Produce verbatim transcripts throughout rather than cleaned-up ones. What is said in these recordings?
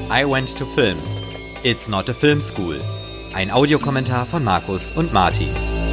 I went to films. It's not a film school. Ein Audiokommentar von Markus und Martin.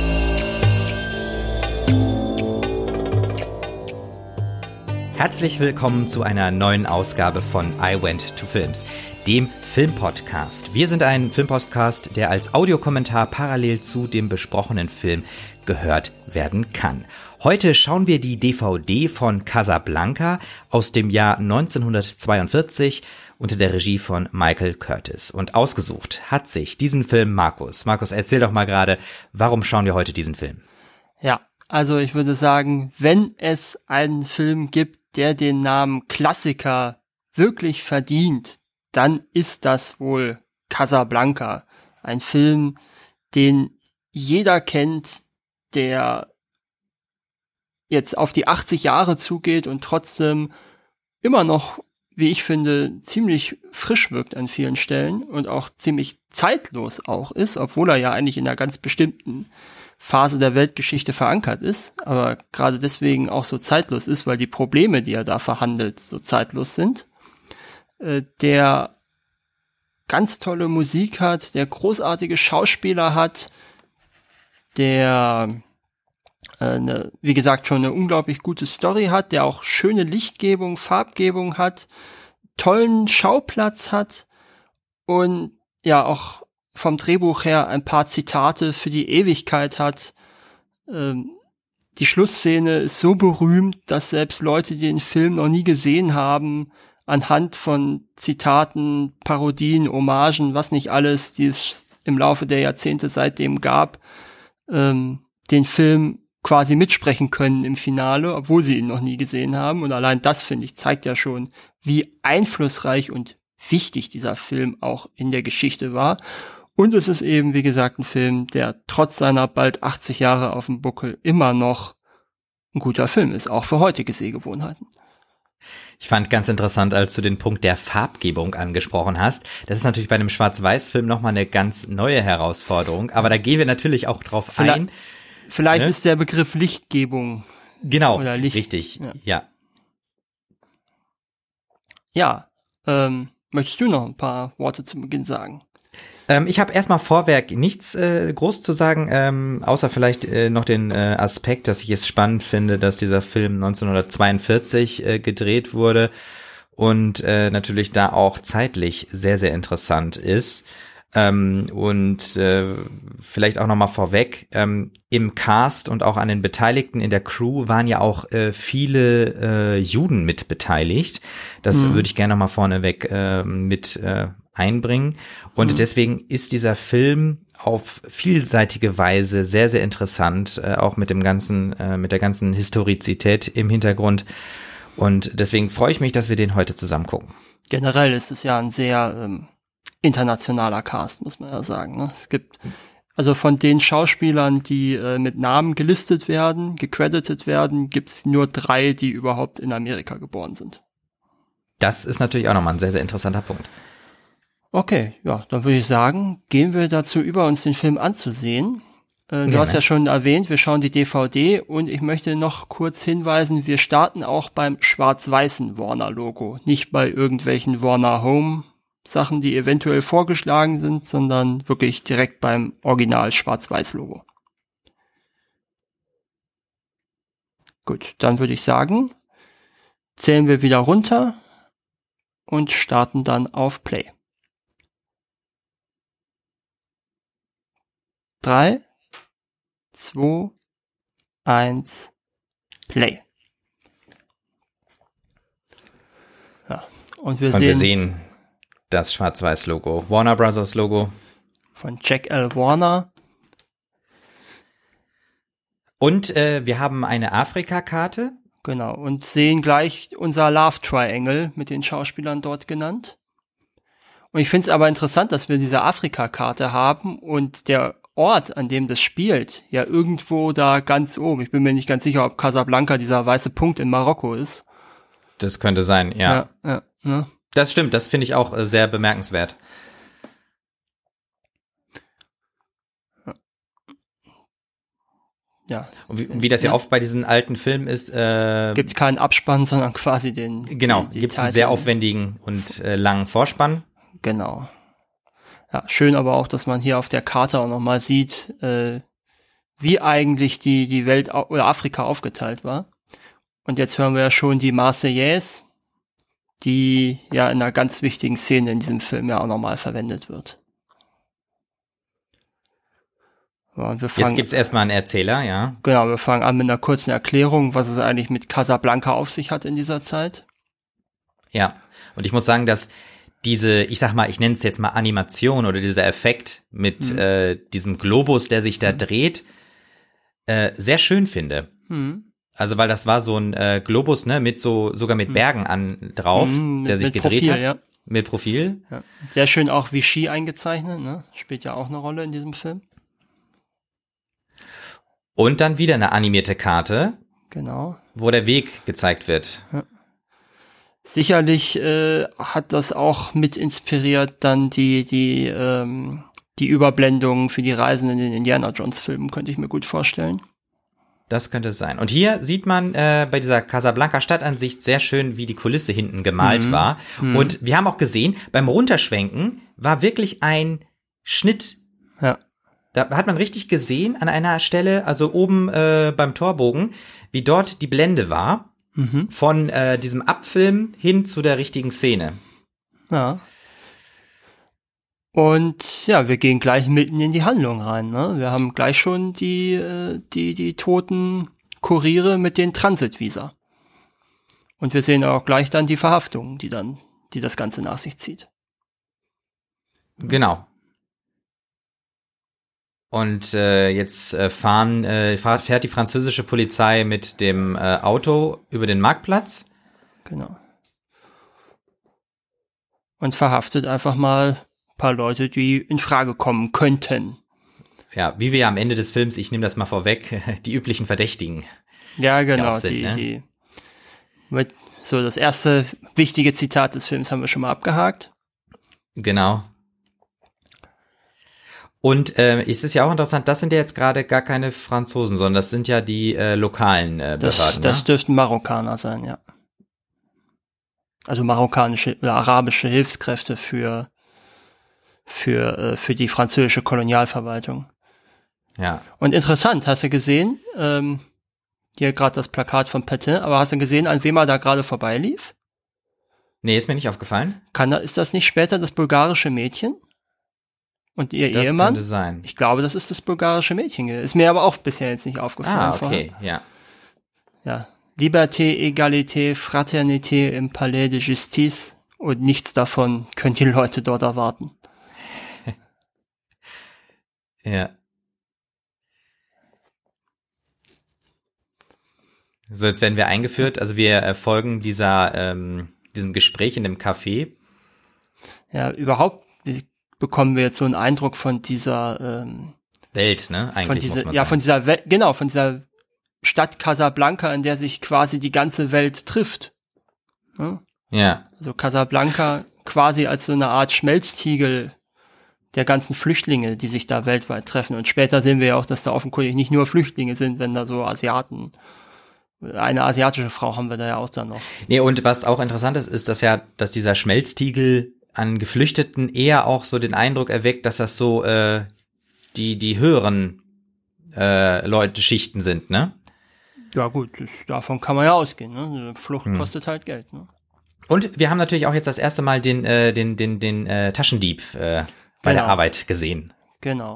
Herzlich willkommen zu einer neuen Ausgabe von I went to films, dem Filmpodcast. Wir sind ein Filmpodcast, der als Audiokommentar parallel zu dem besprochenen Film gehört werden kann. Heute schauen wir die D V D von Casablanca aus dem Jahr neunzehnhundertzweiundvierzig unter der Regie von Michael Curtiz. Und ausgesucht hat sich diesen Film Markus. Markus, erzähl doch mal gerade, warum schauen wir heute diesen Film? Ja, also ich würde sagen, wenn es einen Film gibt, der den Namen Klassiker wirklich verdient, dann ist das wohl Casablanca. Ein Film, den jeder kennt, der jetzt auf die achtzig Jahre zugeht und trotzdem immer noch, wie ich finde, ziemlich frisch wirkt an vielen Stellen und auch ziemlich zeitlos auch ist, obwohl er ja eigentlich in einer ganz bestimmten Phase der Weltgeschichte verankert ist, aber gerade deswegen auch so zeitlos ist, weil die Probleme, die er da verhandelt, so zeitlos sind. Äh, der ganz tolle Musik hat, der großartige Schauspieler hat, der eine, wie gesagt, schon eine unglaublich gute Story hat, der auch schöne Lichtgebung, Farbgebung hat, tollen Schauplatz hat und ja auch vom Drehbuch her ein paar Zitate für die Ewigkeit hat. Ähm, die Schlussszene ist so berühmt, dass selbst Leute, die den Film noch nie gesehen haben, anhand von Zitaten, Parodien, Hommagen, was nicht alles, die es im Laufe der Jahrzehnte seitdem gab, ähm, den Film quasi mitsprechen können im Finale, obwohl sie ihn noch nie gesehen haben. Und allein das, finde ich, zeigt ja schon, wie einflussreich und wichtig dieser Film auch in der Geschichte war. Und es ist eben, wie gesagt, ein Film, der trotz seiner bald achtzig Jahre auf dem Buckel immer noch ein guter Film ist, auch für heutige Sehgewohnheiten. Ich fand ganz interessant, als du den Punkt der Farbgebung angesprochen hast. Das ist natürlich bei einem Schwarz-Weiß-Film nochmal eine ganz neue Herausforderung, aber da gehen wir natürlich auch drauf Vielleicht, ein. Vielleicht ne? ist der Begriff Lichtgebung. Genau, oder Licht, richtig, ja. Ja, ja ähm, möchtest du noch ein paar Worte zu Beginn sagen? Ähm, ich habe erstmal vorweg nichts äh, groß zu sagen, ähm, außer vielleicht äh, noch den äh, Aspekt, dass ich es spannend finde, dass dieser Film neunzehnhundertzweiundvierzig äh, gedreht wurde und äh, natürlich da auch zeitlich sehr, sehr interessant ist. Ähm, und äh, vielleicht auch nochmal vorweg, ähm, im Cast und auch an den Beteiligten in der Crew waren ja auch äh, viele äh, Juden mit beteiligt. Das mhm. würde ich gerne nochmal vorneweg äh, mit äh, einbringen. Und mhm. deswegen ist dieser Film auf vielseitige Weise sehr, sehr interessant, äh, auch mit dem ganzen, äh, mit der ganzen Historizität im Hintergrund. Und deswegen freue ich mich, dass wir den heute zusammen gucken. Generell ist es ja ein sehr ähm, internationaler Cast, muss man ja sagen. Ne? Es gibt also von den Schauspielern, die äh, mit Namen gelistet werden, gecredited werden, gibt's nur drei, die überhaupt in Amerika geboren sind. Das ist natürlich auch nochmal ein sehr, sehr interessanter Punkt. Okay, ja, dann würde ich sagen, gehen wir dazu über, uns den Film anzusehen. Äh, du ja, hast ja schon erwähnt, wir schauen die D V D und ich möchte noch kurz hinweisen, wir starten auch beim schwarz-weißen Warner-Logo, nicht bei irgendwelchen Warner Home Sachen, die eventuell vorgeschlagen sind, sondern wirklich direkt beim Original Schwarz-Weiß-Logo. Gut, dann würde ich sagen, zählen wir wieder runter und starten dann auf Play. Drei, zwei, eins, Play. Ja, und wir und sehen... wir sehen das Schwarz-Weiß-Logo, Warner Brothers Logo. Von Jack L. Warner. Und äh, wir haben eine Afrika-Karte. Genau, und sehen gleich unser Love Triangle mit den Schauspielern dort genannt. Und ich finde es aber interessant, dass wir diese Afrika-Karte haben und der Ort, an dem das spielt, ja irgendwo da ganz oben. Ich bin mir nicht ganz sicher, ob Casablanca dieser weiße Punkt in Marokko ist. Das könnte sein, ja. Ja, ja, ne? Das stimmt, das finde ich auch äh, sehr bemerkenswert. Ja. Und wie, wie das ja, ja oft bei diesen alten Filmen ist, äh, gibt es keinen Abspann, sondern quasi den Genau, die, die gibt es einen sehr aufwendigen und äh, langen Vorspann. Genau. Ja, schön aber auch, dass man hier auf der Karte auch nochmal sieht, äh, wie eigentlich die, die Welt oder Afrika aufgeteilt war. Und jetzt hören wir ja schon die Marseillaise, die ja in einer ganz wichtigen Szene in diesem Film ja auch nochmal verwendet wird. Ja, und wir fangen, jetzt gibt's erstmal einen Erzähler, ja. Genau, wir fangen an mit einer kurzen Erklärung, was es eigentlich mit Casablanca auf sich hat in dieser Zeit. Ja, und ich muss sagen, dass diese, ich sag mal, ich nenne es jetzt mal Animation oder dieser Effekt mit mhm. äh, diesem Globus, der sich da mhm. dreht, äh, sehr schön finde. Mhm. Also, weil das war so ein äh, Globus, ne, mit so, sogar mit Bergen an drauf, mhm, der mit, sich mit gedreht Profil, hat. Ja. Mit Profil. Ja. Sehr schön auch Vichy eingezeichnet, ne? Spielt ja auch eine Rolle in diesem Film. Und dann wieder eine animierte Karte. Genau. Wo der Weg gezeigt wird. Ja. Sicherlich äh, hat das auch mit inspiriert dann die die ähm, die Überblendungen für die Reisen in den Indiana Jones Filmen, könnte ich mir gut vorstellen. Das könnte es sein. Und hier sieht man äh, bei dieser Casablanca Stadtansicht sehr schön, wie die Kulisse hinten gemalt mhm. war. Mhm. Und wir haben auch gesehen, beim Runterschwenken war wirklich ein Schnitt. Ja. Da hat man richtig gesehen an einer Stelle, also oben äh, beim Torbogen, wie dort die Blende war. Mhm. Von äh, diesem Abfilm hin zu der richtigen Szene. Ja. Und ja, wir gehen gleich mitten in die Handlung rein. Ne? Wir haben gleich schon die, äh, die, die toten Kuriere mit den Transitvisa. Und wir sehen auch gleich dann die Verhaftung, die dann, die das Ganze nach sich zieht. Genau. Und äh, jetzt äh, fahren äh, fährt die französische Polizei mit dem äh, Auto über den Marktplatz. Genau. Und verhaftet einfach mal ein paar Leute, die in Frage kommen könnten. Ja, wie wir ja am Ende des Films, ich nehme das mal vorweg, die üblichen Verdächtigen. Ja, genau. Sind, die, ne? die mit, so das erste wichtige Zitat des Films haben wir schon mal abgehakt. Genau. Und äh, es ist ja auch interessant, das sind ja jetzt gerade gar keine Franzosen, sondern das sind ja die äh, lokalen äh, Behörden. Das, das ne? dürften Marokkaner sein, ja. Also marokkanische oder arabische Hilfskräfte für für äh, für die französische Kolonialverwaltung. Ja. Und interessant, hast du gesehen, ähm, hier gerade das Plakat von Petain, aber hast du gesehen, an wem er da gerade vorbeilief? Nee, ist mir nicht aufgefallen. Kann, ist das nicht später das bulgarische Mädchen? Und ihr das Ehemann? Könnte sein. Ich glaube, das ist das bulgarische Mädchen. Ist mir aber auch bisher jetzt nicht aufgefallen. Ah, okay, vorher. ja. Ja. Liberté, Egalité, Fraternité im Palais de Justice und nichts davon können die Leute dort erwarten. Ja. So, jetzt werden wir eingeführt. Also wir äh, folgen dieser ähm, diesem Gespräch in dem Café. Ja, überhaupt bekommen wir jetzt so einen Eindruck von dieser ähm, Welt, ne? Eigentlich von dieser, muss man ja, sagen. von dieser Welt, genau, von dieser Stadt Casablanca, in der sich quasi die ganze Welt trifft. Ja. ja. Also Casablanca quasi als so eine Art Schmelztiegel der ganzen Flüchtlinge, die sich da weltweit treffen. Und später sehen wir ja auch, dass da offenkundig nicht nur Flüchtlinge sind, wenn da so Asiaten, eine asiatische Frau haben wir da ja auch dann noch. Nee, und was auch interessant ist, ist, dass ja, dass dieser Schmelztiegel an Geflüchteten eher auch so den Eindruck erweckt, dass das so äh, die die höheren äh, Leute Schichten sind, ne? Ja gut, das, davon kann man ja ausgehen, ne? Flucht hm. kostet halt Geld, ne? Und wir haben natürlich auch jetzt das erste Mal den äh, den den den äh, Taschendieb äh, bei genau. der Arbeit gesehen. Genau.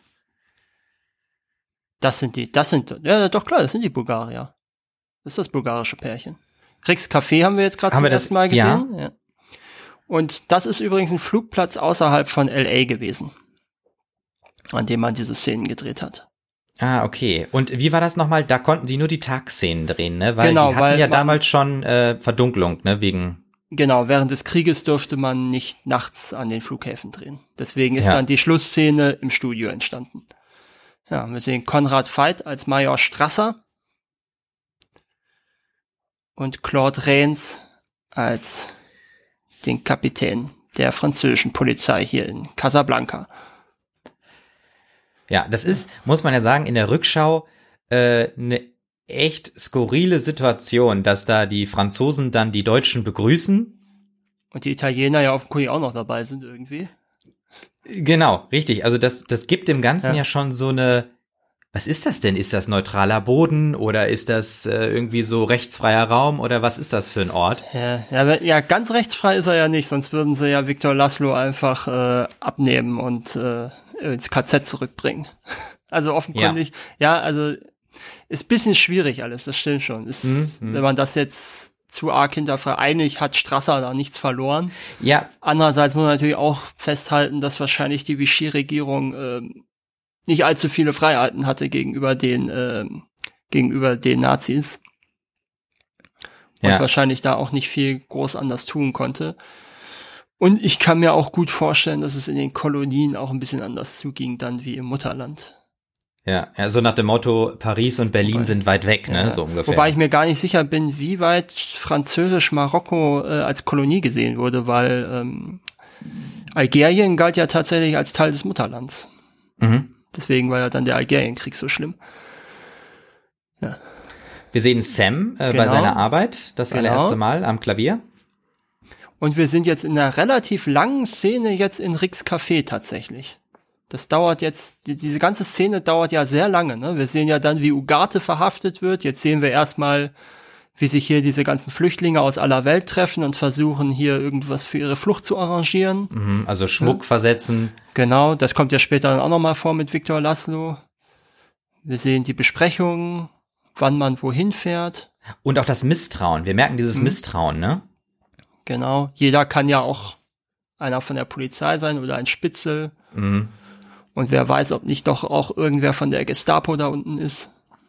Das sind die, das sind, ja doch klar, das sind die Bulgarier. Das ist das bulgarische Pärchen. Rix Café haben wir jetzt gerade zum ersten Mal gesehen. Ja. ja. Und das ist übrigens ein Flugplatz außerhalb von L A gewesen, an dem man diese Szenen gedreht hat. Ah, okay. Und wie war das nochmal? Da konnten sie nur die Tagszenen drehen, ne? Weil genau, die hatten weil ja man, damals schon äh, Verdunklung, ne? Wegen Genau, während des Krieges durfte man nicht nachts an den Flughäfen drehen. Deswegen ist ja. dann die Schlussszene im Studio entstanden. Ja, wir sehen Konrad Veidt als Major Strasser und Claude Rains als den Kapitän der französischen Polizei hier in Casablanca. Ja, das ist, muss man ja sagen, in der Rückschau äh, eine echt skurrile Situation, dass da die Franzosen dann die Deutschen begrüßen Und die Italiener ja offenkundig auch noch dabei sind irgendwie. Genau, richtig. Also das, das gibt dem Ganzen ja, ja schon so eine, was ist das denn? Ist das neutraler Boden oder ist das äh, irgendwie so rechtsfreier Raum oder was ist das für ein Ort? Ja, ja, ja, ganz rechtsfrei ist er ja nicht, sonst würden sie ja Viktor Laszlo einfach äh, abnehmen und äh, ins K Z zurückbringen. Also offenkundig, ja, ja also ist bisschen schwierig alles, das stimmt schon. Ist, mhm. Wenn man das jetzt zu arg hinterfragt, eigentlich hat Strasser da nichts verloren. Ja. Andererseits muss man natürlich auch festhalten, dass wahrscheinlich die Vichy-Regierung äh, nicht allzu viele Freiheiten hatte gegenüber den äh, gegenüber den Nazis und ja. wahrscheinlich da auch nicht viel groß anders tun konnte. Und ich kann mir auch gut vorstellen, dass es in den Kolonien auch ein bisschen anders zuging dann wie im Mutterland. Ja, ja, so nach dem Motto, Paris und Berlin wobei, sind weit weg, ne, ja, so ungefähr. Wobei ich mir gar nicht sicher bin, wie weit Französisch-Marokko äh, als Kolonie gesehen wurde, weil ähm, Algerien galt ja tatsächlich als Teil des Mutterlands. Mhm. Deswegen war ja dann der Algerienkrieg so schlimm. Ja. Wir sehen Sam äh, genau. bei seiner Arbeit, das genau. allererste Mal am Klavier. Und wir sind jetzt in einer relativ langen Szene jetzt in Ricks Café tatsächlich. Das dauert jetzt, die, diese ganze Szene dauert ja sehr lange, ne? Wir sehen ja dann, wie Ugarte verhaftet wird. Jetzt sehen wir erstmal, wie sich hier diese ganzen Flüchtlinge aus aller Welt treffen und versuchen, hier irgendwas für ihre Flucht zu arrangieren. Mhm, also Schmuck ja. versetzen. Genau, das kommt ja später dann auch nochmal vor mit Viktor Laszlo. Wir sehen die Besprechungen, wann man wohin fährt. Und auch das Misstrauen. Wir merken dieses mhm. Misstrauen, ne? Genau, jeder kann ja auch einer von der Polizei sein oder ein Spitzel. Mhm. Und wer weiß, ob nicht doch auch irgendwer von der Gestapo da unten ist.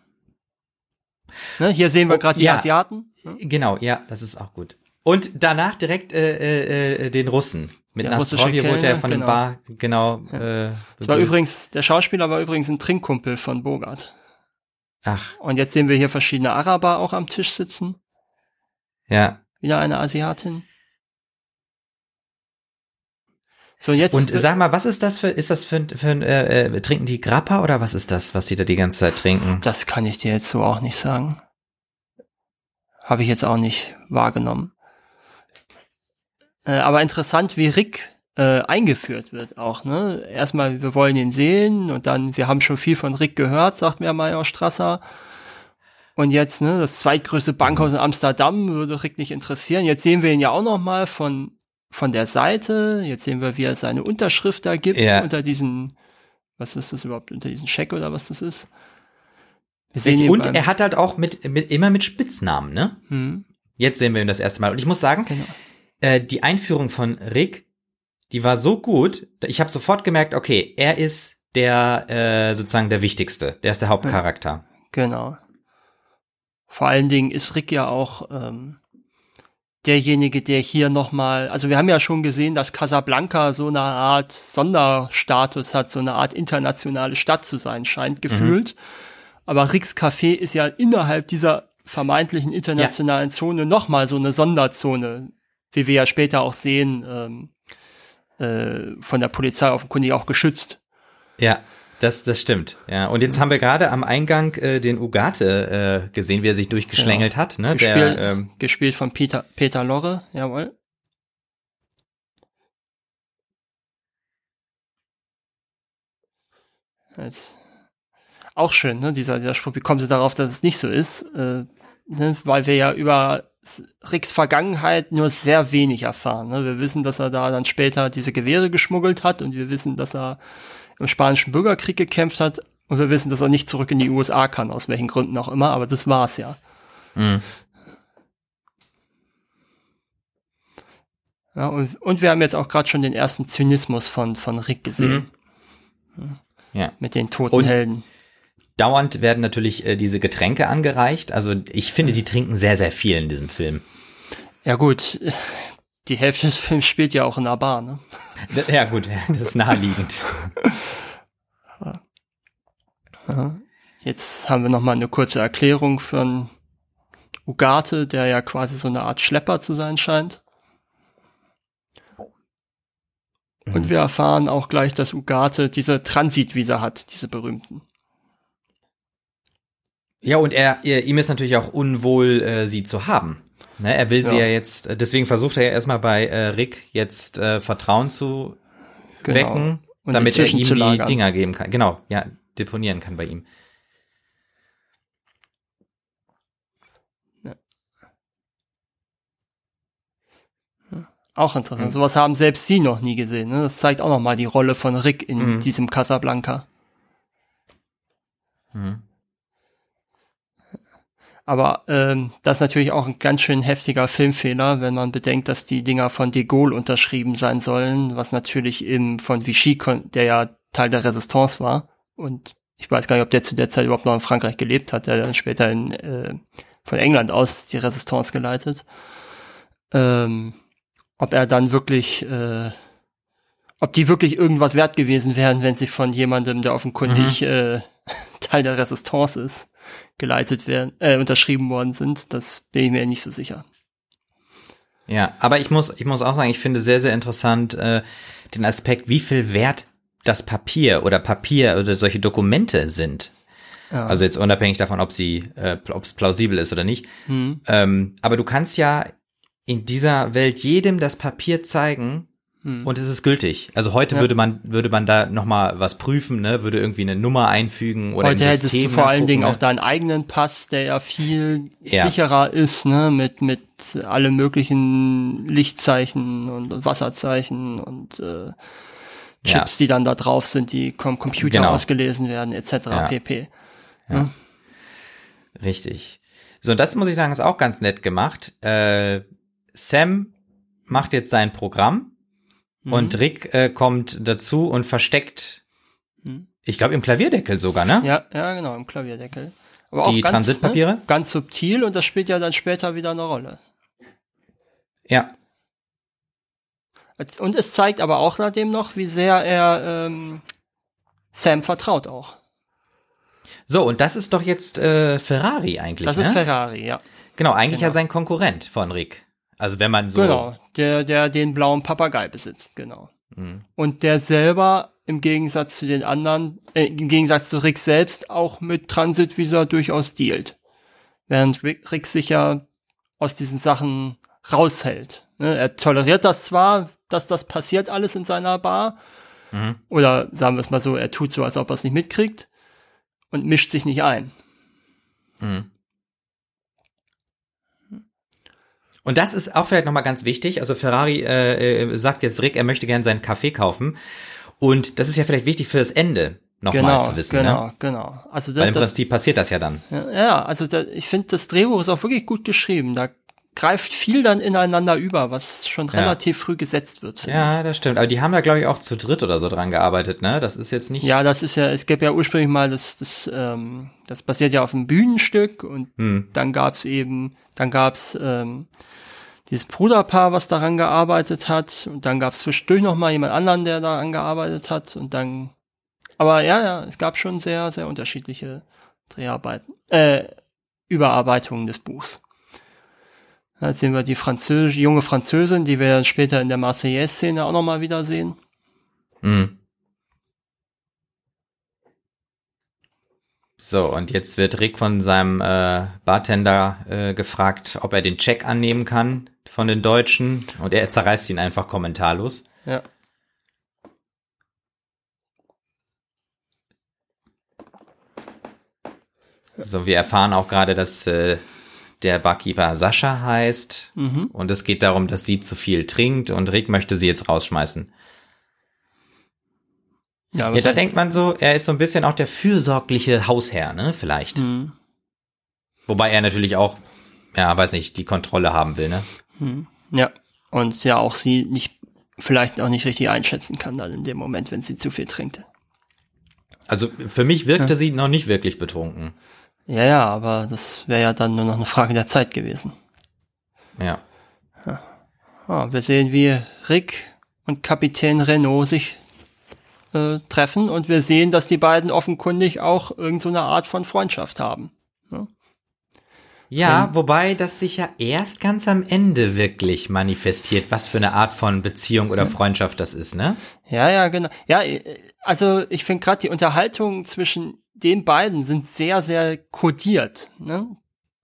Ne, hier sehen wir gerade oh, die ja. Asiaten. Ne? Genau, ja, das ist auch gut. Und danach direkt äh, äh, den Russen. Mit Nastrovje wurde er von genau. dem Bar, genau. Ja. Äh, das war übrigens, der Schauspieler war übrigens ein Trinkkumpel von Bogart. Ach. Und jetzt sehen wir hier verschiedene Araber auch am Tisch sitzen. Ja. Wieder eine Asiatin. So, jetzt, und sag mal, was ist das für, ist das für, für äh, äh, trinken die Grappa oder was ist das, was die da die ganze Zeit trinken? Das kann ich dir jetzt so auch nicht sagen. Habe ich jetzt auch nicht wahrgenommen. Äh, aber interessant, wie Rick äh, eingeführt wird auch, ne? Erstmal, wir wollen ihn sehen und dann, wir haben schon viel von Rick gehört, sagt mir Major Strasser. Und jetzt, ne, das zweitgrößte Bankhaus in Amsterdam würde Rick nicht interessieren. Jetzt sehen wir ihn ja auch noch mal von von der Seite. Jetzt sehen wir, wie er seine Unterschrift da gibt ja. unter diesen, was ist das überhaupt, unter diesen Scheck oder was das ist. Wir sehen ihn und er hat halt auch mit, mit immer mit Spitznamen, ne? Hm. Jetzt sehen wir ihn das erste Mal. Und ich muss sagen, genau. äh, die Einführung von Rick, die war so gut, ich habe sofort gemerkt, okay, er ist der äh, sozusagen der Wichtigste, der ist der Hauptcharakter. Genau. Vor allen Dingen ist Rick ja auch ähm, derjenige, der hier nochmal, also wir haben ja schon gesehen, dass Casablanca so eine Art Sonderstatus hat, so eine Art internationale Stadt zu sein scheint, gefühlt. Mhm. Aber Ricks Café ist ja innerhalb dieser vermeintlichen internationalen ja. Zone nochmal so eine Sonderzone, wie wir ja später auch sehen, ähm, äh, von der Polizei offenkundig auch geschützt. Ja. Das, das stimmt, ja. Und jetzt haben wir gerade am Eingang äh, den Ugarte äh, gesehen, wie er sich durchgeschlängelt genau. hat, ne? Gespielt, Der, ähm, gespielt von Peter, Peter Lorre, jawohl. Jetzt. Auch schön, ne? Dieser, dieser Spruch, wie kommen sie darauf, dass es nicht so ist? Äh, ne? Weil wir ja über Ricks Vergangenheit nur sehr wenig erfahren. Ne? Wir wissen, dass er da dann später diese Gewehre geschmuggelt hat und wir wissen, dass er im Spanischen Bürgerkrieg gekämpft hat und wir wissen, dass er nicht zurück in die U S A kann, aus welchen Gründen auch immer, aber das war's ja. Mhm. Ja, und, und wir haben jetzt auch gerade schon den ersten Zynismus von, von Rick gesehen. Mhm. Ja. Mit den toten und Helden. Dauernd werden natürlich äh, diese Getränke angereicht. Also ich finde, die trinken sehr, sehr viel in diesem Film. Ja gut, die Hälfte des Films spielt ja auch in einer Bar, ne? Ja gut, das ist naheliegend. Ja. Jetzt haben wir noch mal eine kurze Erklärung für einen Ugarte, der ja quasi so eine Art Schlepper zu sein scheint. Und wir erfahren auch gleich, dass Ugarte diese Transitvisa hat, diese berühmten. Ja, und er, er ihm ist natürlich auch unwohl, äh, sie zu haben. Ne, er will Ja. sie ja jetzt, äh, deswegen versucht er ja erstmal bei äh, Rick jetzt äh, Vertrauen zu Genau. wecken, Und damit er inzwischen ihm zu die lagern. Dinger geben kann. Genau, ja, deponieren kann bei ihm. Auch interessant. Mhm. Sowas haben selbst sie noch nie gesehen. Ne? Das zeigt auch noch mal die Rolle von Rick in Mhm. diesem Casablanca. Mhm. Aber ähm, das ist natürlich auch ein ganz schön heftiger Filmfehler, wenn man bedenkt, dass die Dinger von de Gaulle unterschrieben sein sollen, was natürlich im von Vichy, kon- der ja Teil der Resistance war. Und ich weiß gar nicht, ob der zu der Zeit überhaupt noch in Frankreich gelebt hat. Der hat dann später in, äh, von England aus die Resistance geleitet. Ähm, ob er dann wirklich, äh, ob die wirklich irgendwas wert gewesen wären, wenn sie von jemandem, der offenkundig Mhm. äh, Teil der Resistance ist, geleitet werden, äh, unterschrieben worden sind, das bin ich mir nicht so sicher. Ja, aber ich muss, ich muss auch sagen, ich finde sehr, sehr interessant äh, den Aspekt, wie viel wert das Papier oder Papier oder solche Dokumente sind. Ja. Also jetzt unabhängig davon, ob sie, äh, ob es plausibel ist oder nicht. Hm. Ähm, aber du kannst ja in dieser Welt jedem das Papier zeigen Hm. und es ist gültig. Also heute Ja. würde man, würde man da nochmal was prüfen, ne, würde irgendwie eine Nummer einfügen oder Heute im hättest System du vor allen nachgucken, Dingen ne? auch deinen eigenen Pass, der ja viel Ja. sicherer ist, ne, mit mit alle möglichen Lichtzeichen und, und Wasserzeichen und äh, Chips, die dann da drauf sind, die vom Computer Genau. ausgelesen werden, et cetera Ja. pp. Ja. Richtig. So, und das muss ich sagen, ist auch ganz nett gemacht. Äh, Sam macht jetzt sein Programm Mhm. und Rick äh, kommt dazu und versteckt, Mhm. ich glaube im Klavierdeckel sogar, ne? Ja, ja, genau, im Klavierdeckel. Aber Die auch ganz, Transitpapiere? Ne, ganz subtil und das spielt ja dann später wieder eine Rolle. Ja. Und es zeigt aber auch nachdem noch, wie sehr er ähm, Sam vertraut auch. So, und das ist doch jetzt äh, Ferrari eigentlich, Das ne? ist Ferrari, ja. Genau, eigentlich Genau. ja sein Konkurrent von Rick. Also wenn man so... Genau, der, der den blauen Papagei besitzt, genau. Mhm. Und der selber im Gegensatz zu den anderen, äh, im Gegensatz zu Rick selbst auch mit Transitvisa durchaus dealt. Während Rick, Rick sich ja aus diesen Sachen raushält. Ne? Er toleriert das zwar, dass das passiert alles in seiner Bar, Mhm. oder sagen wir es mal so, er tut so, als ob er es nicht mitkriegt und mischt sich nicht ein. Mhm. Und das ist auch vielleicht nochmal ganz wichtig. Also Ferrari äh, äh, sagt jetzt Rick, er möchte gerne seinen Kaffee kaufen. Und das ist ja vielleicht wichtig für das Ende nochmal Genau, zu wissen. genau, Ne? genau. Also das, Weil im das, Prinzip passiert das ja dann. ja, ja, also da, ich finde, das Drehbuch ist auch wirklich gut geschrieben. Da greift viel dann ineinander über, was schon Ja. relativ früh gesetzt wird. finde Ja, das stimmt. Aber die haben da, glaube ich, auch zu dritt oder so dran gearbeitet, ne? Das ist jetzt nicht... ich. Ja, das ist ja, es gab ja ursprünglich mal, das, das, ähm, das basiert ja auf einem Bühnenstück und Hm. dann gab's eben, dann gab's ähm, dieses Bruderpaar, was daran gearbeitet hat und dann gab's zwischendurch noch mal jemand anderen, der daran gearbeitet hat und dann, aber ja, ja, es gab schon sehr, sehr unterschiedliche Dreharbeiten, äh, Überarbeitungen des Buchs. Jetzt sehen wir die Französ junge Französin, die wir dann später in der Marseillaise-Szene auch noch mal wiedersehen. Hm. So, und jetzt wird Rick von seinem äh, Bartender äh, gefragt, ob er den Check annehmen kann von den Deutschen. Und er zerreißt ihn einfach kommentarlos. Ja. So, wir erfahren auch gerade, dass äh, der Barkeeper Sascha heißt. Mhm. Und es geht darum, dass sie zu viel trinkt und Rick möchte sie jetzt rausschmeißen. Ja, Ja, da denkt man so, er ist so ein bisschen auch der fürsorgliche Hausherr, ne, vielleicht. Mhm. Wobei er natürlich auch, ja, weiß nicht, die Kontrolle haben will, ne? Mhm. Ja. Und ja, auch sie nicht, vielleicht auch nicht richtig einschätzen kann dann in dem Moment, wenn sie zu viel trinkt. Also für mich wirkte Ja. sie noch nicht wirklich betrunken. Ja, ja, aber das wäre ja dann nur noch eine Frage der Zeit gewesen. Ja. Ah, wir sehen, wie Rick und Kapitän Renault sich äh, treffen und wir sehen, dass die beiden offenkundig auch irgend so eine Art von Freundschaft haben. Ne? Ja, wobei das sich ja erst ganz am Ende wirklich manifestiert, was für eine Art von Beziehung oder Freundschaft das ist, ne? Ja, ja, genau. Ja, äh, also ich finde gerade die Unterhaltungen zwischen den beiden sind sehr, sehr kodiert. Ne?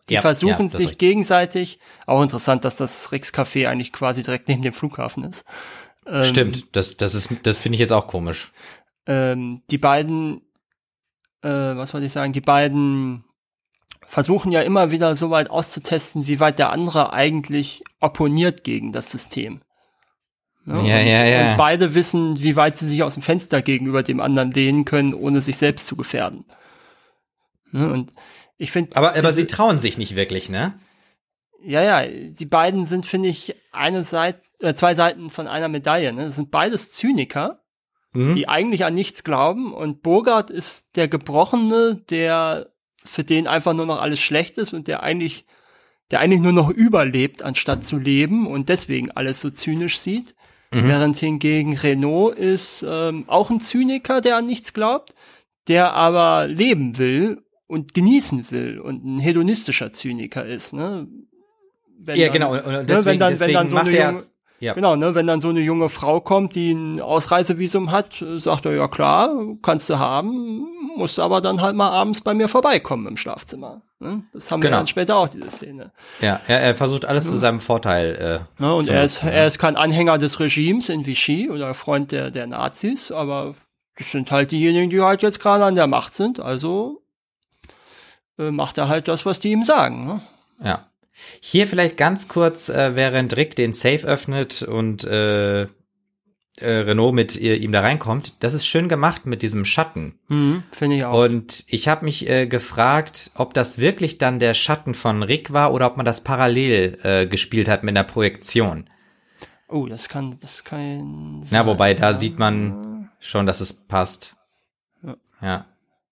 die ja, versuchen ja, sich richtig. gegenseitig, auch interessant, dass das Ricks Café eigentlich quasi direkt neben dem Flughafen ist. Ähm, Stimmt, das, das ist, das finde ich jetzt auch komisch. Ähm, die beiden, äh, was wollte ich sagen, die beiden versuchen ja immer wieder so weit auszutesten, wie weit der andere eigentlich opponiert gegen das System. Ne? Ja, und, ja, ja. Und beide wissen, wie weit sie sich aus dem Fenster gegenüber dem anderen lehnen können, ohne sich selbst zu gefährden. Ne? Und ich finde, aber, aber sie trauen sich nicht wirklich, ne? Ja, ja, die beiden sind, finde ich, eine Seite, äh, zwei Seiten von einer Medaille. Ne? Das sind beides Zyniker, mhm. die eigentlich an nichts glauben. Und Bogart ist der Gebrochene, der für den einfach nur noch alles schlecht ist und der eigentlich, der eigentlich nur noch überlebt, anstatt zu leben und deswegen alles so zynisch sieht. Mhm. Während hingegen Renault ist ähm, auch ein Zyniker, der an nichts glaubt, der aber leben will und genießen will und ein hedonistischer Zyniker ist, ne? Wenn ja, dann, genau. Und deswegen, ne, wenn dann, deswegen wenn dann so macht eine er, junge, ja. genau, ne, wenn dann so eine junge Frau kommt, die ein Ausreisevisum hat, sagt er, ja klar, kannst du haben, musst aber dann halt mal abends bei mir vorbeikommen im Schlafzimmer. Ne? Das haben genau. wir dann später auch, diese Szene. Ja, er, er versucht alles ja. zu seinem Vorteil äh, ja, und zu er nutzen, ist, ne? er ist kein Anhänger des Regimes in Vichy oder Freund der, der Nazis, aber das sind halt diejenigen, die halt jetzt gerade an der Macht sind, also äh, macht er halt das, was die ihm sagen. Ne? Ja. Hier vielleicht ganz kurz, äh, während Rick den Safe öffnet und äh, äh, Renault mit ihr, ihm da reinkommt, das ist schön gemacht mit diesem Schatten. Mhm, finde ich auch. Und ich habe mich äh, gefragt, ob das wirklich dann der Schatten von Rick war oder ob man das parallel äh, gespielt hat mit einer Projektion. Oh, das kann, das kann. Na, wobei da sieht man schon, dass es passt. Ja. ja.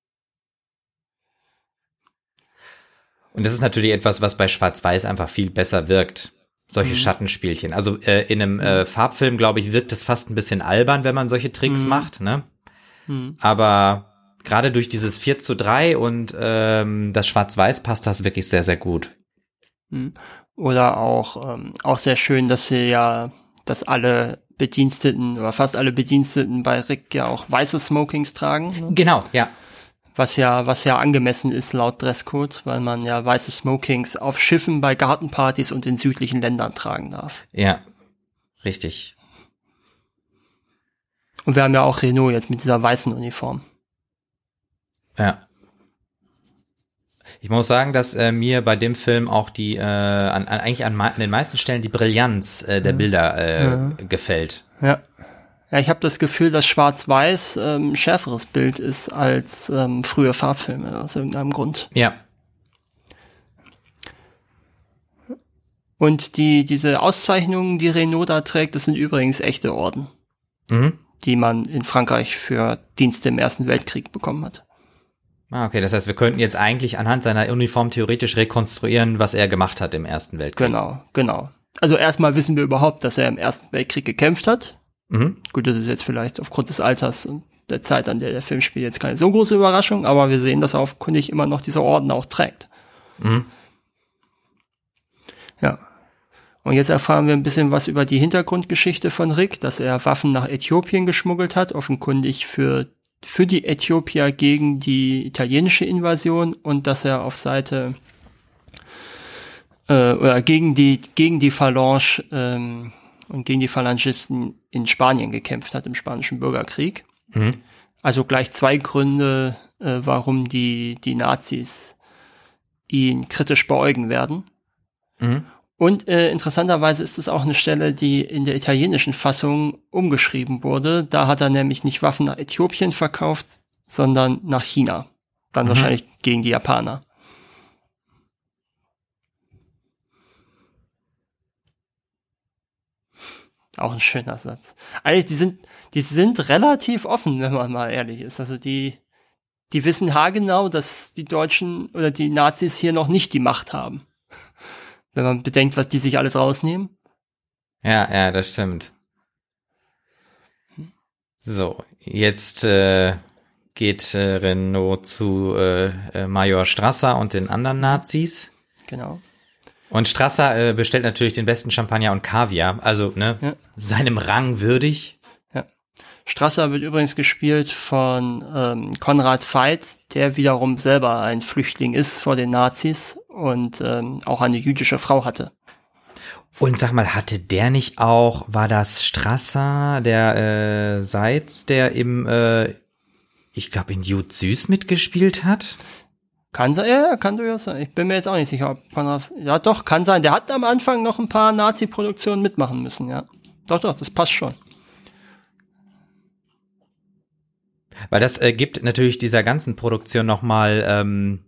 Und das ist natürlich etwas, was bei Schwarz-Weiß einfach viel besser wirkt. Solche mhm. Schattenspielchen. Also äh, in einem äh, Farbfilm, glaube ich, wirkt es fast ein bisschen albern, wenn man solche Tricks mhm. macht, ne? Mhm. Aber gerade durch dieses vier zu drei und ähm, das Schwarz-Weiß passt das wirklich sehr, sehr gut. Mhm. Oder auch, ähm, auch sehr schön, dass sie ja, dass alle Bediensteten oder fast alle Bediensteten bei Rick ja auch weiße Smokings tragen. Ne? Genau, ja. Was ja, was ja angemessen ist laut Dresscode, weil man ja weiße Smokings auf Schiffen bei Gartenpartys und in südlichen Ländern tragen darf. Ja, richtig. Und wir haben ja auch Renault jetzt mit dieser weißen Uniform. Ja. Ich muss sagen, dass äh, mir bei dem Film auch die, äh, an, an, eigentlich an, an den meisten Stellen die Brillanz äh, der Bilder äh, ja. gefällt. Ja. Ja, ich habe das Gefühl, dass Schwarz-Weiß ähm, schärferes Bild ist als ähm, frühe Farbfilme, aus irgendeinem Grund. Ja. Und die diese Auszeichnungen, die Renault da trägt, das sind übrigens echte Orden, mhm. die man in Frankreich für Dienste im Ersten Weltkrieg bekommen hat. Ah, okay, das heißt, wir könnten jetzt eigentlich anhand seiner Uniform theoretisch rekonstruieren, was er gemacht hat im Ersten Weltkrieg. Genau, genau. Also erstmal wissen wir überhaupt, dass er im Ersten Weltkrieg gekämpft hat. Mhm. Gut, das ist jetzt vielleicht aufgrund des Alters und der Zeit, an der der Film spielt, jetzt keine so große Überraschung, aber wir sehen, dass er offenkundig immer noch diese Orden auch trägt. Mhm. Ja. Und jetzt erfahren wir ein bisschen was über die Hintergrundgeschichte von Rick, dass er Waffen nach Äthiopien geschmuggelt hat, offenkundig für, für die Äthiopier gegen die italienische Invasion und dass er auf Seite äh, oder gegen die, gegen die Phalange ähm, und gegen die Phalangisten in Spanien gekämpft hat, im Spanischen Bürgerkrieg. Mhm. Also gleich zwei Gründe, äh, warum die, die Nazis ihn kritisch beäugen werden. Mhm. Und äh, interessanterweise ist es auch eine Stelle, die in der italienischen Fassung umgeschrieben wurde. Da hat er nämlich nicht Waffen nach Äthiopien verkauft, sondern nach China. Dann mhm. wahrscheinlich gegen die Japaner. Auch ein schöner Satz. Eigentlich, die sind, die sind relativ offen, wenn man mal ehrlich ist. Also die, die wissen haargenau, dass die Deutschen oder die Nazis hier noch nicht die Macht haben. Wenn man bedenkt, was die sich alles rausnehmen. Ja, ja, das stimmt. So, jetzt äh, geht äh, Renault zu äh, Major Strasser und den anderen Nazis. Genau. Und Strasser äh, bestellt natürlich den besten Champagner und Kaviar, also ne, ja. seinem Rang würdig. Ja. Strasser wird übrigens gespielt von ähm, Konrad Veidt, der wiederum selber ein Flüchtling ist vor den Nazis und ähm, auch eine jüdische Frau hatte. Und sag mal, hatte der nicht auch, war das Strasser, der äh, Seitz, der im, äh, ich glaube in Jud Süß mitgespielt hat? Kann sein, ja, kann durchaus sein. Ich bin mir jetzt auch nicht sicher, ob Konrad, ja doch, kann sein. Der hat am Anfang noch ein paar Nazi-Produktionen mitmachen müssen, ja. Doch, doch, das passt schon. Weil das äh, gibt natürlich dieser ganzen Produktion nochmal ähm,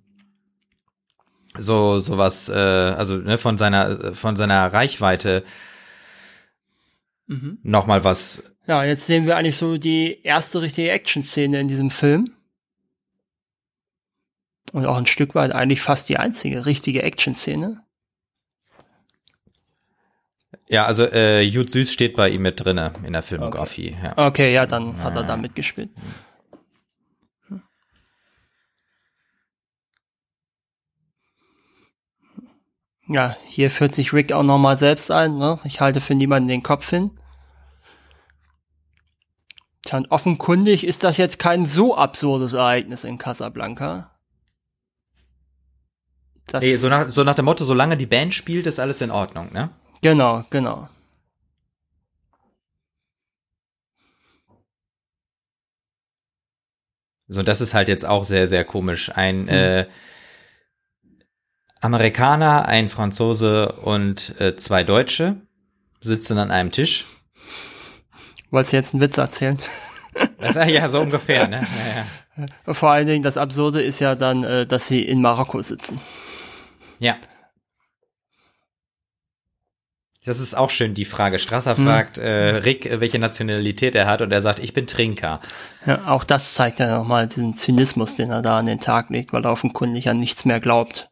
so sowas, äh, also ne, von seiner von seiner Reichweite mhm. nochmal was. Ja, jetzt sehen wir eigentlich so die erste richtige Action-Szene in diesem Film. Und auch ein Stück weit eigentlich fast die einzige richtige Action-Szene. Ja, also äh, Jud Süß steht bei ihm mit drinne in der Filmografie. Okay, ja. okay, ja, dann ja. hat er da mitgespielt. Ja, hier führt sich Rick auch nochmal selbst ein, ne? Ich halte für niemanden den Kopf hin. Tja, und offenkundig ist das jetzt kein so absurdes Ereignis in Casablanca. Das nee, so nach, so nach dem Motto, solange die Band spielt, ist alles in Ordnung, ne? Genau, genau. So, das ist halt jetzt auch sehr, sehr komisch. Ein hm. äh, Amerikaner, ein Franzose und äh, zwei Deutsche sitzen an einem Tisch. Wolltest du jetzt einen Witz erzählen? Das, ja, so ungefähr, ne? Ja, ja. Vor allen Dingen, das Absurde ist ja dann, äh, dass sie in Marokko sitzen. Ja. Das ist auch schön, die Frage. Strasser hm. fragt äh, Rick, welche Nationalität er hat, und er sagt, ich bin Trinker. Ja, auch das zeigt ja nochmal diesen Zynismus, den er da an den Tag legt, weil er offenkundig an nichts mehr glaubt.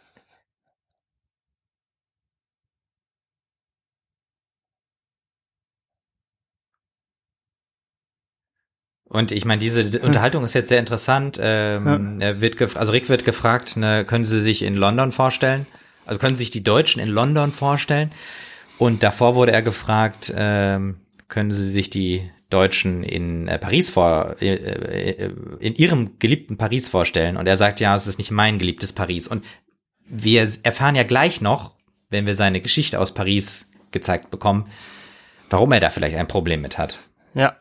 Und ich meine, diese Unterhaltung ist jetzt sehr interessant. Ähm, ja. Er wird gef- also Rick wird gefragt, ne, können Sie sich in London vorstellen? Also können Sie sich die Deutschen in London vorstellen? Und davor wurde er gefragt, ähm, können Sie sich die Deutschen in äh, Paris vor, äh, äh, in Ihrem geliebten Paris vorstellen? Und er sagt, ja, es ist nicht mein geliebtes Paris. Und wir erfahren ja gleich noch, wenn wir seine Geschichte aus Paris gezeigt bekommen, warum er da vielleicht ein Problem mit hat. Ja.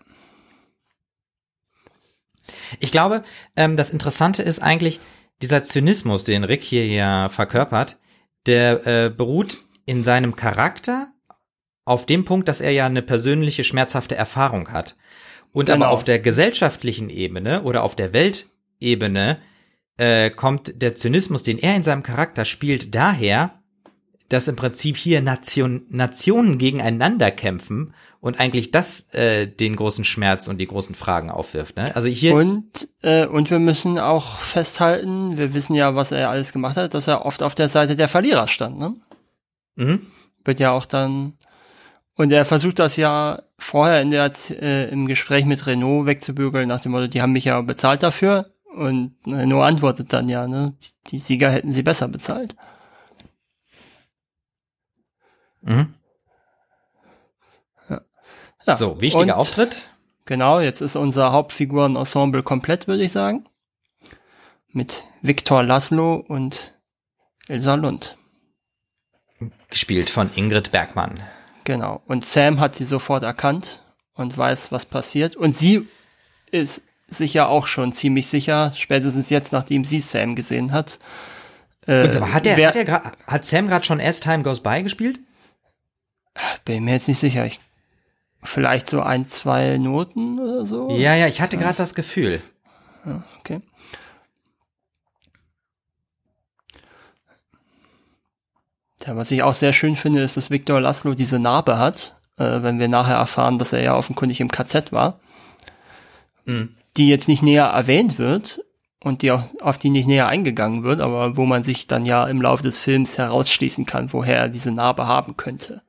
Ich glaube, ähm, das Interessante ist eigentlich, dieser Zynismus, den Rick hier ja verkörpert, der äh, beruht in seinem Charakter auf dem Punkt, dass er ja eine persönliche, schmerzhafte Erfahrung hat. Und genau. aber auf der gesellschaftlichen Ebene oder auf der Weltebene äh, kommt der Zynismus, den er in seinem Charakter spielt, daher, dass im Prinzip hier Nation, Nationen gegeneinander kämpfen und eigentlich das äh, den großen Schmerz und die großen Fragen aufwirft. Ne? Also hier und äh, und wir müssen auch festhalten, wir wissen ja, was er alles gemacht hat, dass er oft auf der Seite der Verlierer stand. Ne? Mhm. Wird ja auch dann und er versucht das ja vorher in der äh, im Gespräch mit Renault wegzubügeln nach dem Motto, die haben mich ja bezahlt dafür, und Renault antwortet dann ja, ne, die Sieger hätten sie besser bezahlt. Mhm. Ja. Ja. So, wichtiger und, Auftritt. Genau, jetzt ist unser Hauptfigurenensemble komplett, würde ich sagen. Mit Viktor Laszlo und Elsa Lund. Gespielt von Ingrid Bergmann. Genau. Und Sam hat sie sofort erkannt und weiß, was passiert. Und sie ist sich ja auch schon ziemlich sicher, spätestens jetzt, nachdem sie Sam gesehen hat. Äh, und aber hat, der, wer, hat, der gra- hat Sam gerade schon As Time Goes By gespielt? Bin mir jetzt nicht sicher. Ich, vielleicht so ein, zwei Noten oder so? Ja, ja, ich hatte gerade das Gefühl. Ja, okay. Ja, was ich auch sehr schön finde, ist, dass Viktor Laszlo diese Narbe hat, äh, wenn wir nachher erfahren, dass er ja offenkundig im K Z war, mhm. die jetzt nicht näher erwähnt wird und die auch, auf die nicht näher eingegangen wird, aber wo man sich dann ja im Laufe des Films herausschließen kann, woher er diese Narbe haben könnte.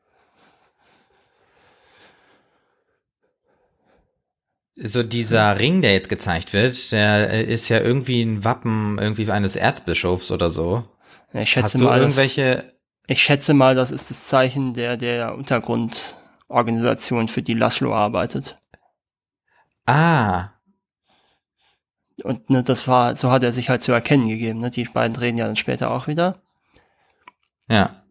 So dieser Ring, der jetzt gezeigt wird, der ist ja irgendwie ein Wappen irgendwie eines Erzbischofs oder so. Ich schätze Hast du mal, irgendwelche das, ich schätze mal, das ist das Zeichen der der Untergrundorganisation, für die Laszlo arbeitet. Ah, Und ne, das war, so hat er sich halt zu erkennen gegeben. Ne? Die beiden reden ja dann später auch wieder. ja.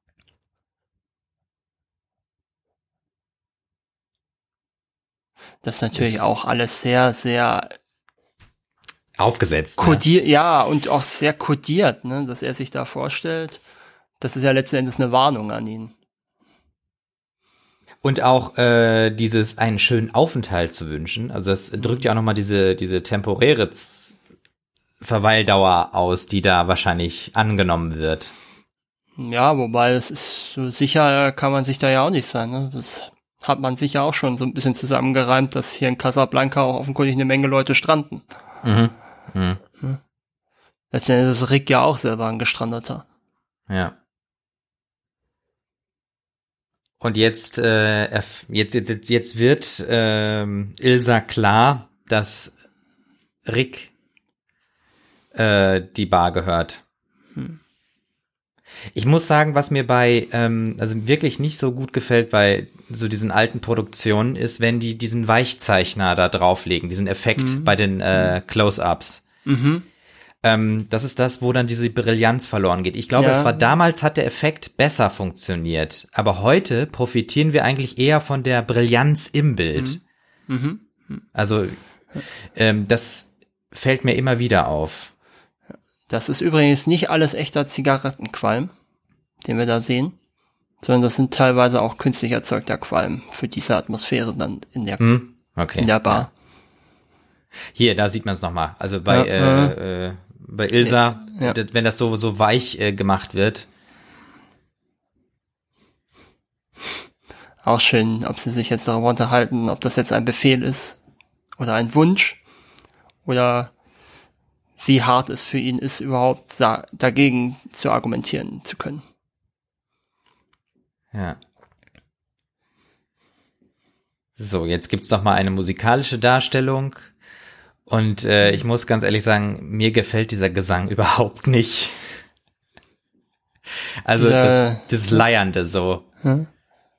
Das ist natürlich Ist auch alles sehr, sehr aufgesetzt, ne? kodiert, ja, und auch sehr kodiert, ne, dass er sich da vorstellt. Das ist ja letzten Endes eine Warnung an ihn. Und auch äh, dieses einen schönen Aufenthalt zu wünschen. Also das drückt ja auch nochmal diese, diese temporäre Z- Verweildauer aus, die da wahrscheinlich angenommen wird. Ja, wobei es ist so sicher kann man sich da ja auch nicht sein. Ne? Das hat man sich ja auch schon so ein bisschen zusammengereimt, dass hier in Casablanca auch offenkundig eine Menge Leute stranden. Mhm. Mhm. Letztendlich ist Rick ja auch selber ein Gestrandeter. Ja. Und jetzt, äh, erf- jetzt, jetzt, jetzt wird ähm, Ilsa klar, dass Rick äh, die Bar gehört. Hm. Ich muss sagen, was mir bei, ähm, also wirklich nicht so gut gefällt bei so diesen alten Produktionen, ist, wenn die diesen Weichzeichner da drauflegen, diesen Effekt Mhm. bei den äh, Close-Ups. Mhm. Ähm, das ist das, wo dann diese Brillanz verloren geht. Ich glaube, Ja. es war damals, hat der Effekt besser funktioniert. Aber heute profitieren wir eigentlich eher von der Brillanz im Bild. Mhm. Also, ähm, das fällt mir immer wieder auf. Das ist übrigens nicht alles echter Zigarettenqualm, den wir da sehen, sondern das sind teilweise auch künstlich erzeugter Qualm für diese Atmosphäre dann in der, Hm? Okay. in der Bar. Hier, da sieht man es nochmal. Also bei, Ja, äh, äh, bei Ilsa, Ja. d- wenn das so, so weich äh, gemacht wird. Auch schön, ob sie sich jetzt darüber unterhalten, ob das jetzt ein Befehl ist oder ein Wunsch oder wie hart es für ihn ist, überhaupt sa- dagegen zu argumentieren zu können. Ja. So, jetzt gibt's noch mal eine musikalische Darstellung. Und äh, ich muss ganz ehrlich sagen, mir gefällt dieser Gesang überhaupt nicht. Also Dieser- das, das Leiernde so. Hm?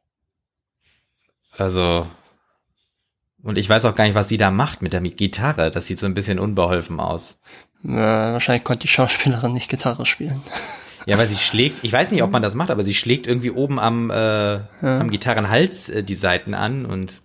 Also, und ich weiß auch gar nicht, was sie da macht mit der Gitarre. Das sieht so ein bisschen unbeholfen aus. Äh, wahrscheinlich konnte die Schauspielerin nicht Gitarre spielen. Ja, weil sie schlägt, ich weiß nicht, ob man das macht, aber sie schlägt irgendwie oben am, äh, am Gitarrenhals äh, die Saiten an und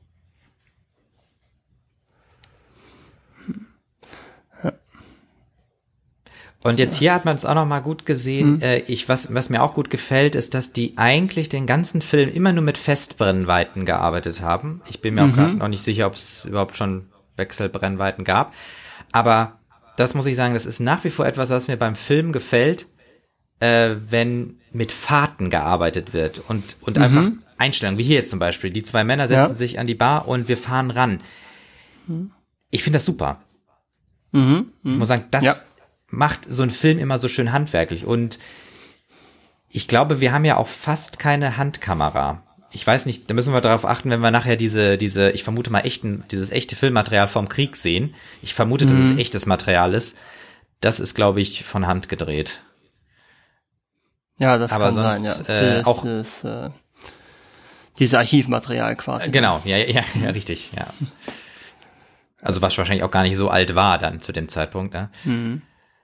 Und jetzt hier hat man es auch noch mal gut gesehen. Mhm. Äh, ich was was mir auch gut gefällt, ist, dass die eigentlich den ganzen Film immer nur mit Festbrennweiten gearbeitet haben. Ich bin mir Mhm. auch grad noch nicht sicher, ob es überhaupt schon Wechselbrennweiten gab. Aber das muss ich sagen, das ist nach wie vor etwas, was mir beim Film gefällt, äh, wenn mit Fahrten gearbeitet wird und und Mhm. einfach Einstellungen, wie hier jetzt zum Beispiel. Die zwei Männer setzen Ja. sich an die Bar und wir fahren ran. Ich finde das super. Mhm. Ich muss sagen, das Ja. macht so ein Film immer so schön handwerklich. Und ich glaube, wir haben ja auch fast keine Handkamera. Ich weiß nicht, da müssen wir darauf achten, wenn wir nachher diese, diese, ich vermute mal echten, dieses echte Filmmaterial vom Krieg sehen. Ich vermute, dass es echtes Material ist. Das ist, glaube ich, von Hand gedreht. Ja, das Aber kann sonst, sein, ja. äh, das, auch- das, äh, dieses Archivmaterial quasi. Genau, ja, ja, ja, richtig, ja. Also was wahrscheinlich auch gar nicht so alt war dann zu dem Zeitpunkt, ne? Mhm.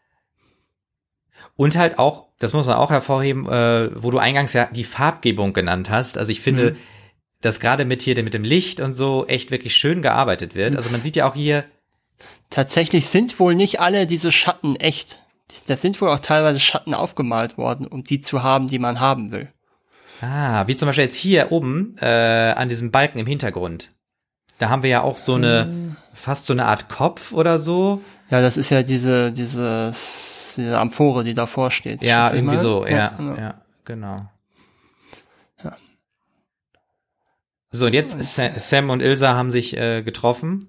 Und halt auch, das muss man auch hervorheben, äh, wo du eingangs ja die Farbgebung genannt hast. Also ich finde, Mhm. dass gerade mit hier mit dem Licht und so echt wirklich schön gearbeitet wird. Also man sieht ja auch hier, Tatsächlich sind wohl nicht alle diese Schatten echt. Da sind wohl auch teilweise Schatten aufgemalt worden, um die zu haben, die man haben will. ah, wie zum Beispiel jetzt hier oben äh, an diesem Balken im Hintergrund. Da haben wir ja auch so eine, fast so eine Art Kopf oder so. Ja, das ist ja diese, diese, diese Amphore, die davor steht. Ja, schätze ich irgendwie mal. so, ja, genau. ja, genau. Ja. So, und jetzt Sa- Sam und Ilsa haben sich äh, getroffen.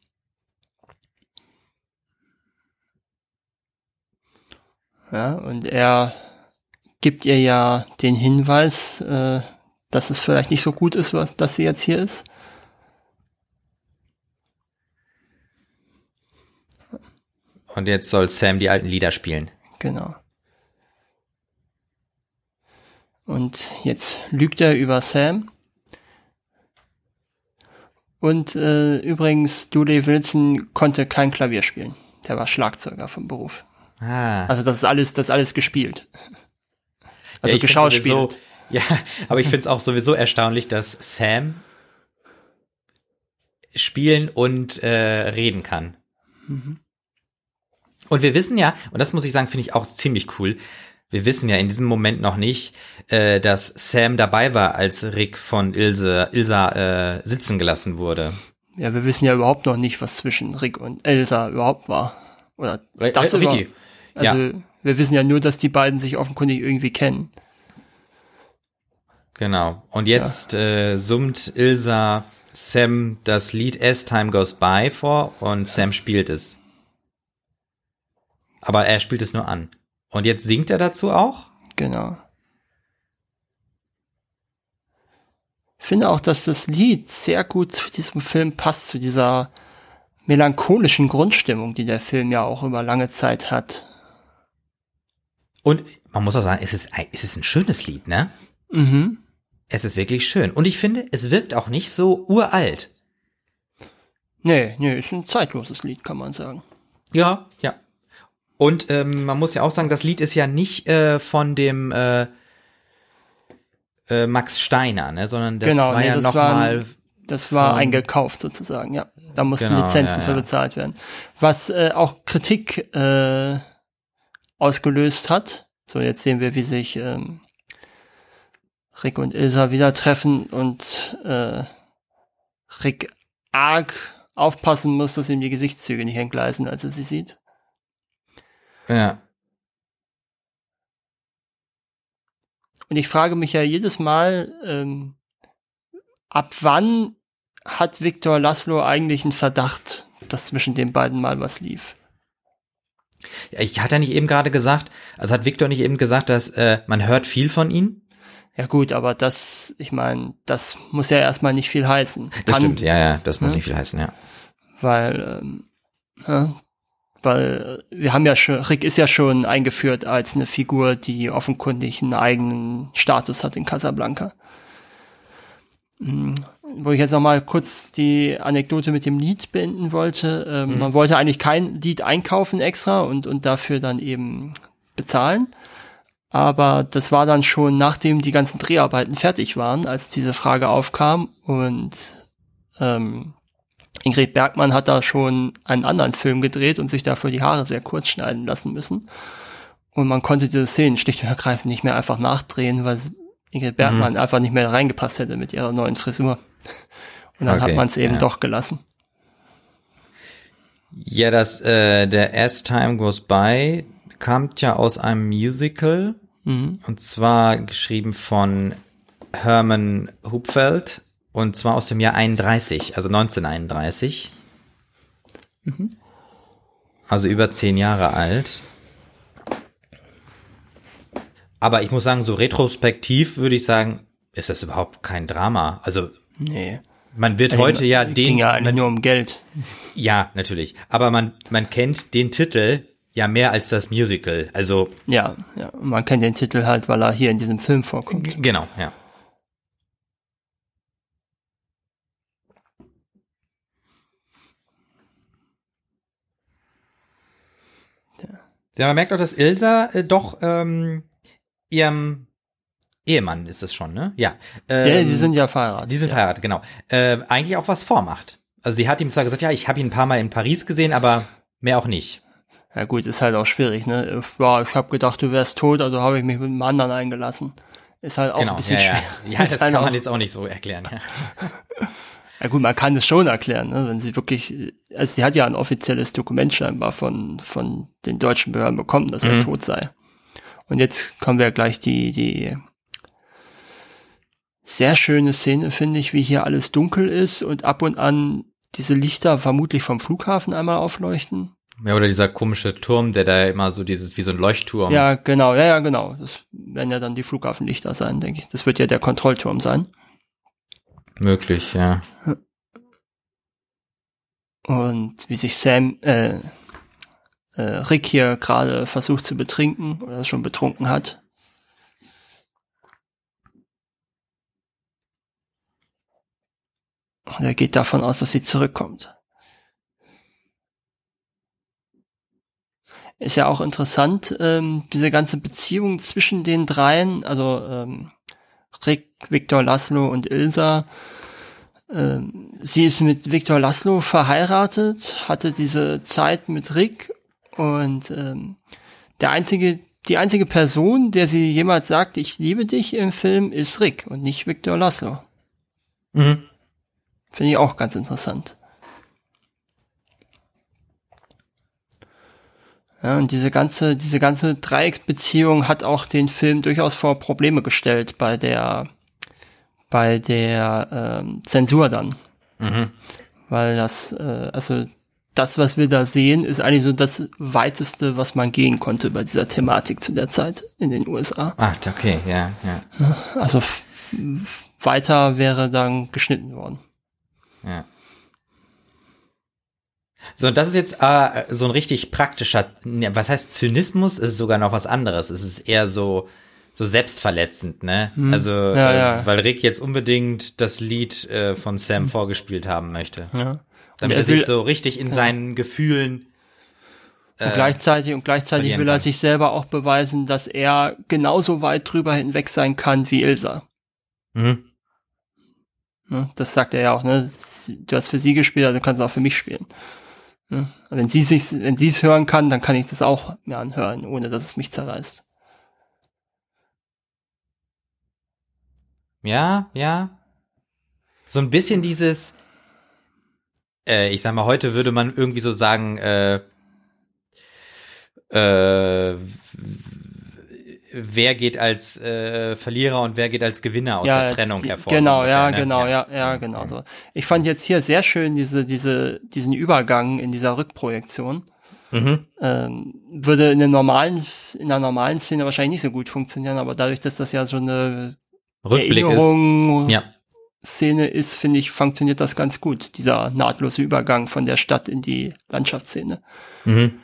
Ja, und er gibt ihr ja den Hinweis, äh, dass es vielleicht nicht so gut ist, was, dass sie jetzt hier ist. Und jetzt soll Sam die alten Lieder spielen. Genau. Und jetzt lügt er über Sam. Und äh, übrigens, Dooley Wilson konnte kein Klavier spielen. Der war Schlagzeuger vom Beruf. Ah. Also das ist alles, das ist alles gespielt. Also ja, geschauspielt. Sowieso, ja, aber ich finde es auch sowieso erstaunlich, dass Sam spielen und äh, reden kann. Mhm. Und wir wissen ja, und das muss ich sagen, finde ich auch ziemlich cool, wir wissen ja in diesem Moment noch nicht, äh, dass Sam dabei war, als Rick von Ilse, Ilsa äh, sitzen gelassen wurde. Ja, wir wissen ja überhaupt noch nicht, was zwischen Rick und Elsa überhaupt war. Oder das R- über- richtig. Also Ja. wir wissen ja nur, dass die beiden sich offenkundig irgendwie kennen. Genau. Und jetzt ja. äh, summt Ilsa Sam das Lied As Time Goes By vor und Sam spielt es. Aber er spielt es nur an. Und jetzt singt er dazu auch? Genau. Ich finde auch, dass das Lied sehr gut zu diesem Film passt, zu dieser melancholischen Grundstimmung, die der Film ja auch über lange Zeit hat. Und man muss auch sagen, es ist, es ist ein schönes Lied, ne? Mhm. Es ist wirklich schön. Und ich finde, es wirkt auch nicht so uralt. Nee, nee, ist ein zeitloses Lied, kann man sagen. Ja, ja. Und ähm, man muss ja auch sagen, das Lied ist ja nicht äh, von dem äh, äh, Max Steiner, ne, sondern das genau, war nee, ja das noch war, mal das war von, eingekauft sozusagen, ja. Da mussten genau, Lizenzen ja, für ja. bezahlt werden. Was äh, auch Kritik äh, ausgelöst hat. So, jetzt sehen wir, wie sich ähm, Rick und Ilsa wieder treffen und äh, Rick arg aufpassen muss, dass ihm die Gesichtszüge nicht entgleisen, als er sie sieht. Ja. Und ich frage mich ja jedes Mal, ähm, ab wann hat Viktor Laszlo eigentlich einen Verdacht, dass zwischen den beiden mal was lief? Ja, ich hatte ja nicht eben gerade gesagt, also hat Viktor nicht eben gesagt, dass äh, man hört viel von ihm? Ja gut, aber das, ich meine, das muss ja erstmal nicht viel heißen. Das Kann, stimmt, ja, ja, das muss ne? nicht viel heißen, ja. Weil, ähm, ja, weil wir haben ja schon, Rick ist ja schon eingeführt als eine Figur, die offenkundig einen eigenen Status hat in Casablanca. Hm, wo ich jetzt noch mal kurz die Anekdote mit dem Lied beenden wollte. Ähm, Mhm. Man wollte eigentlich kein Lied einkaufen extra und, und dafür dann eben bezahlen. Aber das war dann schon, nachdem die ganzen Dreharbeiten fertig waren, als diese Frage aufkam. Und ähm, Ingrid Bergman hat da schon einen anderen Film gedreht und sich dafür die Haare sehr kurz schneiden lassen müssen. Und man konnte diese Szenen schlicht und ergreifend nicht mehr einfach nachdrehen, weil Ingrid Bergman mhm. einfach nicht mehr reingepasst hätte mit ihrer neuen Frisur. Und dann okay, hat man es eben ja. doch gelassen. Ja, das äh, der As Time Goes By kam ja aus einem Musical, mhm. und zwar geschrieben von Herman Hupfeld, und zwar aus dem Jahr einunddreißig, also neunzehnhunderteinunddreißig. Mhm. Also über zehn Jahre alt. Aber ich muss sagen, so retrospektiv würde ich sagen, ist das überhaupt kein Drama. Also nee. Man wird heute ging, ja den... ging ja eigentlich man, nur um Geld. Ja, natürlich. Aber man, man kennt den Titel ja mehr als das Musical. Also... Ja, ja. Man kennt den Titel halt, weil er hier in diesem Film vorkommt. G- genau, ja. Ja, ja, man merkt auch, dass Ilsa äh, doch ähm, ihrem Ehemann ist es schon, ne? Ja. Ähm, ja, die sind ja verheiratet. Die sind ja. verheiratet, genau. Äh, eigentlich auch was vormacht. Also sie hat ihm zwar gesagt, ja, ich habe ihn ein paar Mal in Paris gesehen, aber mehr auch nicht. Ja gut, ist halt auch schwierig, ne? Ja, ich habe gedacht, du wärst tot, also habe ich mich mit einem anderen eingelassen. Ist halt auch genau, ein bisschen ja, schwierig. Ja, ja das kann man jetzt auch nicht so erklären. Ja. Ja gut, man kann es schon erklären, ne? Wenn sie wirklich, also sie hat ja ein offizielles Dokument scheinbar von von den deutschen Behörden bekommen, dass mhm. er tot sei. Und jetzt kommen wir gleich die die sehr schöne Szene, finde ich, wie hier alles dunkel ist und ab und an diese Lichter vermutlich vom Flughafen einmal aufleuchten. Ja, oder dieser komische Turm, der da immer so dieses, wie so ein Leuchtturm. Ja, genau, ja, ja, genau. Das werden ja dann die Flughafenlichter sein, denke ich. Das wird ja der Kontrollturm sein. Möglich, ja. Und wie sich Sam, äh, äh, Rick hier gerade versucht zu betrinken oder schon betrunken hat. Und er geht davon aus, dass sie zurückkommt. Ist ja auch interessant, ähm, diese ganze Beziehung zwischen den dreien, also ähm, Rick, Viktor Laszlo und Ilsa. Ähm, sie ist mit Viktor Laszlo verheiratet, hatte diese Zeit mit Rick und ähm, der einzige, die einzige Person, der sie jemals sagt, ich liebe dich im Film, ist Rick und nicht Viktor Laszlo. Mhm. Finde ich auch ganz interessant. Ja, und diese ganze, diese ganze Dreiecksbeziehung hat auch den Film durchaus vor Probleme gestellt bei der, bei der ähm, Zensur dann. Mhm. Weil das, äh, also das, was wir da sehen, ist eigentlich so das Weiteste, was man gehen konnte bei dieser Thematik zu der Zeit in den U S A. Ach, okay, ja, ja. Also f- f- weiter wäre dann geschnitten worden. Ja. So, und das ist jetzt äh, so ein richtig praktischer, ne, was heißt Zynismus? Es ist sogar noch was anderes. Es ist eher so so selbstverletzend, ne? Hm. Also, Ja, äh, ja. weil Rick jetzt unbedingt das Lied äh, von Sam Hm. vorgespielt haben möchte. Ja. Damit er er sich will- so richtig in ja. seinen Gefühlen Und äh, gleichzeitig, und gleichzeitig verlieren will er kann. sich selber auch beweisen, dass er genauso weit drüber hinweg sein kann wie Ilsa. Mhm. Ne? Das sagt er ja auch, ne? Du hast für sie gespielt, also kannst du auch für mich spielen. Ne? Wenn sie sich, wenn sie es hören kann, dann kann ich das auch mir anhören, ohne dass es mich zerreißt. Ja, ja. So ein bisschen dieses, äh, ich sag mal, heute würde man irgendwie so sagen, äh, äh, wer geht als äh, Verlierer und wer geht als Gewinner aus der Trennung die, hervor. Genau, so ungefähr, ja, ne? genau, ja, ja, ja, genau so. Ich fand jetzt hier sehr schön diese, diese, diesen Übergang in dieser Rückprojektion. Mhm. Ähm, würde in der normalen, in der normalen Szene wahrscheinlich nicht so gut funktionieren, aber dadurch, dass das ja so eine Rückblick Erinnerung ist. Ja. Szene ist, finde ich, funktioniert das ganz gut, dieser nahtlose Übergang von der Stadt in die Landschaftsszene. Mhm.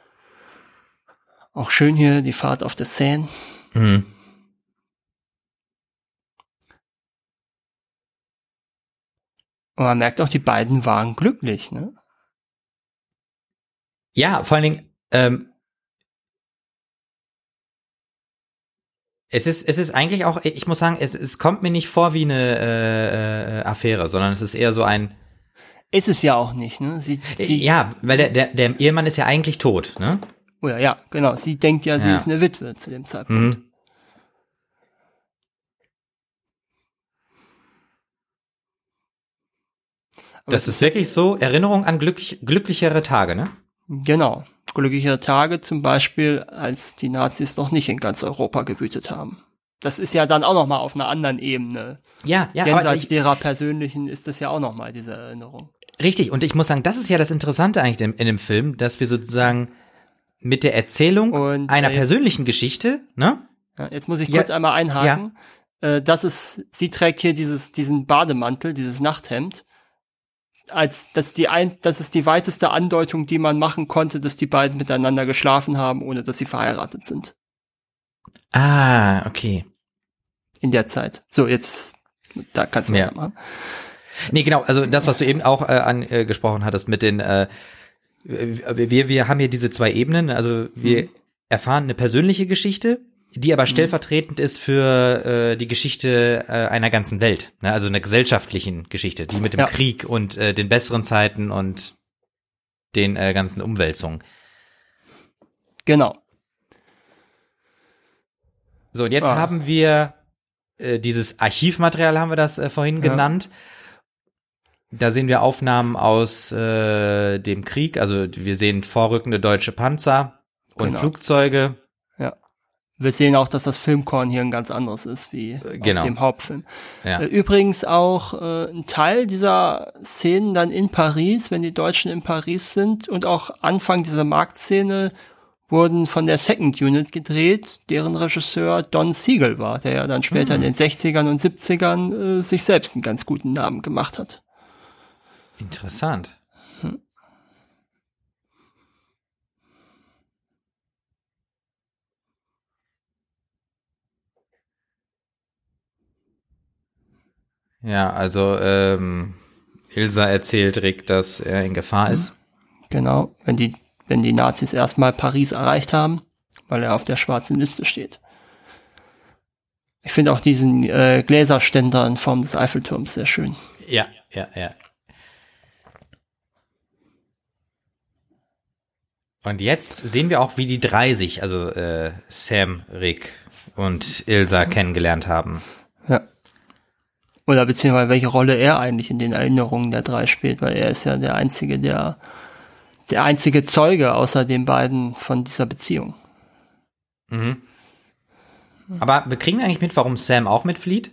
Auch schön hier die Fahrt auf der Seine. Mhm. Und man merkt auch, die beiden waren glücklich, ne? Ja, vor allen Dingen, ähm, es ist, es ist eigentlich auch, ich muss sagen, es, es kommt mir nicht vor wie eine äh, äh, Affäre, sondern es ist eher so ein, Ist es ja auch nicht, ne? Sie, sie, ja, weil der, der, der Ehemann ist ja eigentlich tot, ne? oh ja, ja, genau. Sie denkt ja, sie Ja. ist eine Witwe zu dem Zeitpunkt. Mhm. Aber Das es ist wirklich so Erinnerung an glücklich, glücklichere Tage, ne? Genau. Glücklichere Tage zum Beispiel, als die Nazis noch nicht in ganz Europa gewütet haben. Das ist ja dann auch noch mal auf einer anderen Ebene. Ja, ja, aber Jenseits ich, derer persönlichen ist das ja auch noch mal diese Erinnerung. richtig. Und ich muss sagen, das ist ja das Interessante eigentlich in, in dem Film, dass wir sozusagen mit der Erzählung Und, einer äh, jetzt- persönlichen Geschichte, ne? Ja, jetzt muss ich Ja, kurz einmal einhaken. Äh, das ist, sie trägt hier dieses, diesen Bademantel, dieses Nachthemd. Als, das die ein, das ist die weiteste Andeutung, die man machen konnte, dass die beiden miteinander geschlafen haben, ohne dass sie verheiratet sind. Ah, okay. In der Zeit. So, jetzt, da kannst du Ja. weitermachen. Nee, genau, also das, was du eben auch äh, angesprochen hattest mit den, äh, wir, wir haben hier diese zwei Ebenen, also wir Mhm. erfahren eine persönliche Geschichte, die aber stellvertretend ist für äh, die Geschichte äh, einer ganzen Welt, ne? Also einer gesellschaftlichen Geschichte, die mit dem Ja. Krieg und äh, den besseren Zeiten und den äh, ganzen Umwälzungen. Genau. So, und jetzt Ah. haben wir äh, dieses Archivmaterial, haben wir das äh, vorhin Ja. genannt. Da sehen wir Aufnahmen aus äh, dem Krieg, also wir sehen vorrückende deutsche Panzer und Genau. Flugzeuge. Ja. Wir sehen auch, dass das Filmkorn hier ein ganz anderes ist, wie genau. auf dem Hauptfilm. Ja. Äh, Übrigens auch äh, ein Teil dieser Szenen dann in Paris, wenn die Deutschen in Paris sind und auch Anfang dieser Marktszene wurden von der Second Unit gedreht, deren Regisseur Don Siegel war, der ja dann später Hm. in den sechzigern und siebzigern äh, sich selbst einen ganz guten Namen gemacht hat. Interessant. Ja, also ähm, Ilsa erzählt Rick, dass er in Gefahr ist. Genau, wenn die, wenn die Nazis erstmal Paris erreicht haben, weil er auf der schwarzen Liste steht. Ich finde auch diesen äh, Gläserständer in Form des Eiffelturms sehr schön. Ja, ja, ja. Und jetzt sehen wir auch, wie die drei sich, also äh, Sam, Rick und Ilsa kennengelernt haben. Ja. Oder beziehungsweise welche Rolle er eigentlich in den Erinnerungen der drei spielt, weil er ist ja der einzige, der der einzige Zeuge außer den beiden von dieser Beziehung. Mhm. Aber wir kriegen eigentlich mit, warum Sam auch mitflieht?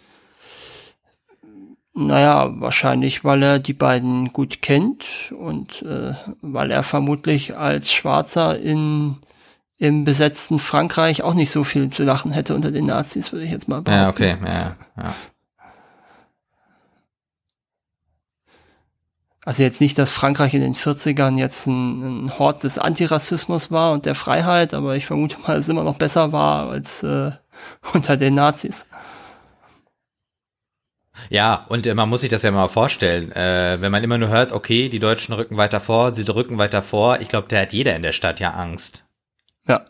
Naja, wahrscheinlich, weil er die beiden gut kennt und äh, weil er vermutlich als Schwarzer in im besetzten Frankreich auch nicht so viel zu lachen hätte unter den Nazis, würde ich jetzt mal behaupten. Ja, okay, ja, ja. Also jetzt nicht, dass Frankreich in den vierzigern jetzt ein, ein Hort des Antirassismus war und der Freiheit, aber ich vermute mal, dass es immer noch besser war als äh, unter den Nazis. Ja, und äh, man muss sich das ja mal vorstellen, äh, wenn man immer nur hört, okay, die Deutschen rücken weiter vor, sie rücken weiter vor, ich glaube, da hat jeder in der Stadt ja Angst. Ja.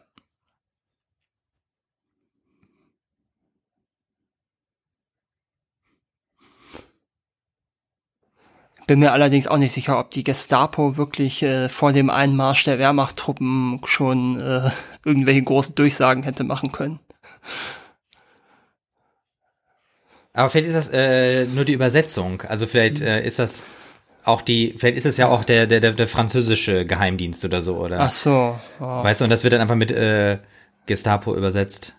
Bin mir allerdings auch nicht sicher, ob die Gestapo wirklich äh, vor dem Einmarsch der Wehrmachttruppen schon äh, irgendwelche großen Durchsagen hätte machen können. Aber vielleicht ist das äh, nur die Übersetzung. Also vielleicht äh, ist das auch die, vielleicht ist es ja auch der, der, der, der französische Geheimdienst oder so, oder? Ach so. Oh. Weißt du, und das wird dann einfach mit äh, Gestapo übersetzt.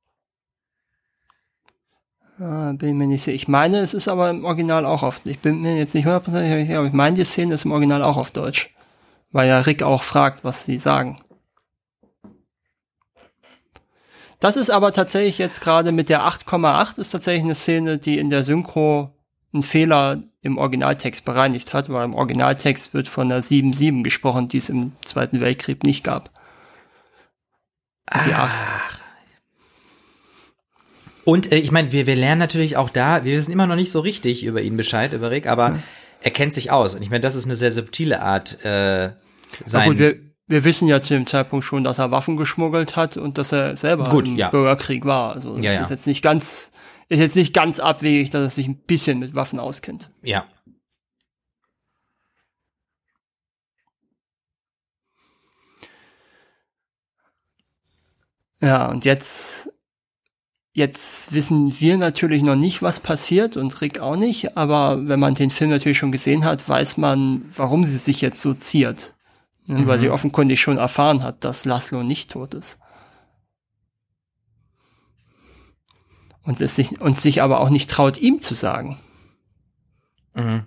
Ah, bin mir nicht sicher. Ich meine, es ist aber im Original auch auf, ich bin mir jetzt nicht hundertprozentig sicher, aber ich meine, die Szene ist im Original auch auf Deutsch. Weil ja Rick auch fragt, was sie sagen. Das ist aber tatsächlich jetzt gerade mit der acht Komma acht ist tatsächlich eine Szene, die in der Synchro einen Fehler im Originaltext bereinigt hat, weil im Originaltext wird von einer sieben Komma sieben gesprochen, die es im Zweiten Weltkrieg nicht gab. Die acht. Und äh, ich meine, wir, wir lernen natürlich auch da, wir wissen immer noch nicht so richtig über ihn Bescheid, über Rick, aber mhm. er kennt sich aus. Und ich meine, das ist eine sehr subtile Art, äh, sein. Gut, wir, wir wissen ja zu dem Zeitpunkt schon, dass er Waffen geschmuggelt hat und dass er selber Gut, im ja. Bürgerkrieg war. Also das ja, ja. ist jetzt nicht ganz, ist jetzt nicht ganz abwegig, dass er sich ein bisschen mit Waffen auskennt. Ja. Ja, und jetzt Jetzt wissen wir natürlich noch nicht, was passiert und Rick auch nicht, aber wenn man den Film natürlich schon gesehen hat, weiß man, warum sie sich jetzt so ziert. Mhm. Weil sie offenkundig schon erfahren hat, dass Laszlo nicht tot ist. Und, es sich, und sich aber auch nicht traut, ihm zu sagen. Mhm.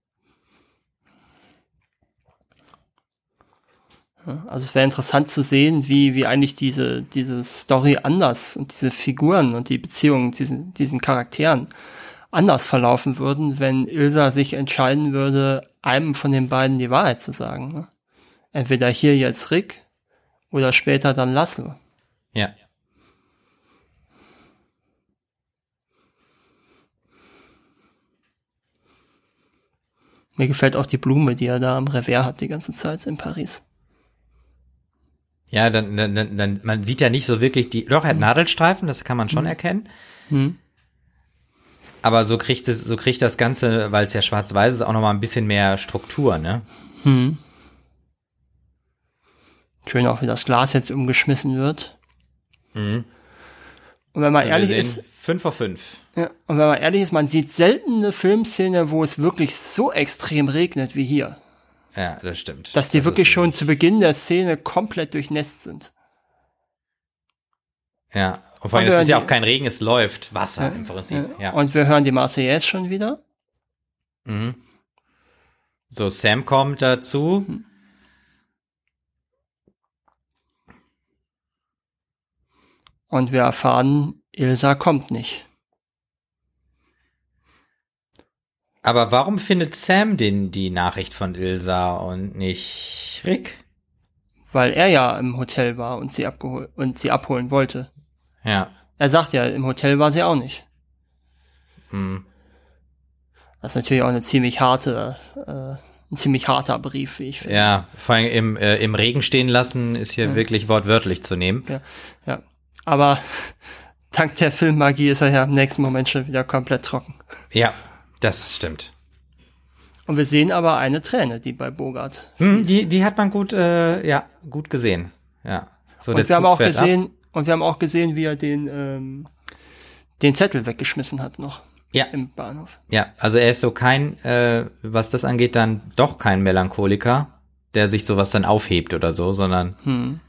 Also es wäre interessant zu sehen, wie, wie eigentlich diese, diese Story anders und diese Figuren und die Beziehungen diesen, diesen Charakteren anders verlaufen würden, wenn Ilsa sich entscheiden würde, einem von den beiden die Wahrheit zu sagen. Ne? Entweder hier jetzt Rick oder später dann Laszlo. Ja. Mir gefällt auch die Blume, die er da am Revers hat die ganze Zeit in Paris. Ja, dann, dann, dann, man sieht ja nicht so wirklich die, doch, er hat Nadelstreifen, das kann man schon mhm. erkennen. Mhm. Aber so kriegt es, so kriegt das Ganze, weil es ja schwarz-weiß ist, auch nochmal ein bisschen mehr Struktur, ne? Mhm. Schön auch, wie das Glas jetzt umgeschmissen wird. Mhm. Und wenn man also ehrlich ist. Fünf vor fünf. Ja, und wenn man ehrlich ist, man sieht selten eine Filmszene, wo es wirklich so extrem regnet wie hier. Ja, das stimmt. Dass die das wirklich schon zu Beginn der Szene komplett durchnässt sind. Ja, und vor allem, es ist ja auch kein Regen, es läuft Wasser ja, im Prinzip. Ja. Ja. Und wir hören die Marseillaise schon wieder. Mhm. So, Sam kommt dazu. Mhm. Und wir erfahren, Ilsa kommt nicht. Aber warum findet Sam den, die Nachricht von Ilsa und nicht Rick? Weil er ja im Hotel war und sie abgehol- und sie abholen wollte. Ja. Er sagt ja, im Hotel war sie auch nicht. Hm. Das ist natürlich auch eine ziemlich harte, äh, ein ziemlich harter Brief, wie ich finde. Ja, vor allem im, äh, im Regen stehen lassen ist hier ja. wirklich wortwörtlich zu nehmen. Ja, ja. Aber dank der Filmmagie ist er ja im nächsten Moment schon wieder komplett trocken. Ja, das stimmt. Und wir sehen aber eine Träne, die bei Bogart hm, die, die hat man gut, äh, ja, gut gesehen. Ja. So, und der wir haben auch gesehen, ab. und wir haben auch gesehen, wie er den, ähm, den Zettel weggeschmissen hat noch. Ja. Im Bahnhof. Ja, also er ist so kein, äh, was das angeht, dann doch kein Melancholiker, der sich sowas dann aufhebt oder so, sondern hm.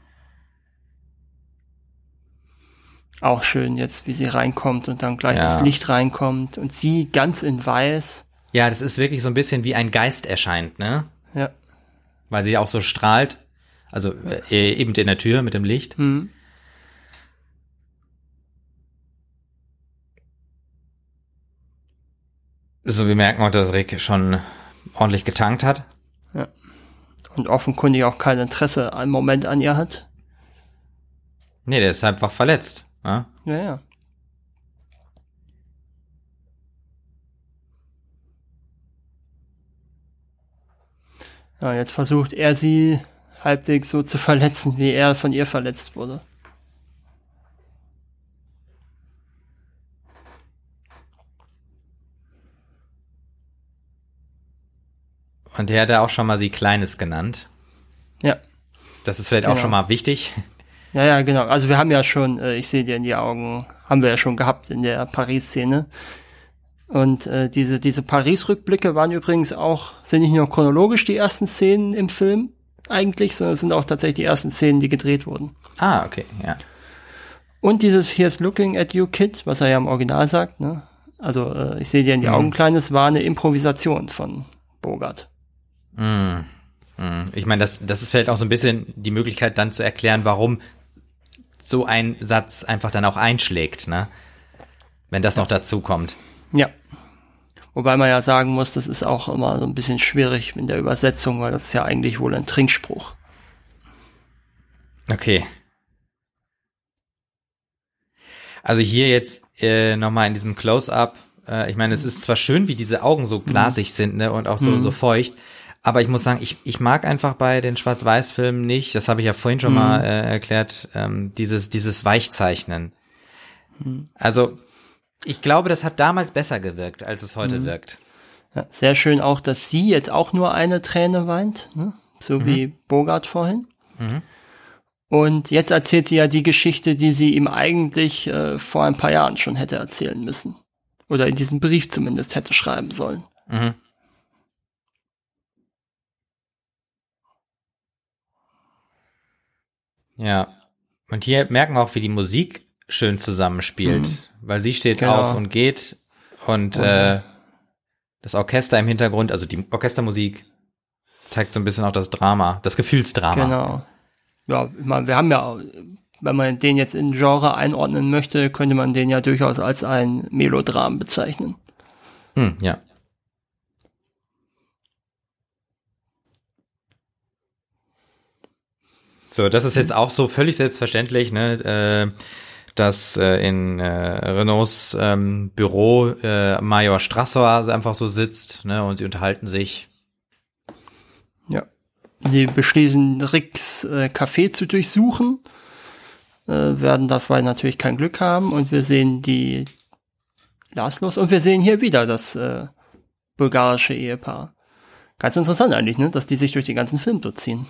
Auch schön jetzt, wie sie reinkommt und dann gleich ja. das Licht reinkommt und sie ganz in weiß. Ja, das ist wirklich so ein bisschen wie ein Geist erscheint, ne? Ja. Weil sie auch so strahlt. Also äh, eben in der Tür mit dem Licht. Hm. So, wir merken auch, dass Rick schon ordentlich getankt hat. Ja. Und offenkundig auch kein Interesse im Moment an ihr hat. Nee, der ist einfach verletzt. Ja, ja. ja. Ja, jetzt versucht er sie halbwegs so zu verletzen, wie er von ihr verletzt wurde. Und der hat ja auch schon mal sie Kleines genannt. Ja. Das ist vielleicht genau. auch schon mal wichtig. Ja, ja, genau. Also wir haben ja schon, äh, ich sehe dir in die Augen, haben wir ja schon gehabt in der Paris-Szene. Und äh, diese diese Paris-Rückblicke waren übrigens auch, sind nicht nur chronologisch die ersten Szenen im Film eigentlich, sondern es sind auch tatsächlich die ersten Szenen, die gedreht wurden. Ah, okay, ja. Und dieses Here's looking at you, kid, was er ja im Original sagt, ne? Also äh, ich sehe dir in die mhm. Augen, Kleines, war eine Improvisation von Bogart. Mhm. Ich meine, das, das ist vielleicht auch so ein bisschen die Möglichkeit, dann zu erklären, warum so ein Satz einfach dann auch einschlägt, ne? Wenn das noch dazu kommt. Ja. Wobei man ja sagen muss, das ist auch immer so ein bisschen schwierig in der Übersetzung, weil das ist ja eigentlich wohl ein Trinkspruch. Okay. Also hier jetzt äh, nochmal in diesem Close-Up, äh, ich meine, es ist zwar schön, wie diese Augen so glasig mhm. sind, ne, und auch so, mhm. so feucht, aber ich muss sagen, ich, ich mag einfach bei den Schwarz-Weiß-Filmen nicht, das habe ich ja vorhin schon mhm. mal äh, erklärt, ähm, dieses, dieses Weichzeichnen. Mhm. Also, ich glaube, das hat damals besser gewirkt, als es heute mhm. wirkt. Ja, sehr schön auch, dass sie jetzt auch nur eine Träne weint, ne? So mhm. wie Bogart vorhin. Mhm. Und jetzt erzählt sie ja die Geschichte, die sie ihm eigentlich äh, vor ein paar Jahren schon hätte erzählen müssen. Oder in diesem Brief zumindest hätte schreiben sollen. Mhm. Ja, und hier merken wir auch, wie die Musik schön zusammenspielt, mhm. weil sie steht genau. auf und geht und oh, äh, das Orchester im Hintergrund, also die Orchestermusik zeigt so ein bisschen auch das Drama, das Gefühlsdrama. Genau. Ja, ich meine, wir haben ja, wenn man den jetzt in Genre einordnen möchte, könnte man den ja durchaus als ein Melodram bezeichnen. Hm, ja. So, das ist jetzt auch so völlig selbstverständlich, ne, äh, dass äh, in äh, Renaults ähm, Büro äh, Major Strassauer einfach so sitzt, ne, und sie unterhalten sich. Ja. Sie beschließen, Ricks äh, Café zu durchsuchen, äh, werden dabei natürlich kein Glück haben und wir sehen die Laszlos und wir sehen hier wieder das äh, bulgarische Ehepaar. Ganz interessant eigentlich, ne, dass die sich durch den ganzen Film durchziehen.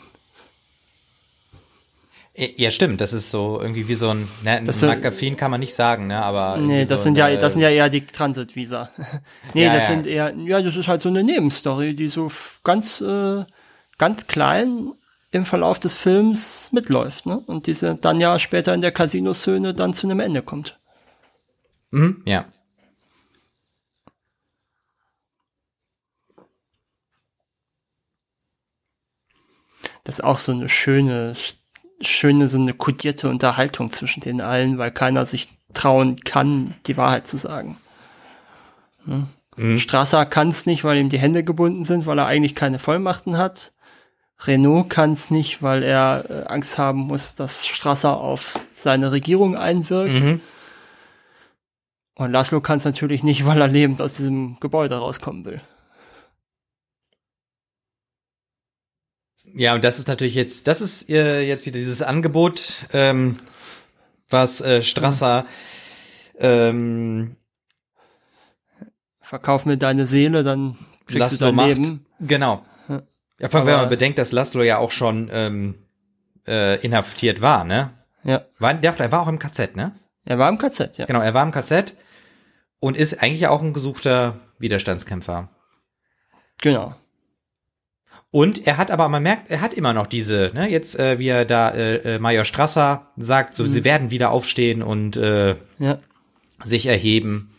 Ja, stimmt, das ist so irgendwie wie so ein, ne, ein so, McAfee kann man nicht sagen, ne, aber nee, das so sind eine, ja, das sind ja eher die Transitvisa. nee, ja, das ja. sind eher, ja, das ist halt so eine Nebenstory, die so ganz, äh, ganz klein im Verlauf des Films mitläuft, ne, und diese dann ja später in der Casino-Szene dann zu einem Ende kommt. Mhm, ja. Das ist auch so eine schöne, schöne, so eine kodierte Unterhaltung zwischen den allen, weil keiner sich trauen kann, die Wahrheit zu sagen. Hm. Mhm. Strasser kann es nicht, weil ihm die Hände gebunden sind, weil er eigentlich keine Vollmachten hat. Renault kann es nicht, weil er äh, Angst haben muss, dass Strasser auf seine Regierung einwirkt. Mhm. Und Laszlo kann es natürlich nicht, weil er lebend aus diesem Gebäude rauskommen will. Ja, und das ist natürlich jetzt, das ist äh, jetzt wieder dieses Angebot, ähm, was äh, Strasser ähm, Verkauf mir deine Seele, dann kriegst Laszlo du dein macht. Leben. Genau. Ja. Ja, vor allem, wenn Aber- man bedenkt, dass Laszlo ja auch schon ähm, äh, inhaftiert war, ne? Ja, War, der, der war auch im K Z, ne? er war im K Z, ja. Genau, er war im K Z und ist eigentlich auch ein gesuchter Widerstandskämpfer. Genau. Und er hat aber, man merkt, er hat immer noch diese, ne, jetzt äh, wie er da äh, äh, Major Strasser sagt, so Mhm. sie werden wieder aufstehen und äh, Ja. sich erheben.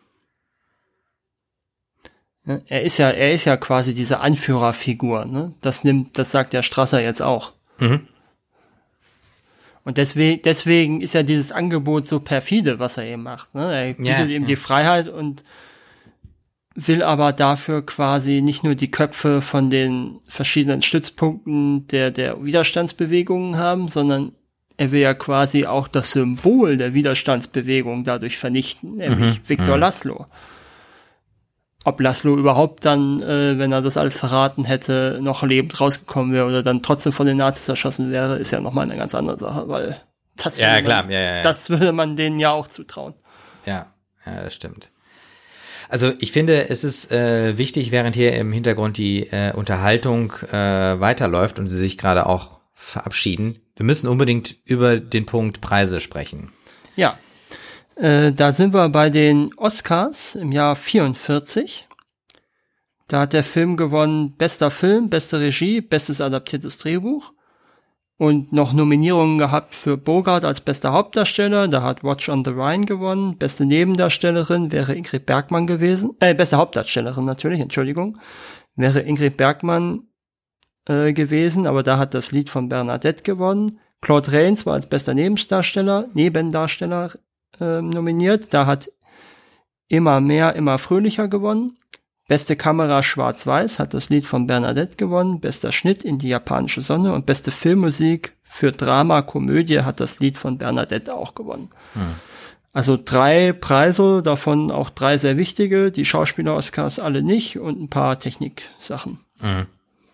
Ja, Er ist ja, er ist ja quasi diese Anführerfigur, ne? Das nimmt, das sagt der Strasser jetzt auch. Mhm. Und deswegen, deswegen ist ja dieses Angebot so perfide, was er eben macht, ne? Er bietet Ja, ihm ja. die Freiheit und will aber dafür quasi nicht nur die Köpfe von den verschiedenen Stützpunkten der, der Widerstandsbewegungen haben, sondern er will ja quasi auch das Symbol der Widerstandsbewegung dadurch vernichten, nämlich Mhm, Viktor mhm. Laszlo. Ob Laszlo überhaupt dann, äh, wenn er das alles verraten hätte, noch lebend rausgekommen wäre oder dann trotzdem von den Nazis erschossen wäre, ist ja nochmal eine ganz andere Sache, weil das Ja, würde klar, man, ja, ja, ja. das würde man denen ja auch zutrauen. Ja, ja, das stimmt. Also ich finde, es ist äh, wichtig, während hier im Hintergrund die äh, Unterhaltung äh, weiterläuft und sie sich gerade auch verabschieden. Wir müssen unbedingt über den Punkt Preise sprechen. Ja, äh, da sind wir bei den Oscars im Jahr vierundvierzig. Da hat der Film gewonnen, bester Film, beste Regie, bestes adaptiertes Drehbuch und noch Nominierungen gehabt für Bogart als bester Hauptdarsteller. Da hat Watch on the Rhine gewonnen. Beste Nebendarstellerin wäre Ingrid Bergman gewesen. Äh, beste Hauptdarstellerin natürlich, Entschuldigung. Wäre Ingrid Bergman äh, gewesen, aber da hat das Lied von Bernadette gewonnen. Claude Rains war als bester Nebendarsteller, Nebendarsteller äh, nominiert. Da hat Immer mehr, immer fröhlicher gewonnen. Beste Kamera Schwarz-Weiß hat das Lied von Bernadette gewonnen. Bester Schnitt in die japanische Sonne und beste Filmmusik für Drama, Komödie hat das Lied von Bernadette auch gewonnen. Hm. Also drei Preise, davon auch drei sehr wichtige, die Schauspieler-Oscars alle nicht und ein paar Techniksachen. Mhm.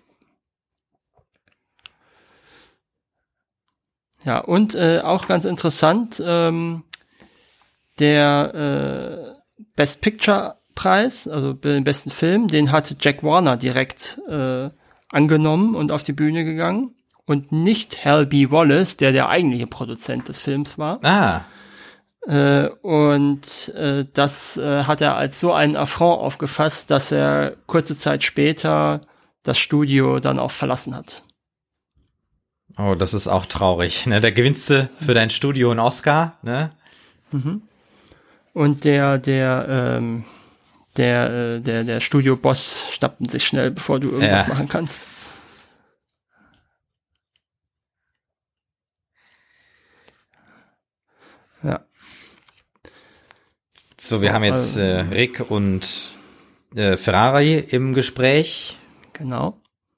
Ja, und äh, auch ganz interessant, ähm, der äh, Best Picture Preis, also den besten Film, den hat Jack Warner direkt äh, angenommen und auf die Bühne gegangen und nicht Hal B. Wallace, der der eigentliche Produzent des Films war. Ah. Äh, und äh, das äh, hat er als so einen Affront aufgefasst, dass er kurze Zeit später das Studio dann auch verlassen hat. Oh, das ist auch traurig. Ne? Da gewinnst du für dein Studio einen Oscar, ne? Mhm. Und der, der, ähm, der, äh, der, der Studio-Boss schnappten sich schnell, bevor du irgendwas Ja. machen kannst. Ja. So, wir haben jetzt äh, Rick und äh, Ferrari im Gespräch. Genau.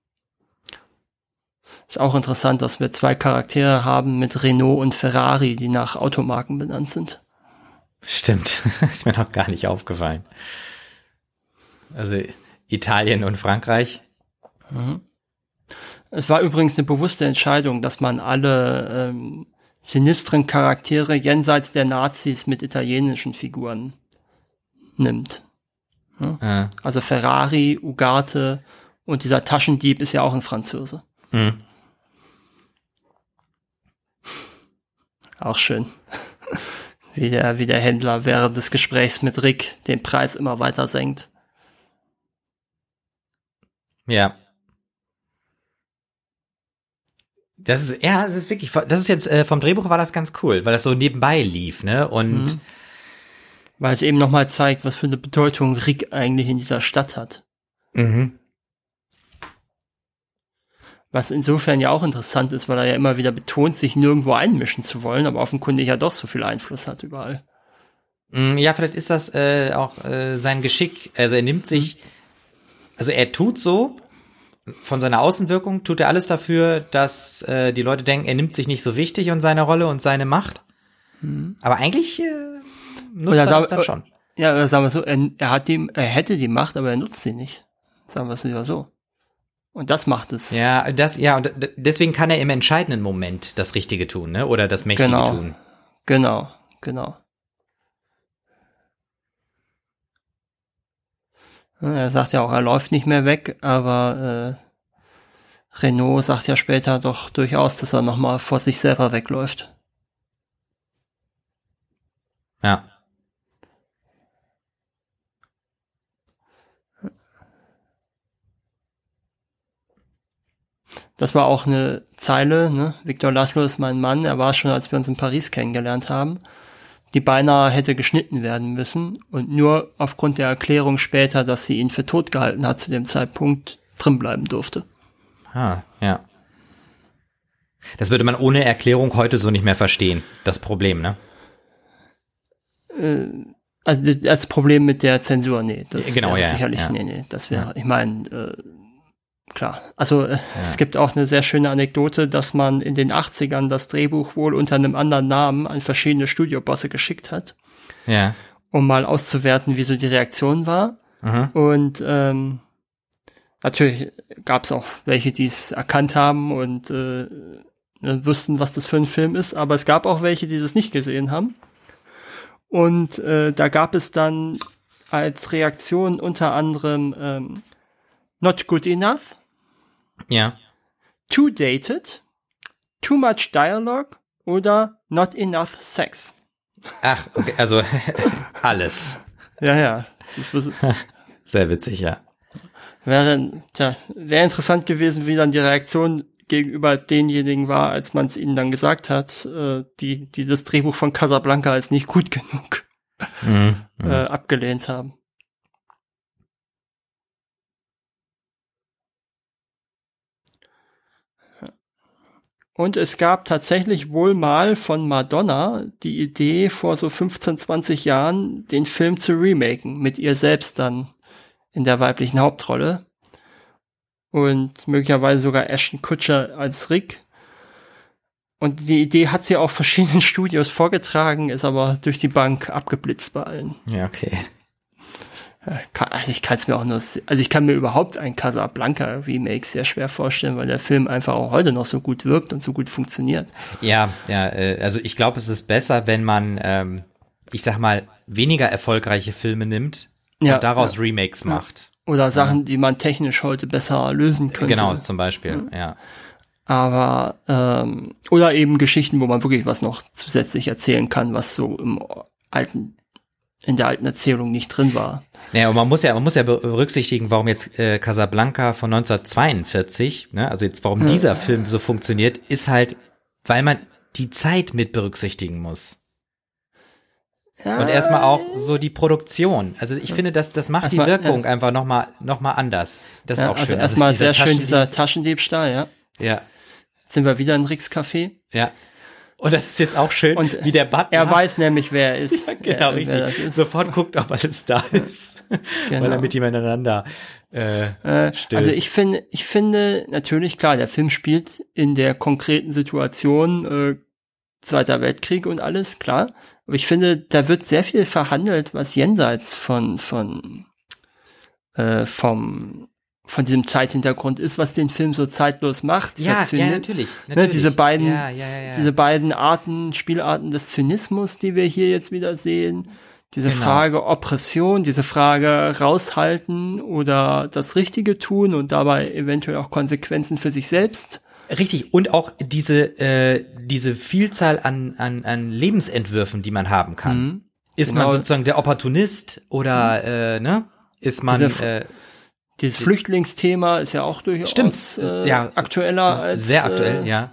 Ist auch interessant, dass wir zwei Charaktere haben mit Renault und Ferrari, die nach Automarken benannt sind. Stimmt, ist mir noch gar nicht aufgefallen. Also Italien und Frankreich. Mhm. Es war übrigens eine bewusste Entscheidung, dass man alle ähm, sinistren Charaktere jenseits der Nazis mit italienischen Figuren nimmt. Ja? Ah. Also Ferrari, Ugarte und dieser Taschendieb ist ja auch ein Franzose. Mhm. Auch schön. Wie der, wie der Händler während des Gesprächs mit Rick den Preis immer weiter senkt. Ja. Das ist, ja, das ist wirklich, das ist jetzt, äh, vom Drehbuch war das ganz cool, weil das so nebenbei lief, ne, und. Mhm. Weil es eben nochmal zeigt, was für eine Bedeutung Rick eigentlich in dieser Stadt hat. Mhm. Was insofern ja auch interessant ist, weil er ja immer wieder betont, sich nirgendwo einmischen zu wollen, aber offenkundig ja doch so viel Einfluss hat überall. Ja, vielleicht ist das äh, auch äh, sein Geschick. Also er nimmt sich, also er tut so, von seiner Außenwirkung tut er alles dafür, dass äh, die Leute denken, er nimmt sich nicht so wichtig und seine Rolle und seine Macht. Mhm. Aber eigentlich äh, nutzt Oder er sag- das dann schon. Ja, oder sagen wir so, er, er hat die, er hätte die Macht, aber er nutzt sie nicht. Sagen wir es lieber so. Und das macht es. Ja, das, ja, und d- deswegen kann er im entscheidenden Moment das Richtige tun, ne? Oder das Mächtige Genau. tun. Genau, genau. Ja, er sagt ja auch, er läuft nicht mehr weg, aber äh, Renault sagt ja später doch durchaus, dass er nochmal vor sich selber wegläuft. Ja. Das war auch eine Zeile, ne? Victor Laszlo ist mein Mann, er war es schon, als wir uns in Paris kennengelernt haben, die beinahe hätte geschnitten werden müssen und nur aufgrund der Erklärung später, dass sie ihn für tot gehalten hat zu dem Zeitpunkt, drin bleiben durfte. Ah, ja. Das würde man ohne Erklärung heute so nicht mehr verstehen, das Problem, ne? Äh, also das Problem mit der Zensur, nee, das Genau, wäre ja, sicherlich, ja. nee, nee, das wäre, ich meine, äh, klar, also äh, es gibt auch eine sehr schöne Anekdote, dass man in den achtzigern das Drehbuch wohl unter einem anderen Namen an verschiedene Studiobosse geschickt hat, Ja. um mal auszuwerten, wie so die Reaktion war. Mhm. Und ähm, natürlich gab es auch welche, die es erkannt haben und äh, wussten, was das für ein Film ist, aber es gab auch welche, die das nicht gesehen haben. Und äh, da gab es dann als Reaktion unter anderem ähm, Not good enough, Ja. too dated, too much dialogue oder not enough sex. Ach, okay, also alles. Ja, ja. Das muss, Sehr witzig, ja. wäre, tja, wäre interessant gewesen, wie dann die Reaktion gegenüber denjenigen war, als man es ihnen dann gesagt hat, äh, die, die das Drehbuch von Casablanca als nicht gut genug Mhm. Mhm. äh, abgelehnt haben. Und es gab tatsächlich wohl mal von Madonna die Idee, vor so fünfzehn, zwanzig Jahren den Film zu remaken, mit ihr selbst dann in der weiblichen Hauptrolle. Und möglicherweise sogar Ashton Kutcher als Rick. Und die Idee hat sie auch verschiedenen Studios vorgetragen, ist aber durch die Bank abgeblitzt bei allen. Ja, okay. Also ich kann es mir auch nur, also ich kann mir überhaupt ein Casablanca Remake sehr schwer vorstellen, weil der Film einfach auch heute noch so gut wirkt und so gut funktioniert. Ja, ja, äh, also ich glaube, es ist besser, wenn man, ähm, ich sag mal, weniger erfolgreiche Filme nimmt und Ja, daraus ja. Remakes macht. Oder Sachen, die man technisch heute besser lösen könnte. Genau, zum Beispiel, ja. Aber, ähm, oder eben Geschichten, wo man wirklich was noch zusätzlich erzählen kann, was so im alten, in der alten Erzählung nicht drin war. Naja, und man muss ja, man muss ja berücksichtigen, warum jetzt äh, Casablanca von neunzehnhundertzweiundvierzig, ne, also jetzt, warum dieser Film so funktioniert, ist halt, weil man die Zeit mit berücksichtigen muss. Ja, Und erstmal auch so die Produktion. Also ich finde, das, das macht Erstmal, die Wirkung ja. einfach nochmal, noch mal anders. Das ist ja, auch also schön. erstmal dieser sehr schön Taschendieb- dieser Taschendiebstahl, ja. Ja, Jetzt sind wir wieder in Ricks Café. ja. Und das ist jetzt auch schön, Und wie der Butler. Er weiß nämlich, wer er ist. Ja, genau, äh, richtig. wer das ist. Sofort guckt, ob alles da ist. Genau. Weil er mit ihm ineinander äh, Äh, stößt. also ich finde, ich finde natürlich klar, der Film spielt in der konkreten Situation äh, Zweiter Weltkrieg und alles, klar. Aber ich finde, da wird sehr viel verhandelt, was jenseits von von äh, vom von diesem Zeithintergrund ist, was den Film so zeitlos macht. ja, Dieser ja, Zyni- natürlich. Ne, natürlich. diese beiden, ja, ja, ja, ja. diese beiden Arten, Spielarten des Zynismus, die wir hier jetzt wieder sehen. Diese Genau. Frage Oppression, diese Frage raushalten oder das Richtige tun und dabei eventuell auch Konsequenzen für sich selbst. Richtig, und auch diese äh, diese Vielzahl an an an Lebensentwürfen, die man haben kann. Mhm. Ist Genau. man sozusagen der Opportunist oder Mhm. äh, ne? Ist man Diese- äh, Dieses Flüchtlingsthema ist ja auch durchaus Stimmt. äh, Ja, aktueller als sehr aktuell, äh, ja.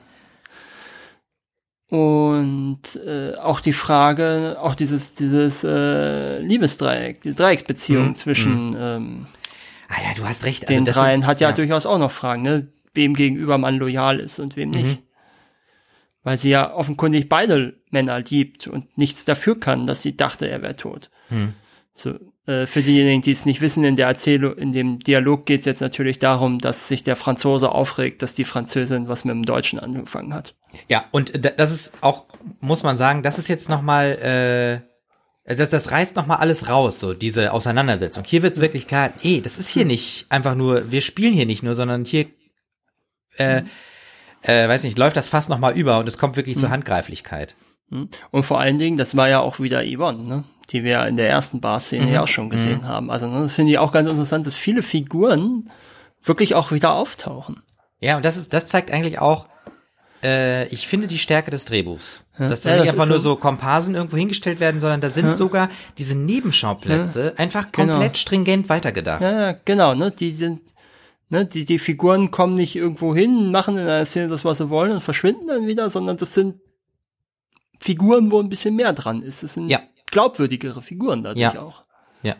Und äh, auch die Frage, auch dieses dieses äh, Liebesdreieck, diese Dreiecksbeziehung Mhm. zwischen ähm, Ah ja, du hast recht. den das dreien sind- hat ja, durchaus auch noch Fragen, ne? Wem gegenüber man loyal ist und wem nicht. Weil sie ja offenkundig beide Männer liebt und nichts dafür kann, dass sie dachte, er wäre tot. Hm. So, äh, für diejenigen, die es nicht wissen, in der Erzählung, in dem Dialog geht es jetzt natürlich darum, dass sich der Franzose aufregt, dass die Französin was mit dem Deutschen angefangen hat. Ja, und da- das ist auch, muss man sagen, das ist jetzt noch mal äh, Das, das reißt nochmal alles raus, so diese Auseinandersetzung. Hier wird's wirklich klar, ey, das ist hier nicht einfach nur, wir spielen hier nicht nur, sondern hier, äh, äh, weiß nicht, läuft das fast nochmal über und es kommt wirklich zur Handgreiflichkeit. Und vor allen Dingen, das war ja auch wieder Yvonne, ne? Die wir in der ersten Bar-Szene mhm. ja auch schon gesehen mhm. haben. Also ne, das finde ich auch ganz interessant, dass viele Figuren wirklich auch wieder auftauchen. Ja, und das ist, das zeigt eigentlich auch, äh, ich finde die Stärke des Drehbuchs. Ja. Dass da ja, nicht das einfach nur so so Komparsen irgendwo hingestellt werden, sondern da sind ja. sogar diese Nebenschauplätze ja. einfach komplett genau. stringent weitergedacht. Ja, genau, ne? Die sind, ne, die, die Figuren kommen nicht irgendwo hin, machen in einer Szene das, was sie wollen und verschwinden dann wieder, sondern das sind Figuren, wo ein bisschen mehr dran ist. Es sind ja. glaubwürdigere Figuren dadurch ja. auch. Ja.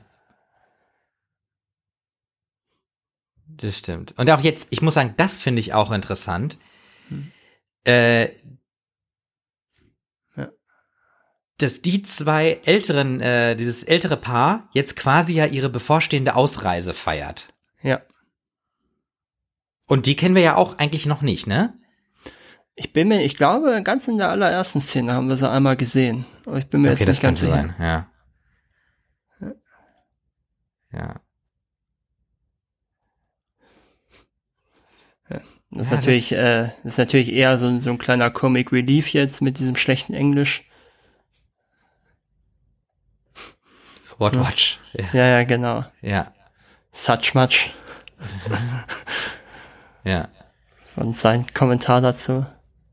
Das stimmt. Und auch jetzt, ich muss sagen, das finde ich auch interessant. Hm. Äh, ja. Dass die zwei älteren, äh, dieses ältere Paar jetzt quasi ja ihre bevorstehende Ausreise feiert. Ja. Und die kennen wir ja auch eigentlich noch nicht, ne? Ich bin mir, ich glaube, ganz in der allerersten Szene haben wir sie einmal gesehen. Aber ich bin mir okay, jetzt nicht ganz sicher. Sein. Ja. Ja. Ja. Ja. Das ist ja, natürlich, das äh, das ist natürlich eher so, so ein kleiner Comic Relief jetzt mit diesem schlechten Englisch. What Watch. Ja, ja, ja genau. Ja. Such much. Ja. Und sein Kommentar dazu.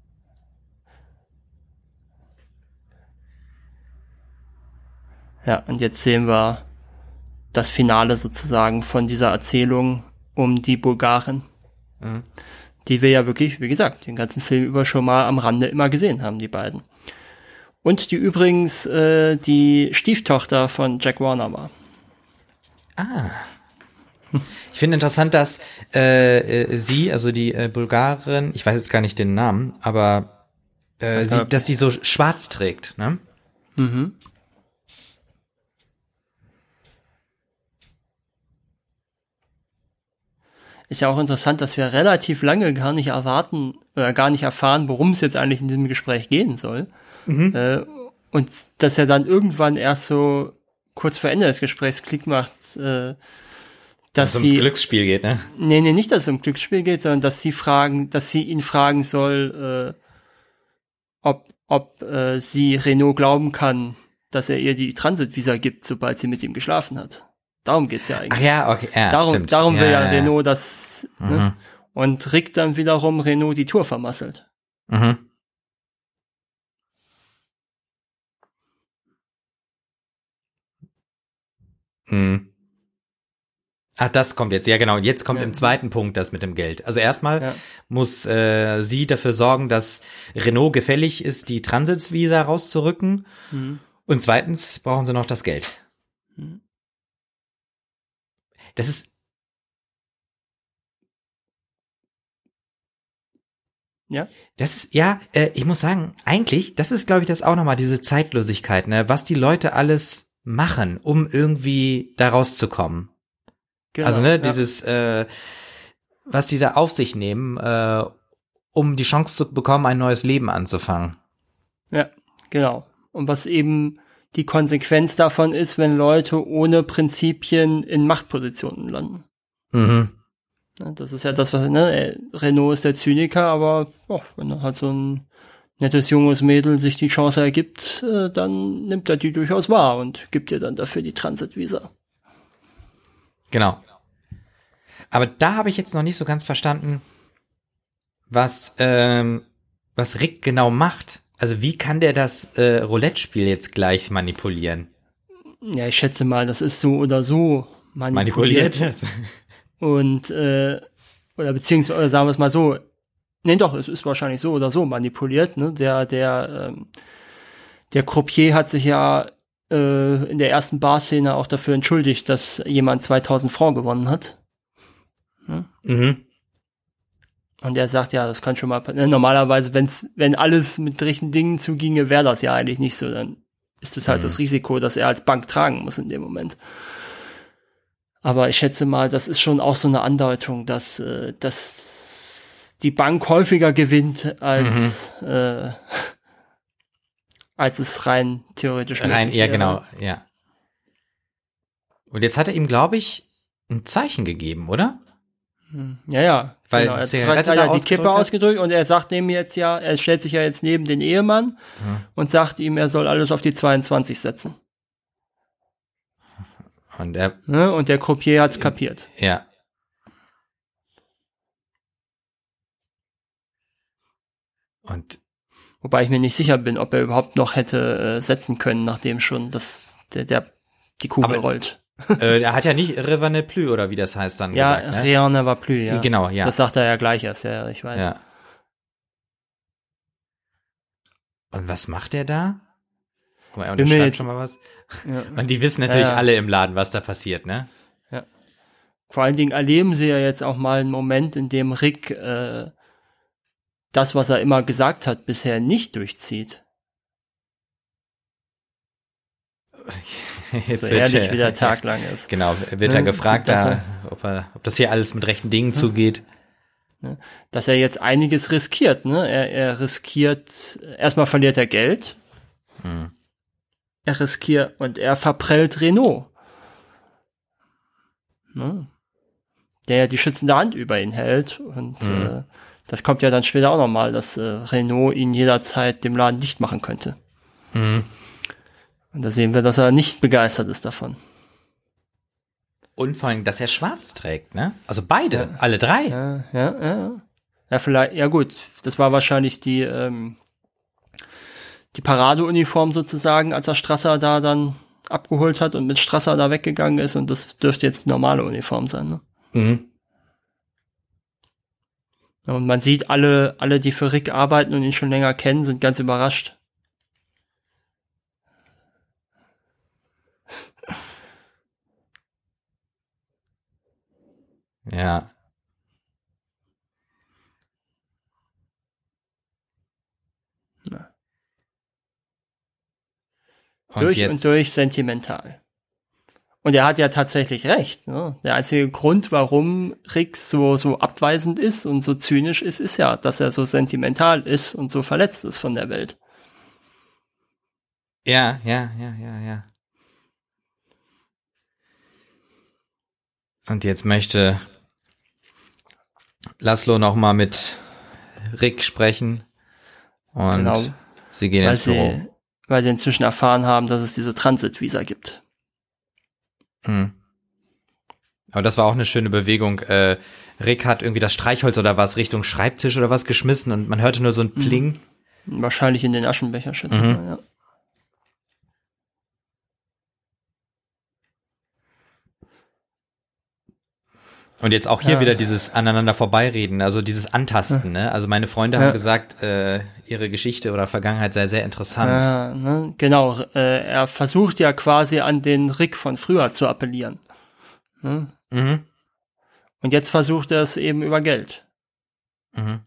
Ja, und jetzt sehen wir das Finale sozusagen von dieser Erzählung um die Bulgaren, mhm. die wir ja wirklich, wie gesagt, den ganzen Film über schon mal am Rande immer gesehen haben, die beiden. Und die übrigens äh, die Stieftochter von Jack Warner war. Ah. Ich finde interessant, dass äh, äh, sie, also die äh, Bulgarin, ich weiß jetzt gar nicht den Namen, aber äh, sie, dass die so schwarz trägt, ne? Mhm. Ist ja auch interessant, dass wir relativ lange gar nicht erwarten oder gar nicht erfahren, worum es jetzt eigentlich in diesem Gespräch gehen soll. Mhm. Äh, und dass er dann irgendwann erst so kurz vor Ende des Gesprächs Klick macht, äh, dass es sie ums Glücksspiel geht, ne? Nee, nee, nicht, dass es um Glücksspiel geht, sondern dass sie fragen, dass sie ihn fragen soll, äh, ob ob äh, sie Renault glauben kann, dass er ihr die Transitvisa gibt, sobald sie mit ihm geschlafen hat. Darum geht's ja eigentlich. Ach ja, okay, ja, darum, stimmt. Darum ja, will ja, ja Renault das, mhm. ne? Und Rick dann wiederum Renault die Tour vermasselt. Mhm. Mhm. Ach, das kommt jetzt, ja genau. Und jetzt kommt ja. im zweiten Punkt das mit dem Geld. Also erstmal ja. muss äh, sie dafür sorgen, dass Renault gefällig ist, die Transitvisa rauszurücken. Mhm. Und zweitens brauchen sie noch das Geld. Mhm. Das ist Ja. Das ist, ja, äh, ich muss sagen, eigentlich, das ist, glaube ich, das auch nochmal diese Zeitlosigkeit, ne, was die Leute alles machen, um irgendwie da rauszukommen. Genau, also, ne, ja. dieses, äh, was die da auf sich nehmen, äh, um die Chance zu bekommen, ein neues Leben anzufangen. Ja, genau. Und was eben die Konsequenz davon ist, wenn Leute ohne Prinzipien in Machtpositionen landen. Mhm. Das ist ja das, was, ne, Renault ist der Zyniker, aber oh, wenn dann halt so ein nettes junges Mädel sich die Chance ergibt, äh, dann nimmt er die durchaus wahr und gibt ihr dann dafür die Transitvisa. Genau. Aber da habe ich jetzt noch nicht so ganz verstanden, was ähm, was Rick genau macht. Also wie kann der das äh, Roulette-Spiel jetzt gleich manipulieren? Ja, ich schätze mal, das ist so oder so manipuliert. Manipuliert. Und, äh, oder beziehungsweise, oder sagen wir es mal so, nee, doch, es ist wahrscheinlich so oder so manipuliert, ne, der, der, ähm, der Croupier hat sich ja, äh, in der ersten Bar-Szene auch dafür entschuldigt, dass jemand zweitausend Francs gewonnen hat. Hm? Mhm. Und er sagt, ja, das kann schon mal, ne, normalerweise, wenn's, wenn alles mit richtigen Dingen zuginge, wäre das ja eigentlich nicht so, dann ist es halt mhm. das Risiko, dass er als Bank tragen muss in dem Moment. Aber ich schätze mal, das ist schon auch so eine Andeutung, dass, äh, dass die Bank häufiger gewinnt als, mhm. äh, als es rein theoretisch Rein, möglich ja, wäre. genau, ja. Und jetzt hat er ihm, glaube ich, ein Zeichen gegeben, oder? Hm. Ja, ja. Weil genau. die Er Zigarette hat da ja die ausgedrückt Kippe hat? ausgedrückt und er sagt dem jetzt ja, er stellt sich ja jetzt neben den Ehemann Hm. und sagt ihm, er soll alles auf die zweiundzwanzig setzen. Und er, Ne? Und der Croupier hat's kapiert. ja. Und Wobei ich mir nicht sicher bin, ob er überhaupt noch hätte äh, setzen können, nachdem schon das, der, der die Kugel Aber- rollt. äh, er hat ja nicht River ne plus, oder wie das heißt dann Ja, gesagt, ne? rien ne va plus, ja. Genau, ja. Das sagt er ja gleich erst, ja, ich weiß. Ja. Und was macht er da? Guck mal, er Bin mir unterschreibt jetzt- schon mal was. Ja. Und die wissen natürlich Ja, ja. alle im Laden, was da passiert, ne? Vor allen Dingen erleben sie ja jetzt auch mal einen Moment, in dem Rick äh, das, was er immer gesagt hat, bisher nicht durchzieht. Jetzt so wird ehrlich, er- wie der Tag lang ist. Genau, wird Ne, er gefragt, dass da, er- ob, er, ob das hier alles mit rechten Dingen zugeht. Dass er jetzt einiges riskiert, ne? Er, er riskiert, erstmal verliert er Geld. Hm. Er riskiert und er verprellt Renault. Ne? Der ja die schützende Hand über ihn hält. Und Mhm. äh, das kommt ja dann später auch nochmal, dass äh, Renault ihn jederzeit dem Laden dicht machen könnte. Mhm. Und da sehen wir, dass er nicht begeistert ist davon. Und vor allem, dass er schwarz trägt, ne? Also beide, alle drei. Ja, ja, ja. Ja, vielleicht, ja gut, das war wahrscheinlich die, ähm, die Paradeuniform sozusagen, als er Strasser da dann abgeholt hat und mit Strasser da weggegangen ist, und das dürfte jetzt die normale Uniform sein, ne? Mhm. Ja, und man sieht, alle, alle, die für Rick arbeiten und ihn schon länger kennen, sind ganz überrascht. Ja. Ja. Und durch jetzt, und durch sentimental. Und er hat ja tatsächlich recht, ne? Der einzige Grund, warum Rick so, so abweisend ist und so zynisch ist, ist ja, dass er so sentimental ist und so verletzt ist von der Welt. Ja, ja, ja, ja, ja. Und jetzt möchte Laszlo noch mal mit Rick sprechen. Und Genau. sie gehen Weil ins Büro. sie, weil sie inzwischen erfahren haben, dass es diese Transit-Visa gibt. Hm. Aber das war auch eine schöne Bewegung. Äh, Rick hat irgendwie das Streichholz oder was Richtung Schreibtisch oder was geschmissen und man hörte nur so ein Pling. Wahrscheinlich in den Aschenbecher, schätze ich Mhm. mal, ja. Und jetzt auch hier Ja. wieder dieses aneinander vorbeireden, also dieses Antasten, ne? Also meine Freunde Ja. haben gesagt, äh, ihre Geschichte oder Vergangenheit sei sehr interessant. Ja, ne? Genau, äh, er versucht ja quasi an den Rick von früher zu appellieren. Ne? Mhm. Und jetzt versucht er es eben über Geld. Mhm.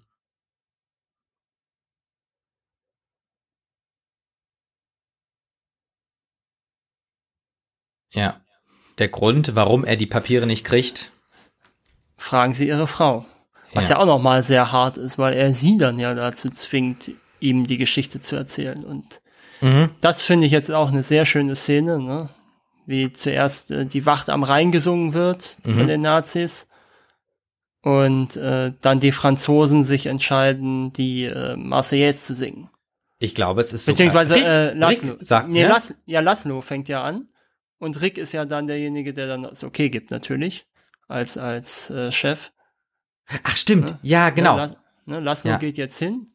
Ja. Der Grund, warum er die Papiere nicht kriegt. Fragen Sie Ihre Frau. Was ja, Ja. auch noch mal sehr hart ist, weil er sie dann ja dazu zwingt, ihm die Geschichte zu erzählen. Und Mhm. das finde ich jetzt auch eine sehr schöne Szene, ne? Wie zuerst äh, die Wacht am Rhein gesungen wird von Mhm. den Nazis und äh, dann die Franzosen sich entscheiden, die äh, Marseillaise zu singen. Ich glaube, es ist so. Beziehungsweise Rick, äh, Laszlo. Rick sagt, nee, ne? Las, ja, Laszlo fängt ja an und Rick ist ja dann derjenige, der dann das Okay gibt, natürlich, als als äh, Chef. Ach, stimmt. Ja, genau. Ne, La, ne, Laszlo Ja. geht jetzt hin.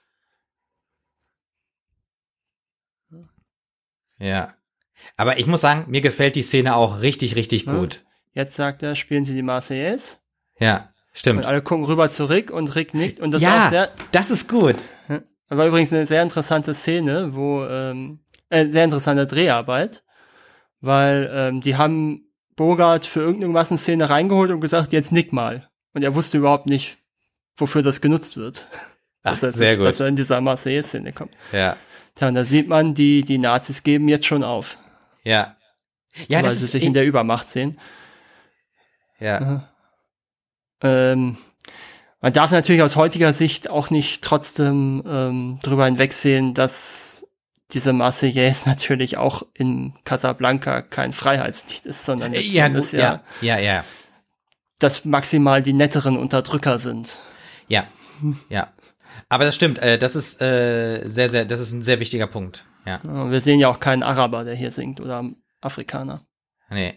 Ja. Aber ich muss sagen, mir gefällt die Szene auch richtig, richtig Ja. gut. Jetzt sagt er, spielen Sie die Marseillaise. Ja, Und stimmt. alle gucken rüber zu Rick und Rick nickt. Und das ist Ja, auch sehr, das ist gut. das war übrigens eine sehr interessante Szene, wo, ähm, äh, sehr interessante Dreharbeit, weil ähm, die haben Bogart für irgendeine Massenszene reingeholt und gesagt, jetzt nick mal. Und er wusste überhaupt nicht, wofür das genutzt wird. Ach, dass, er, sehr gut. dass er in dieser Marseillaise-Szene kommt. Ja, Tja, und da sieht man, die, die Nazis geben jetzt schon auf, ja. Ja, weil das sie ist sich in der Übermacht sehen. ja. Ähm, man darf natürlich aus heutiger Sicht auch nicht trotzdem ähm, drüber hinwegsehen, dass diese Marseillaise natürlich auch in Casablanca kein Freiheitslied ist, sondern jetzt ja, ist gut, ja, ja, ja, ja, dass maximal die netteren Unterdrücker sind. ja, ja. Aber das stimmt, äh, das ist äh, sehr, sehr, das ist ein sehr wichtiger Punkt. Ja. Ja, wir sehen ja auch keinen Araber, der hier singt oder Afrikaner. Nee.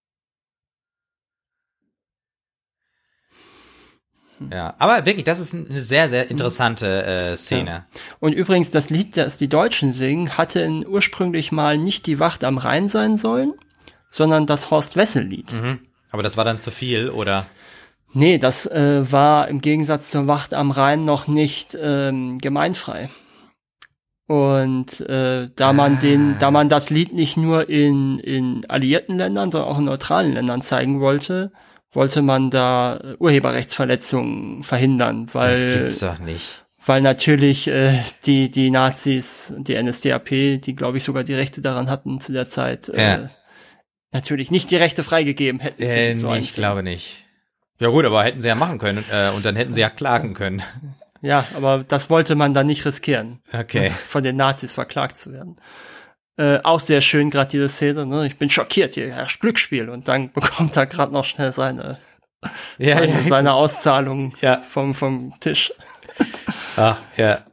Ja, aber wirklich, das ist eine sehr, sehr interessante äh, Szene. Ja. Und übrigens, das Lied, das die Deutschen singen, hatte in ursprünglich mal nicht die Wacht am Rhein sein sollen, sondern das Horst-Wessel-Lied. Mhm. Aber das war dann zu viel, oder? Nee, das äh, war im Gegensatz zur Wacht am Rhein noch nicht ähm, gemeinfrei. Und äh, da man ah. den, da man das Lied nicht nur in, in alliierten Ländern, sondern auch in neutralen Ländern zeigen wollte, wollte man da Urheberrechtsverletzungen verhindern, weil das gibt's doch nicht. Weil natürlich äh, die die Nazis, die N S D A P, die glaube ich sogar die Rechte daran hatten zu der Zeit, äh, ja. natürlich nicht die Rechte freigegeben hätten. Äh, so nee, ich glaube nicht. Ja gut, aber hätten sie ja machen können äh, und dann hätten sie ja klagen können. Ja, aber das wollte man dann nicht riskieren, okay. von den Nazis verklagt zu werden. Äh, auch sehr schön, gerade diese Szene, ne? Ich bin schockiert, hier herrscht Glücksspiel und dann bekommt er gerade noch schnell seine, ja, seine, ja. seine Auszahlung ja. vom, vom Tisch. Ach, ja.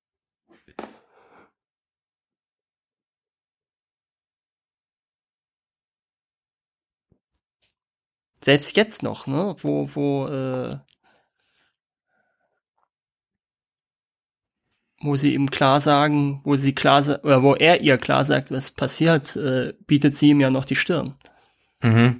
Selbst jetzt noch, ne, wo, wo, äh, wo sie ihm klar sagen, wo sie klar, oder wo er ihr klar sagt, was passiert, äh, bietet sie ihm ja noch die Stirn. Mhm.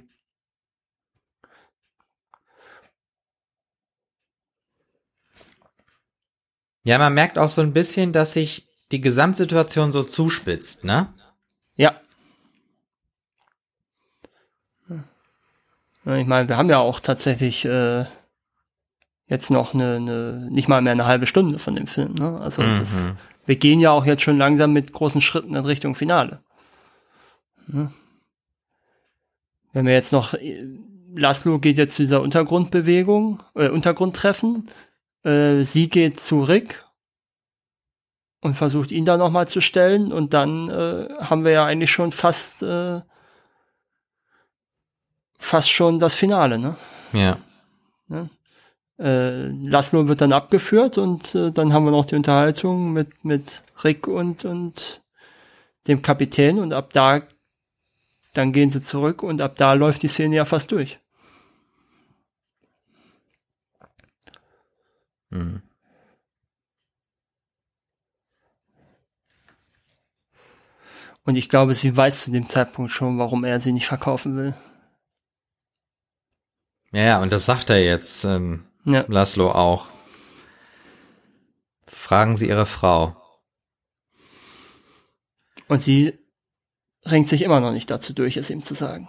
Ja, man merkt auch so ein bisschen, dass sich die Gesamtsituation so zuspitzt, ne? Ja. Ich meine, wir haben ja auch tatsächlich äh, jetzt noch eine, eine, nicht mal mehr eine halbe Stunde von dem Film, ne? Also mhm. das, wir gehen ja auch jetzt schon langsam mit großen Schritten in Richtung Finale. Ne? Wenn wir jetzt noch, Laszlo geht jetzt zu dieser Untergrundbewegung, äh, Untergrundtreffen, äh, sie geht zu Rick und versucht ihn da nochmal zu stellen und dann äh, haben wir ja eigentlich schon fast äh, fast schon das Finale, ne? Ja. Ne? Äh, Laszlo wird dann abgeführt und äh, dann haben wir noch die Unterhaltung mit mit Rick und und dem Kapitän und ab da dann gehen sie zurück und ab da läuft die Szene ja fast durch. Mhm. Und ich glaube, sie weiß zu dem Zeitpunkt schon, warum er sie nicht verkaufen will. Ja, ja, und das sagt er jetzt, ähm, Ja. Laszlo auch. Fragen Sie Ihre Frau. Und sie ringt sich immer noch nicht dazu durch, es ihm zu sagen.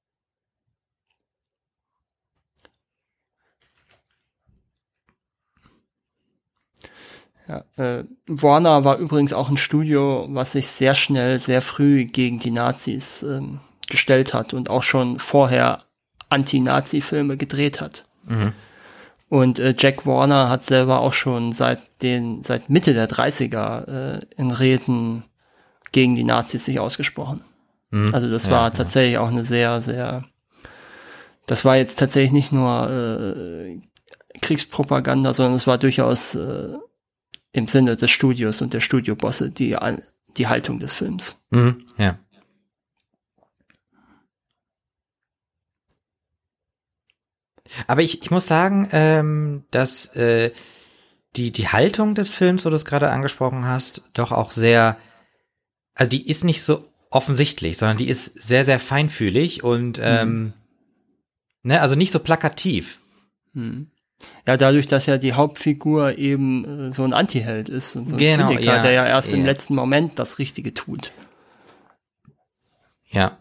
Ja, äh, Warner war übrigens auch ein Studio, was sich sehr schnell, sehr früh gegen die Nazis ähm, gestellt hat und auch schon vorher Anti-Nazi-Filme gedreht hat. Mhm. Und äh, Jack Warner hat selber auch schon seit den seit Mitte der dreißiger äh, in Reden gegen die Nazis sich ausgesprochen. Mhm. Also das Ja, war ja. tatsächlich auch eine sehr, sehr, das war jetzt tatsächlich nicht nur äh, Kriegspropaganda, sondern es war durchaus äh, im Sinne des Studios und der Studiobosse die, die Haltung des Films. Mhm. Ja. Aber ich, ich muss sagen, ähm, dass äh, die, die Haltung des Films, wo du es gerade angesprochen hast, doch auch sehr, also die ist nicht so offensichtlich, sondern die ist sehr, sehr feinfühlig und ähm, Mhm. ne, also nicht so plakativ. Mhm. Ja, dadurch, dass ja die Hauptfigur eben äh, so ein Antiheld ist und so ein Genau, Zyniker, ja, der ja erst ja. im letzten Moment das Richtige tut. Ja.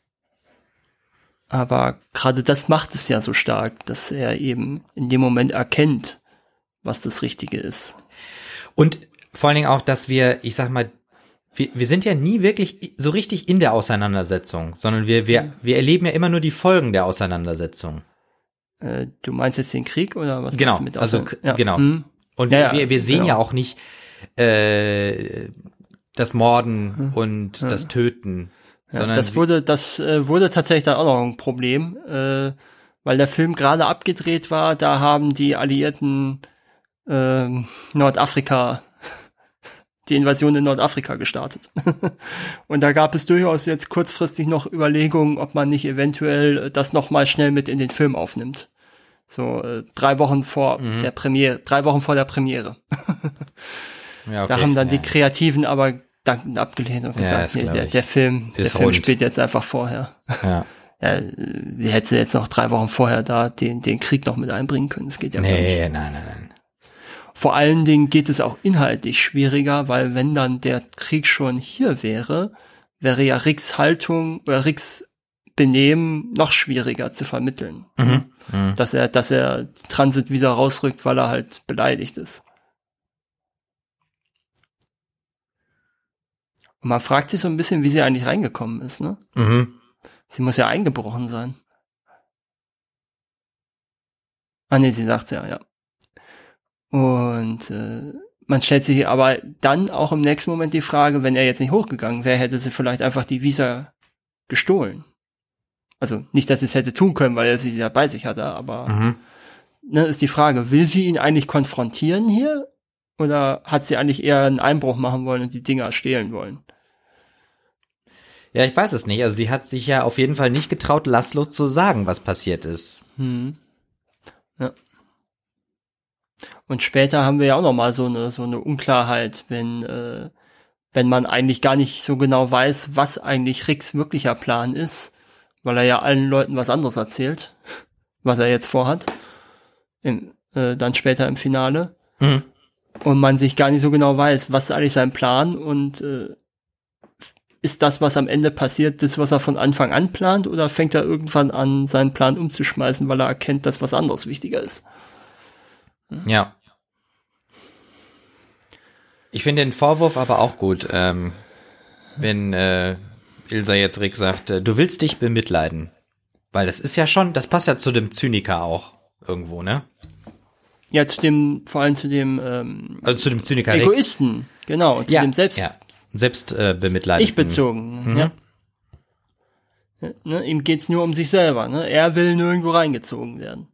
Aber gerade das macht es ja so stark, dass er eben in dem Moment erkennt, was das Richtige ist. Und vor allen Dingen auch, dass wir, ich sag mal, wir, wir sind ja nie wirklich so richtig in der Auseinandersetzung, sondern wir, wir, wir erleben ja immer nur die Folgen der Auseinandersetzung. Äh, du meinst jetzt den Krieg oder was Genau, meinst du mit also Außer- k- genau. Mhm. Und Ja, wir, ja, wir, wir sehen genau. ja auch nicht, äh, das Morden und ja. das Töten. Ja, sondern das wurde, das äh, wurde tatsächlich dann auch noch ein Problem, äh, weil der Film gerade abgedreht war. Da haben die Alliierten äh, Nordafrika, die Invasion in Nordafrika gestartet. Und da gab es durchaus jetzt kurzfristig noch Überlegungen, ob man nicht eventuell das noch mal schnell mit in den Film aufnimmt. So äh, drei Wochen vor mhm. der Premiere, drei Wochen vor der Premiere. Ja, okay. Da haben dann ja. die Kreativen aber dankend abgelehnt und gesagt, ja, nee, der, der Film, der Film spielt jetzt einfach vorher. Ja. Ja, wie hättest du jetzt noch drei Wochen vorher da den, den Krieg noch mit einbringen können? Das geht ja nee, gar nicht. Nee, nein, nein, nein. Vor allen Dingen geht es auch inhaltlich schwieriger, weil wenn dann der Krieg schon hier wäre, wäre ja Ricks Haltung oder Ricks Benehmen noch schwieriger zu vermitteln. Mhm. Mhm. Dass er, dass er Transit wieder rausrückt, weil er halt beleidigt ist. Und man fragt sich so ein bisschen, wie sie eigentlich reingekommen ist, ne? Mhm. Sie muss ja eingebrochen sein. Ah nee, sie sagt's ja, ja. Und äh, man stellt sich aber dann auch im nächsten Moment die Frage, wenn er jetzt nicht hochgegangen wäre, hätte sie vielleicht einfach die Visa gestohlen. Also nicht, dass sie es hätte tun können, weil er sie ja bei sich hatte, aber mhm. ne, ist die Frage, will sie ihn eigentlich konfrontieren hier? Oder hat sie eigentlich eher einen Einbruch machen wollen und die Dinger stehlen wollen? Ja, ich weiß es nicht. Also sie hat sich ja auf jeden Fall nicht getraut, Laszlo zu sagen, was passiert ist. Hm. Ja. Und später haben wir ja auch noch mal so eine so eine Unklarheit, wenn äh, wenn man eigentlich gar nicht so genau weiß, was eigentlich Ricks wirklicher Plan ist, weil er ja allen Leuten was anderes erzählt, was er jetzt vorhat. Im, äh, dann später im Finale. Mhm. Und man sich gar nicht so genau weiß, was ist eigentlich sein Plan und äh, ist das, was am Ende passiert, das, was er von Anfang an plant, oder fängt er irgendwann an, seinen Plan umzuschmeißen, weil er erkennt, dass was anderes wichtiger ist? Hm? Ja. Ich finde den Vorwurf aber auch gut, ähm, wenn äh, Ilsa jetzt Rick sagt, äh, du willst dich bemitleiden. Weil das ist ja schon, das passt ja zu dem Zyniker auch irgendwo, ne? Ja, zu dem, vor allem zu dem ähm, also zu dem Zyniker Egoisten, Rick. Genau, zu ja, dem Selbst ja. Selbst äh, bemitleiden. Ich bezogen, mhm. ja. ja ne, ihm geht's nur um sich selber, ne? Er will nirgendwo reingezogen werden.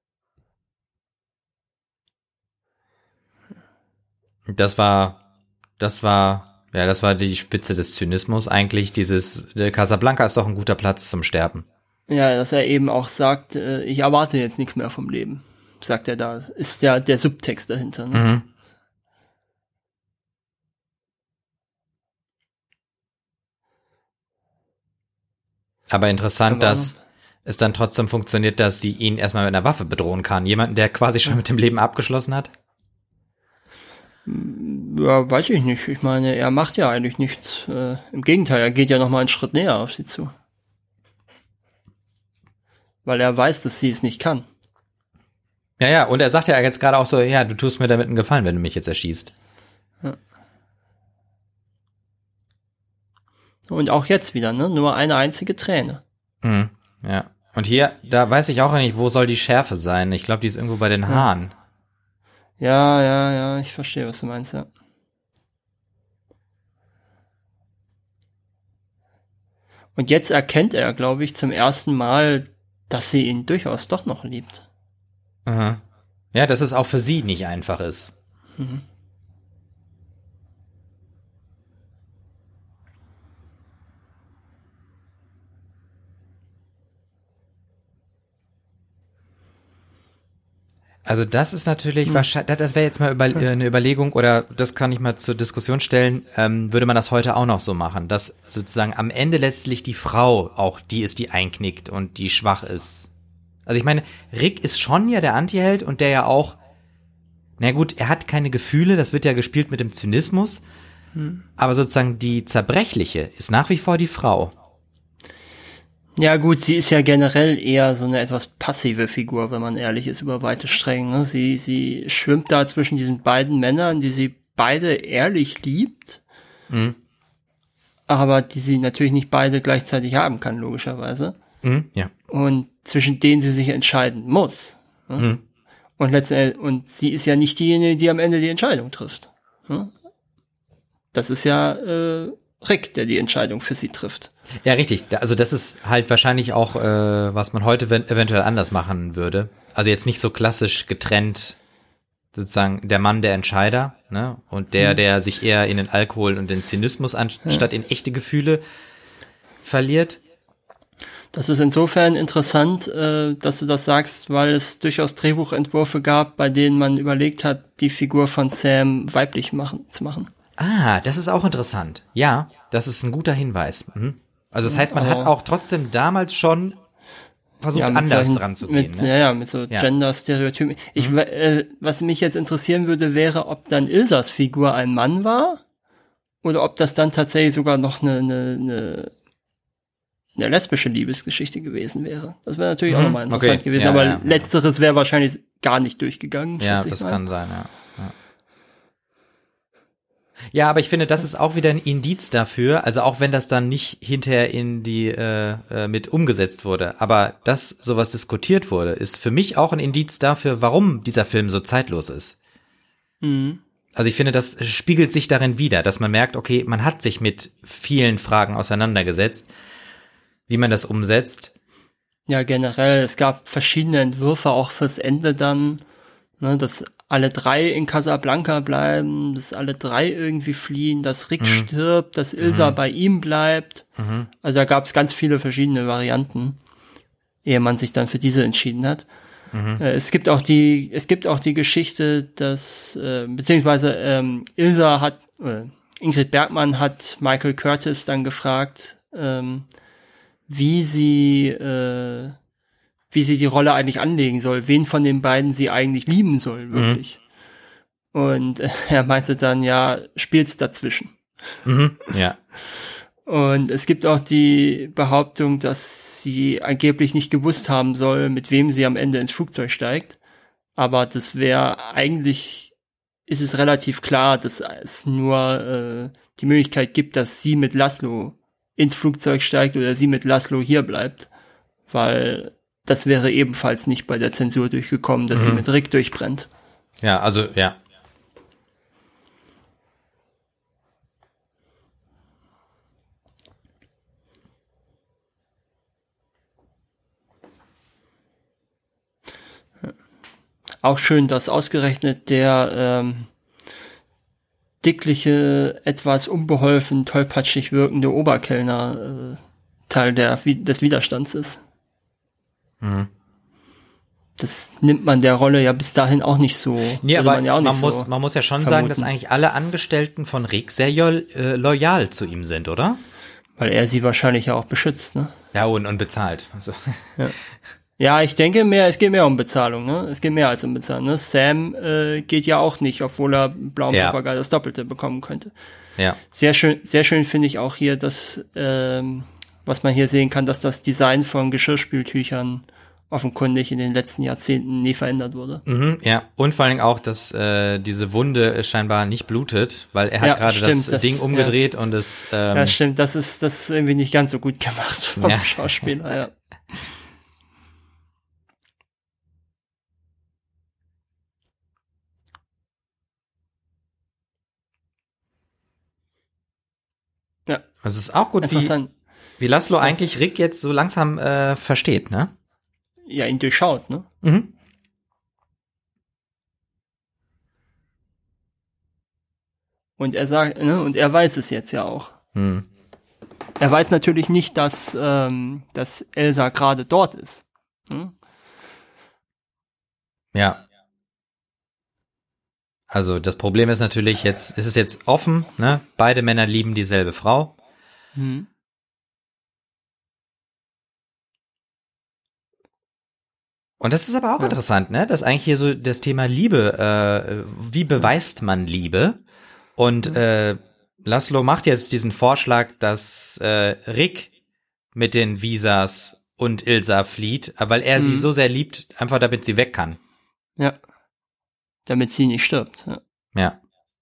Das war, das war, ja, das war die Spitze des Zynismus eigentlich. Dieses, der Casablanca ist doch ein guter Platz zum Sterben. Ja, dass er eben auch sagt, äh, ich erwarte jetzt nichts mehr vom Leben. Sagt er da, ist ja der Subtext dahinter. Ne? Mhm. Aber interessant, Aber dass es dann trotzdem funktioniert, dass sie ihn erstmal mit einer Waffe bedrohen kann. Jemanden, der quasi schon mit dem Leben abgeschlossen hat? Ja, weiß ich nicht. Ich meine, er macht ja eigentlich nichts. Äh, im Gegenteil, er geht ja noch mal einen Schritt näher auf sie zu. Weil er weiß, dass sie es nicht kann. Ja, ja, und er sagt ja jetzt gerade auch so, ja, du tust mir damit einen Gefallen, wenn du mich jetzt erschießt. Ja. Und auch jetzt wieder, ne? Nur eine einzige Träne. Mhm, ja. Und hier, da weiß ich auch nicht, wo soll die Schärfe sein? Ich glaube, die ist irgendwo bei den Haaren. Ja, ja, ja, ich verstehe, was du meinst, ja. Und jetzt erkennt er, glaube ich, zum ersten Mal, dass sie ihn durchaus doch noch liebt. Aha. Ja, dass es auch für sie nicht einfach ist. Mhm. Also das ist natürlich mhm. wahrscheinlich, das wäre jetzt mal über, eine Überlegung oder das kann ich mal zur Diskussion stellen, ähm, würde man das heute auch noch so machen, dass sozusagen am Ende letztlich die Frau auch die ist, die einknickt und die schwach ist. Also ich meine, Rick ist schon ja der Antiheld und der ja auch, na gut, er hat keine Gefühle, das wird ja gespielt mit dem Zynismus, hm. aber sozusagen die Zerbrechliche ist nach wie vor die Frau. Ja gut, sie ist ja generell eher so eine etwas passive Figur, wenn man ehrlich ist, über weite Strecken. Ne? Sie, sie schwimmt da zwischen diesen beiden Männern, die sie beide ehrlich liebt, mhm. aber die sie natürlich nicht beide gleichzeitig haben kann, logischerweise. Mhm, ja. Und zwischen denen sie sich entscheiden muss. Ne? Mhm. Und letztendlich, und sie ist ja nicht diejenige, die am Ende die Entscheidung trifft. Ne? das ist ja äh, Rick, der die Entscheidung für sie trifft. Ja, richtig. Also das ist halt wahrscheinlich auch, äh, was man heute eventuell anders machen würde. Also jetzt nicht so klassisch getrennt, sozusagen der Mann der Entscheider, ne, und der, der sich eher in den Alkohol und den Zynismus anstatt in echte Gefühle verliert. Das ist insofern interessant, äh, dass du das sagst, weil es durchaus Drehbuchentwürfe gab, bei denen man überlegt hat, die Figur von Sam weiblich machen, zu machen. Ah, das ist auch interessant. Ja, das ist ein guter Hinweis. Mhm. Also das heißt, man oh. hat auch trotzdem damals schon versucht, ja, anders solchen, ranzugehen. Mit, ne? Ja, ja, mit so ja. Gender-Stereotypen. Ich, mhm. äh, was mich jetzt interessieren würde, wäre, ob dann Ilsas Figur ein Mann war oder ob das dann tatsächlich sogar noch eine, eine, eine, eine lesbische Liebesgeschichte gewesen wäre. Das wäre natürlich mhm. auch nochmal interessant okay. gewesen, ja, aber ja, letzteres wäre wahrscheinlich gar nicht durchgegangen. Ja, das kann sein, ja. ja. Ja, aber ich finde, das ist auch wieder ein Indiz dafür, also auch wenn das dann nicht hinterher in die äh, äh, mit umgesetzt wurde, aber dass sowas diskutiert wurde, ist für mich auch ein Indiz dafür, warum dieser Film so zeitlos ist. Mhm. Also ich finde, das spiegelt sich darin wider, dass man merkt, okay, man hat sich mit vielen Fragen auseinandergesetzt, wie man das umsetzt. Ja, generell, es gab verschiedene Entwürfe auch fürs Ende dann, ne, dass alle drei in Casablanca bleiben, dass alle drei irgendwie fliehen, dass Rick mhm. stirbt, dass Ilsa mhm. bei ihm bleibt. Mhm. Also da gab es ganz viele verschiedene Varianten, ehe man sich dann für diese entschieden hat. Mhm. Äh, es gibt auch die, es gibt auch die Geschichte, dass äh, beziehungsweise ähm, Ilsa hat, äh, Ingrid Bergman hat Michael Curtis dann gefragt, ähm, wie sie äh, wie sie die Rolle eigentlich anlegen soll, wen von den beiden sie eigentlich lieben soll, wirklich. Mhm. Und äh, er meinte dann, ja, spiel's dazwischen. Mhm. Ja. Und es gibt auch die Behauptung, dass sie angeblich nicht gewusst haben soll, mit wem sie am Ende ins Flugzeug steigt. Aber das wäre eigentlich, ist es relativ klar, dass es nur äh, die Möglichkeit gibt, dass sie mit Laszlo ins Flugzeug steigt oder sie mit Laszlo hier bleibt. Weil das wäre ebenfalls nicht bei der Zensur durchgekommen, dass mhm. sie mit Rick durchbrennt. Ja, also, ja. Auch schön, dass ausgerechnet der ähm, dickliche, etwas unbeholfen, tollpatschig wirkende Oberkellner äh, Teil der, des Widerstands ist. Mhm. Das nimmt man der Rolle ja bis dahin auch nicht so. Nee, aber man, ja auch man, nicht muss, so man muss ja schon vermuten. sagen, dass eigentlich alle Angestellten von Rick sehr jo- äh, loyal zu ihm sind, oder? Weil er sie wahrscheinlich ja auch beschützt, ne? Ja, und, und bezahlt. Also. Ja. ja, ich denke mehr, es geht mehr um Bezahlung, ne? Es geht mehr als um Bezahlung, ne? Sam äh, geht ja auch nicht, obwohl er blauen ja. Papagei das Doppelte bekommen könnte. Ja. Sehr schön, sehr schön finde ich auch hier, dass, ähm, was man hier sehen kann, dass das Design von Geschirrspültüchern offenkundig in den letzten Jahrzehnten nie verändert wurde. Mhm, ja, und vor allem auch, dass äh, diese Wunde scheinbar nicht blutet, weil er hat ja, gerade das, das Ding umgedreht ja. und es ähm, ja, stimmt, das ist das ist irgendwie nicht ganz so gut gemacht vom ja. Schauspieler, ja. Ja. Es ist auch gut, wie, wie Laszlo eigentlich Rick jetzt so langsam äh, versteht, ne? Ja, ihn durchschaut, ne? Mhm. Und er sagt, ne, und er weiß es jetzt ja auch. Mhm. Er weiß natürlich nicht, dass, ähm, dass Elsa gerade dort ist. Hm? Ja. Also das Problem ist natürlich jetzt, es ist jetzt offen, ne? Beide Männer lieben dieselbe Frau. Mhm. Und das ist aber auch ja. interessant, ne? Dass eigentlich hier so das Thema Liebe, äh, wie beweist man Liebe? Und äh, Laszlo macht jetzt diesen Vorschlag, dass äh, Rick mit den Visas und Ilsa flieht, weil er mhm. sie so sehr liebt, einfach damit sie weg kann. Ja. Damit sie nicht stirbt. Ja. ja.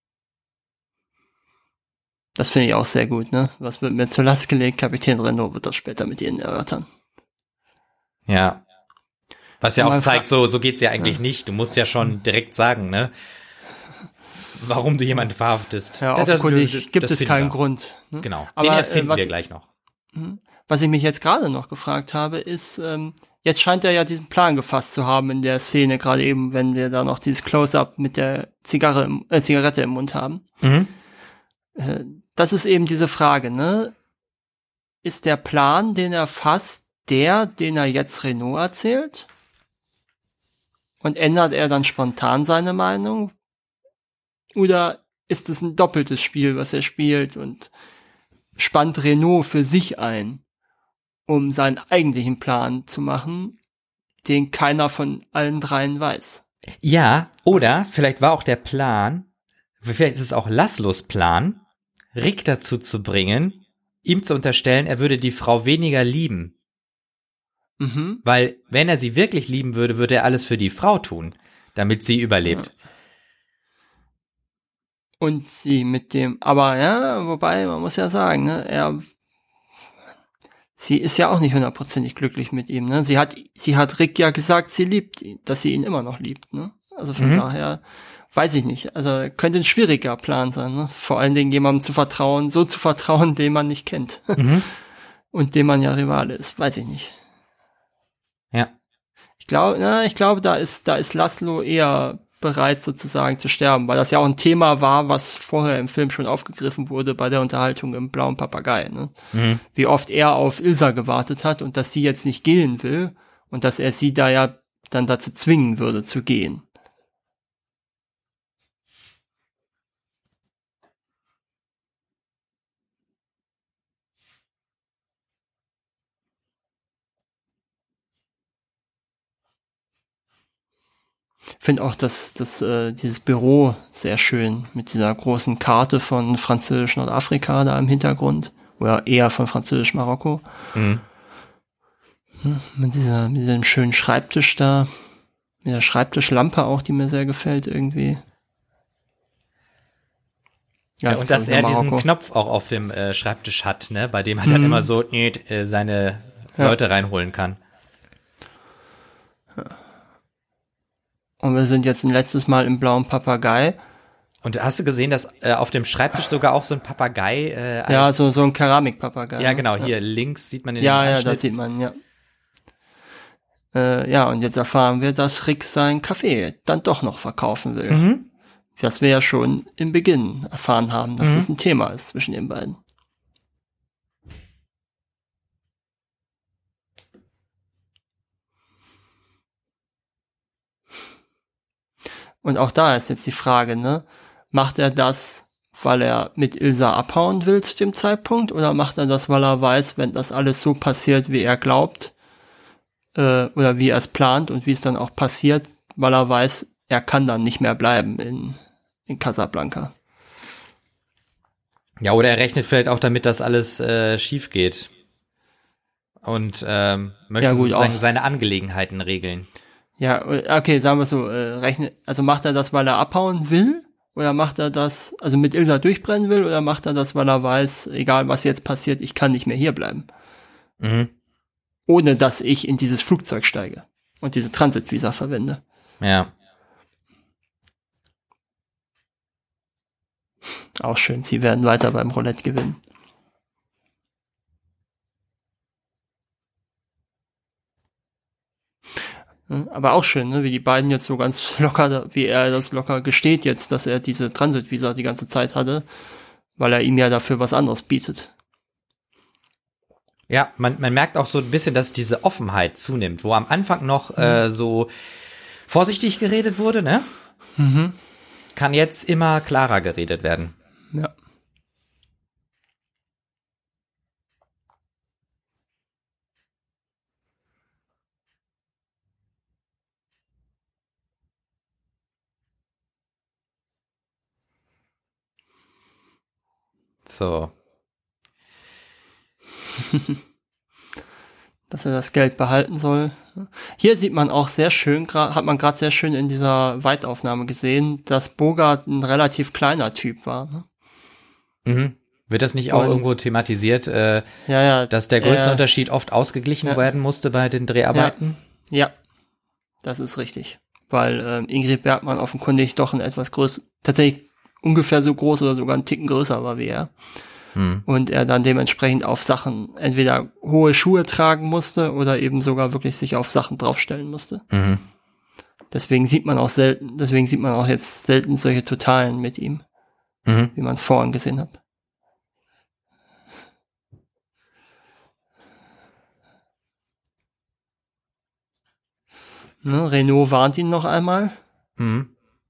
Das finde ich auch sehr gut, ne? Was wird mir zur Last gelegt? Kapitän Renault wird das später mit ihnen erörtern. Ja. Was ja auch zeigt, so, so geht's ja eigentlich ja. nicht. Du musst ja schon direkt sagen, ne? warum du jemanden verhaftest. Ja, Das- das- offenkundig das- gibt das es finden keinen wir. Grund. Ne? Genau, Aber, den äh, erfinden was- wir gleich noch. Was ich mich jetzt gerade noch gefragt habe, ist, ähm, jetzt scheint er ja diesen Plan gefasst zu haben in der Szene, gerade eben, wenn wir da noch dieses Close-Up mit der Zigarre, im, äh, Zigarette im Mund haben. Mhm. Äh, das ist eben diese Frage, ne? Ist der Plan, den er fasst, der, den er jetzt Renault erzählt? Und ändert er dann spontan seine Meinung? Oder ist es ein doppeltes Spiel, was er spielt und spannt Renault für sich ein, um seinen eigentlichen Plan zu machen, den keiner von allen dreien weiß? Ja, oder vielleicht war auch der Plan, vielleicht ist es auch Laszlos Plan, Rick dazu zu bringen, ihm zu unterstellen, er würde die Frau weniger lieben. Mhm. Weil, wenn er sie wirklich lieben würde, würde er alles für die Frau tun, damit sie überlebt. Und sie mit dem, aber ja, wobei, man muss ja sagen, ne, er, sie ist ja auch nicht hundertprozentig glücklich mit ihm, ne? Sie hat, sie hat Rick ja gesagt, sie liebt ihn, dass sie ihn immer noch liebt, ne? Also von Mhm. daher, weiß ich nicht. Also könnte ein schwieriger Plan sein, ne? Vor allen Dingen jemandem zu vertrauen, so zu vertrauen, den man nicht kennt. Mhm. Und dem man ja Rivale ist, weiß ich nicht. Ja. Ich glaube, na, ich glaube, da ist, da ist Laszlo eher bereit sozusagen zu sterben, weil das ja auch ein Thema war, was vorher im Film schon aufgegriffen wurde bei der Unterhaltung im Blauen Papagei, ne? Mhm. Wie oft er auf Ilsa gewartet hat und dass sie jetzt nicht gehen will und dass er sie da ja dann dazu zwingen würde zu gehen. Ich finde auch, dass, dass äh, dieses Büro sehr schön mit dieser großen Karte von französisch Nordafrika da im Hintergrund oder eher von französisch Marokko. Mhm. Mit dieser, mit diesem schönen Schreibtisch da, mit der Schreibtischlampe auch, die mir sehr gefällt irgendwie. Ja, ist, und dass glaub ich, er diesen Marokko. Knopf auch auf dem äh, Schreibtisch hat, ne, bei dem er dann Mhm. immer so äh, seine Ja. Leute reinholen kann. Und wir sind jetzt ein letztes Mal im Blauen Papagei. Und hast du gesehen, dass äh, auf dem Schreibtisch sogar auch so ein Papagei äh, als, Ja, so, so ein Keramikpapagei. ja ne? genau, hier links sieht man den Ja, ja, Anschnitt. das sieht man, ja. Äh, ja, und jetzt erfahren wir, dass Rick sein Café dann doch noch verkaufen will. Mhm. Was wir ja schon im Beginn erfahren haben, dass Mhm. das ein Thema ist zwischen den beiden. Und auch da ist jetzt die Frage, ne? Macht er das, weil er mit Ilsa abhauen will zu dem Zeitpunkt, oder macht er das, weil er weiß, wenn das alles so passiert, wie er glaubt, äh, oder wie er es plant und wie es dann auch passiert, weil er weiß, er kann dann nicht mehr bleiben in, in Casablanca. Ja, oder er rechnet vielleicht auch damit, dass alles äh, schief geht. Und ähm, möchte Ja, gut, sozusagen auch. seine Angelegenheiten regeln. Ja, okay, sagen wir so, äh, rechne, also macht er das, weil er abhauen will? Oder macht er das, also mit Ilsa durchbrennen will? Oder macht er das, weil er weiß, egal was jetzt passiert, ich kann nicht mehr hierbleiben? Mhm. Ohne dass ich in dieses Flugzeug steige und diese Transitvisa verwende. Ja. Auch schön, sie werden weiter beim Roulette gewinnen. Ja, aber auch schön, ne, wie die beiden jetzt so ganz locker, wie er das locker gesteht jetzt, dass er diese Transitvisa die ganze Zeit hatte, weil er ihm ja dafür was anderes bietet. Ja, man, man merkt auch so ein bisschen, dass diese Offenheit zunimmt, wo am Anfang noch äh, so vorsichtig geredet wurde, ne? Mhm. Kann jetzt immer klarer geredet werden. Ja. So. Dass er das Geld behalten soll. Hier sieht man auch sehr schön, gra- hat man gerade sehr schön in dieser Weitaufnahme gesehen, dass Bogart ein relativ kleiner Typ war. Ne? Mhm. Wird das nicht auch Und- irgendwo thematisiert, äh, Ja, ja. dass der größte äh, Unterschied oft ausgeglichen ja. werden musste bei den Dreharbeiten? Ja, das ist richtig. Weil ähm, Ingrid Bergmann offenkundig doch ein etwas größ tatsächlich ungefähr so groß oder sogar einen Ticken größer war wie er. Hm. Und er dann dementsprechend auf Sachen entweder hohe Schuhe tragen musste oder eben sogar wirklich sich auf Sachen draufstellen musste. Mhm. Deswegen sieht man auch selten, deswegen sieht man auch jetzt selten solche Totalen mit ihm, mhm. wie man es vorhin gesehen hat. Ne, Renault warnt ihn noch einmal. Mhm.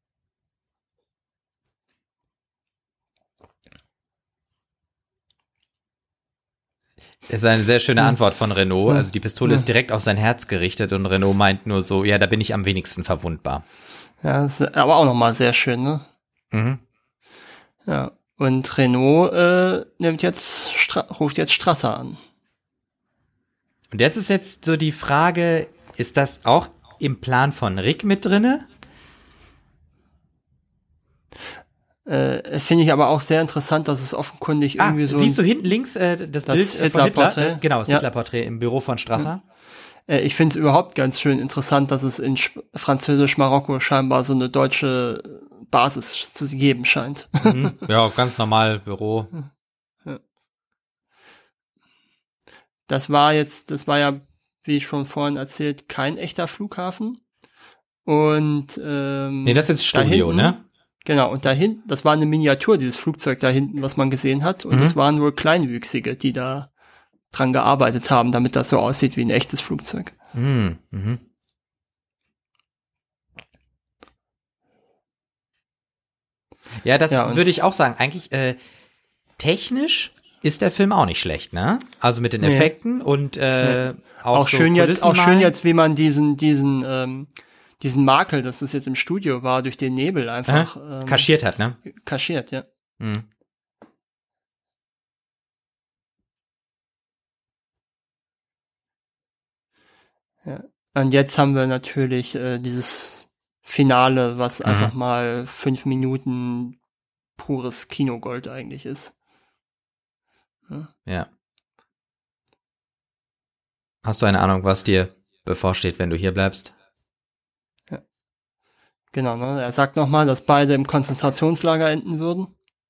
Das ist eine sehr schöne Antwort von Renault. Also die Pistole ist direkt auf sein Herz gerichtet und Renault meint nur so, ja, da bin ich am wenigsten verwundbar. Ja, das ist aber auch nochmal sehr schön, ne? Mhm. Ja, und Renault äh, nimmt jetzt Stra- ruft jetzt Strasser an. Und jetzt ist jetzt so die Frage, ist das auch im Plan von Rick mit drinne? Äh, finde ich aber auch sehr interessant, dass es offenkundig ah, irgendwie so. Siehst du hinten links äh, das, das Bild von Hitler? Äh, genau, das ja. Hitler-Porträt im Büro von Strasser. Äh, ich finde es überhaupt ganz schön interessant, dass es in Sch- Französisch-Marokko scheinbar so eine deutsche Basis zu geben scheint. Mhm. Ja, ganz normal Büro. Ja. Das war jetzt, das war ja, wie ich schon vorhin erzählt, kein echter Flughafen. Und ähm, nee, das ist jetzt Studio, hinten, ne? Genau, und da hinten, das war eine Miniatur, dieses Flugzeug da hinten, was man gesehen hat. Und es mhm. waren wohl Kleinwüchsige, die da dran gearbeitet haben, damit das so aussieht wie ein echtes Flugzeug. Mhm. Mhm. Ja, das ja, würde ich auch sagen. Eigentlich äh, technisch ist der Film auch nicht schlecht, ne? Also mit den Effekten nee. und äh, nee. auch, auch so schön jetzt, auch schön jetzt, wie man diesen diesen ähm, diesen Makel, dass das jetzt im Studio war, durch den Nebel einfach äh, ähm, kaschiert hat, ne? Kaschiert, ja. Mhm. Ja. Und jetzt haben wir natürlich äh, dieses Finale, was mhm. einfach mal fünf Minuten pures Kinogold eigentlich ist. Ja. ja. Hast du eine Ahnung, was dir bevorsteht, wenn du hier bleibst? Ja. Genau, ne? Er sagt nochmal, dass beide im Konzentrationslager enden würden.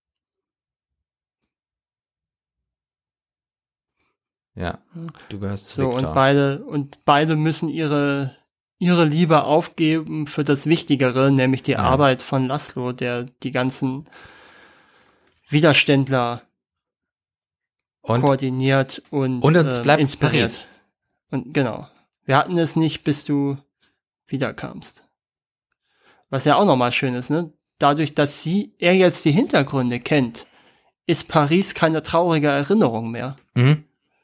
Ja, du gehörst zu so, Victor. Und beide, und beide müssen ihre, ihre Liebe aufgeben für das Wichtigere, nämlich die ja. Arbeit von Laszlo, der die ganzen Widerständler und, koordiniert und, und uns ähm, bleibt inspiriert. Paris. Und genau. Wir hatten es nicht, bis du wiederkamst. Was ja auch nochmal schön ist, ne? Dadurch, dass sie, er jetzt die Hintergründe kennt, ist Paris keine traurige Erinnerung mehr. Mhm.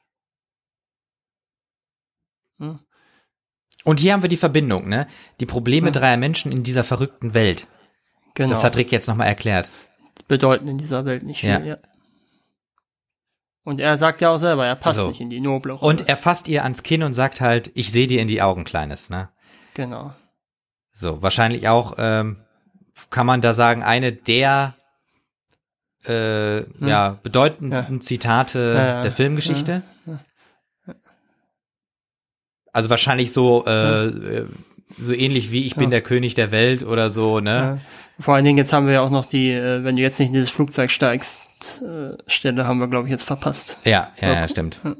Hm. Und hier haben wir die Verbindung, ne? Die Probleme hm. dreier Menschen in dieser verrückten Welt. Genau. Das hat Rick jetzt nochmal erklärt. Die bedeuten in dieser Welt nicht viel, ja. ja. Und er sagt ja auch selber, er passt also, nicht in die noble Rolle. Und er fasst ihr ans Kinn und sagt halt, ich sehe dir in die Augen, Kleines, ne? Genau. So, wahrscheinlich auch, ähm, kann man da sagen, eine der äh, hm. ja, bedeutendsten ja. Zitate ja, ja. der Filmgeschichte. Ja. Ja. Also wahrscheinlich so äh, ja. so ähnlich wie ich ja. bin der König der Welt oder so, ne? Ja. Vor allen Dingen, jetzt haben wir ja auch noch die, äh, wenn du jetzt nicht in dieses Flugzeug steigst, äh, Stelle haben wir, glaube ich, jetzt verpasst. Ja, ja, ja stimmt. Ja.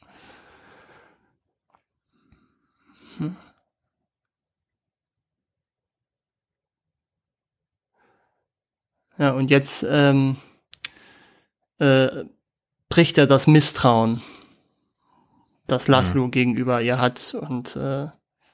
Hm. Ja, und jetzt ähm, äh, bricht er das Misstrauen, das Laszlo mhm. gegenüber ihr hat und äh,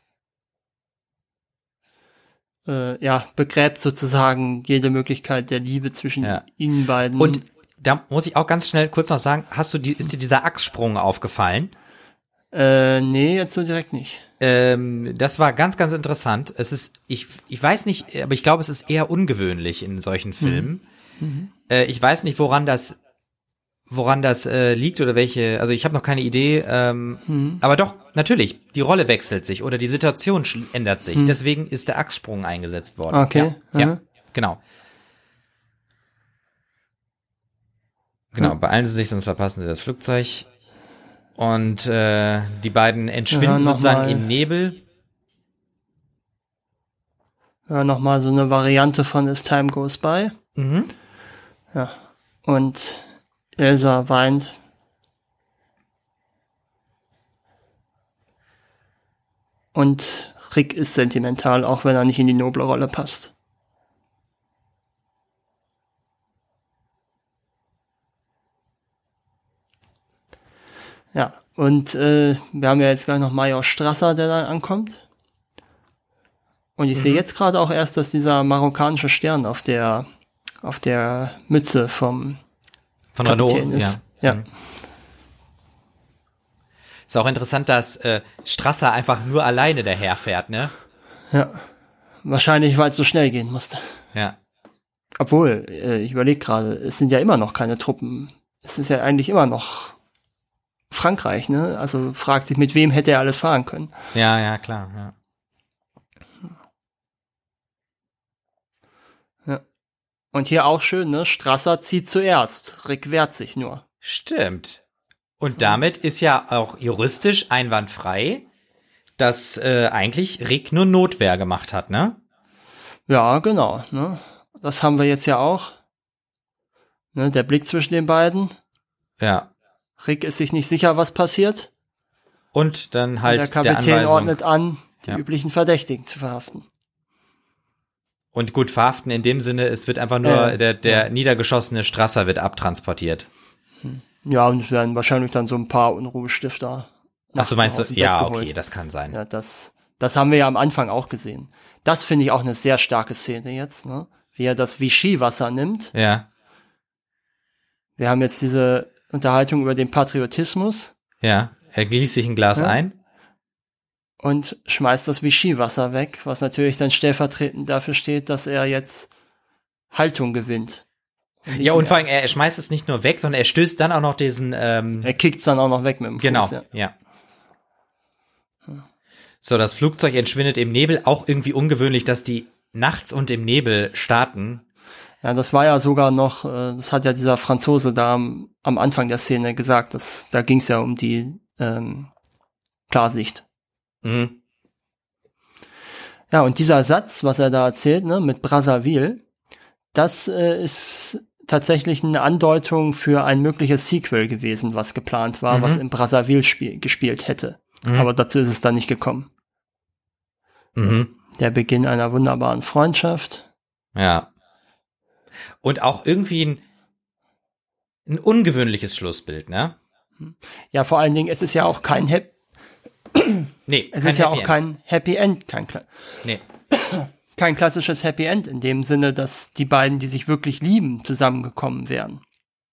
äh, ja, begräbt sozusagen jede Möglichkeit der Liebe zwischen ja. ihnen beiden. Und da muss ich auch ganz schnell kurz noch sagen, hast du die, ist dir dieser Achssprung aufgefallen? Äh, nee, jetzt so direkt nicht. Ähm, das war ganz, ganz interessant. Es ist, ich, ich weiß nicht, aber ich glaube, es ist eher ungewöhnlich in solchen Filmen. Mhm. Äh, ich weiß nicht, woran das, woran das äh, liegt oder welche, also ich habe noch keine Idee, ähm, mhm. aber doch, natürlich, die Rolle wechselt sich oder die Situation ändert sich. Mhm. Deswegen ist der Achssprung eingesetzt worden. Okay. Ja, ja genau. Genau, beeilen Sie sich, sonst verpassen Sie das Flugzeug. Und äh, die beiden entschwinden ja, sozusagen mal, im Nebel. Ja, nochmal so eine Variante von As Time Goes By. Mhm. Ja. Und Elsa weint. Und Rick ist sentimental, auch wenn er nicht in die noble Rolle passt. Ja, und äh, wir haben ja jetzt gleich noch Major Strasser, der dann ankommt. Und ich mhm. sehe jetzt gerade auch erst, dass dieser marokkanische Stern auf der auf der Mütze vom Von Kapitän Renault ist. Ja. Ja. Mhm. Ist auch interessant, dass äh, Strasser einfach nur alleine daherfährt, ne? Ja. Wahrscheinlich, weil es so schnell gehen musste. Ja. Obwohl, äh, ich überlege gerade, es sind ja immer noch keine Truppen. Es ist ja eigentlich immer noch Frankreich, ne? Also fragt sich, mit wem hätte er alles fahren können. Ja, ja, klar, ja. Ja. Und hier auch schön, ne? Strasser zieht zuerst, Rick wehrt sich nur. Stimmt. Und damit ist ja auch juristisch einwandfrei, dass äh, eigentlich Rick nur Notwehr gemacht hat, ne? Ja, genau, ne? Das haben wir jetzt ja auch. Ne, der Blick zwischen den beiden. Ja. Rick ist sich nicht sicher, was passiert. Und dann halt der Kapitän der Anweisung. ordnet an, die ja. üblichen Verdächtigen zu verhaften. Und gut, verhaften in dem Sinne, es wird einfach nur äh, der, der ja. niedergeschossene Strasser wird abtransportiert. Ja, und es werden wahrscheinlich dann so ein paar Unruhestifter. Ach so, meinst du? Ja, geholt. okay, das kann sein. Ja, das, das haben wir ja am Anfang auch gesehen. Das finde ich auch eine sehr starke Szene jetzt, ne? Wie er das Vichy-Wasser nimmt. Ja. Wir haben jetzt diese Unterhaltung über den Patriotismus. Ja, er gießt sich ein Glas ja. ein. Und schmeißt das Vichy-Wasser weg, was natürlich dann stellvertretend dafür steht, dass er jetzt Haltung gewinnt. Und ja, und vor allem, er schmeißt es nicht nur weg, sondern er stößt dann auch noch diesen... Ähm, er kickt's dann auch noch weg mit dem Fuß. Genau, ja. ja. So, das Flugzeug entschwindet im Nebel. Auch irgendwie ungewöhnlich, dass die nachts und im Nebel starten. Ja, das war ja sogar noch, das hat ja dieser Franzose da am, am Anfang der Szene gesagt, dass, da ging's ja um die ähm, Klarsicht. Mhm. Ja, und dieser Satz, was er da erzählt, ne, mit Brazzaville, das äh, ist tatsächlich eine Andeutung für ein mögliches Sequel gewesen, was geplant war, mhm. was in Brazzaville spiel- gespielt hätte. Mhm. Aber dazu ist es dann nicht gekommen. Mhm. Der Beginn einer wunderbaren Freundschaft. Ja. Und auch irgendwie ein, ein ungewöhnliches Schlussbild, ne? Ja, vor allen Dingen, es ist ja auch kein Happy Nee, es ist ja auch kein Happy End, kein Kla- nee. kein klassisches Happy End in dem Sinne, dass die beiden, die sich wirklich lieben, zusammengekommen wären.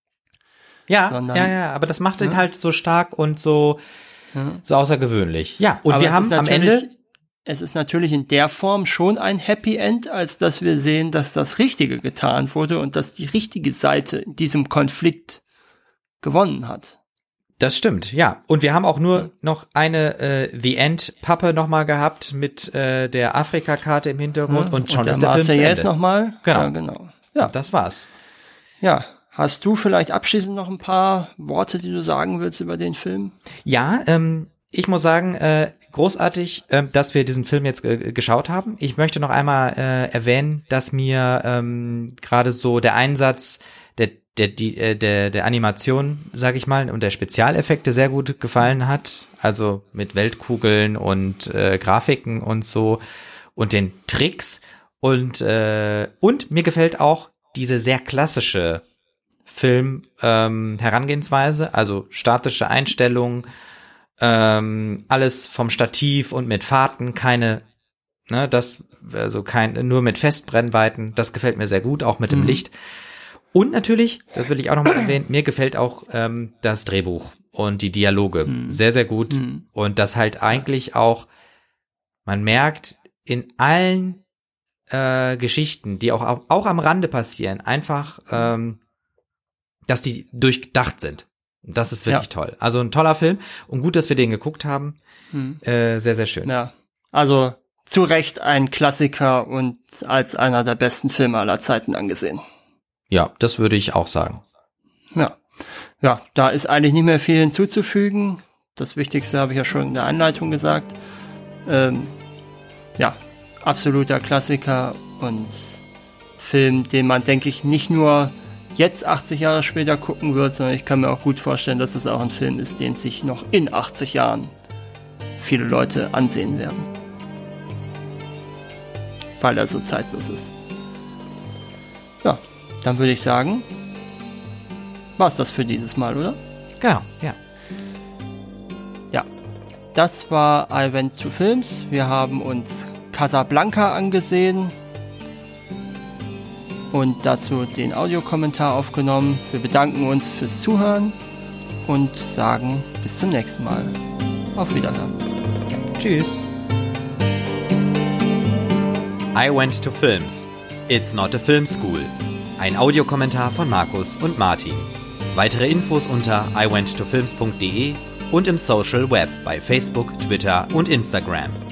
Ja, Sondern, ja, ja, aber das macht ihn ja. halt so stark und so, ja. so außergewöhnlich. Ja, und aber wir haben am Ende... Es ist natürlich in der Form schon ein Happy End, als dass wir sehen, dass das Richtige getan wurde und dass die richtige Seite in diesem Konflikt gewonnen hat. Das stimmt, ja. Und wir haben auch nur ja. noch eine äh, The End-Pappe nochmal gehabt mit äh, der Afrika-Karte im Hintergrund ja. und schon und der ist der Film zu Ende. nochmal. Genau. Ja, genau. Ja, und das war's. Ja, hast du vielleicht abschließend noch ein paar Worte, die du sagen willst über den Film? Ja, ähm, ich muss sagen, äh, großartig, äh, dass wir diesen Film jetzt äh, geschaut haben. Ich möchte noch einmal äh, erwähnen, dass mir ähm, gerade so der Einsatz der der die äh, der der Animation, sag ich mal, und der Spezialeffekte sehr gut gefallen hat. Also mit Weltkugeln und äh, Grafiken und so und den Tricks und äh, und mir gefällt auch diese sehr klassische Film ähm, Herangehensweise, also statische Einstellungen. Ähm, alles vom Stativ und mit Fahrten, keine, ne, das, also kein, nur mit Festbrennweiten, das gefällt mir sehr gut, auch mit dem mhm. Licht. Und natürlich, das will ich auch nochmal erwähnen, mir gefällt auch ähm, das Drehbuch und die Dialoge mhm. sehr, sehr gut. Mhm. Und das halt eigentlich auch, man merkt in allen äh, Geschichten, die auch, auch, auch am Rande passieren, einfach, ähm, dass die durchdacht sind. Das ist wirklich ja. toll. Also ein toller Film und gut, dass wir den geguckt haben. Hm. Äh, sehr, sehr schön. Ja, also zu Recht ein Klassiker und als einer der besten Filme aller Zeiten angesehen. Ja, das würde ich auch sagen. Ja, ja, da ist eigentlich nicht mehr viel hinzuzufügen. Das Wichtigste habe ich ja schon in der Einleitung gesagt. Ähm, ja, absoluter Klassiker und Film, den man, denke ich, nicht nur jetzt achtzig Jahre später gucken wird, sondern ich kann mir auch gut vorstellen, dass es auch ein Film ist, den sich noch in achtzig Jahren viele Leute ansehen werden. Weil er so zeitlos ist. Ja, dann würde ich sagen, war's das für dieses Mal, oder? Genau, ja. Ja, das war I Went to Films. Wir haben uns Casablanca angesehen und dazu den Audiokommentar aufgenommen. Wir bedanken uns fürs Zuhören und sagen bis zum nächsten Mal. Auf Wiederhören. Tschüss. I Went to Films. It's not a film school. Ein Audiokommentar von Markus und Martin. Weitere Infos unter i went to films punkt de und im Social Web bei Facebook, Twitter und Instagram.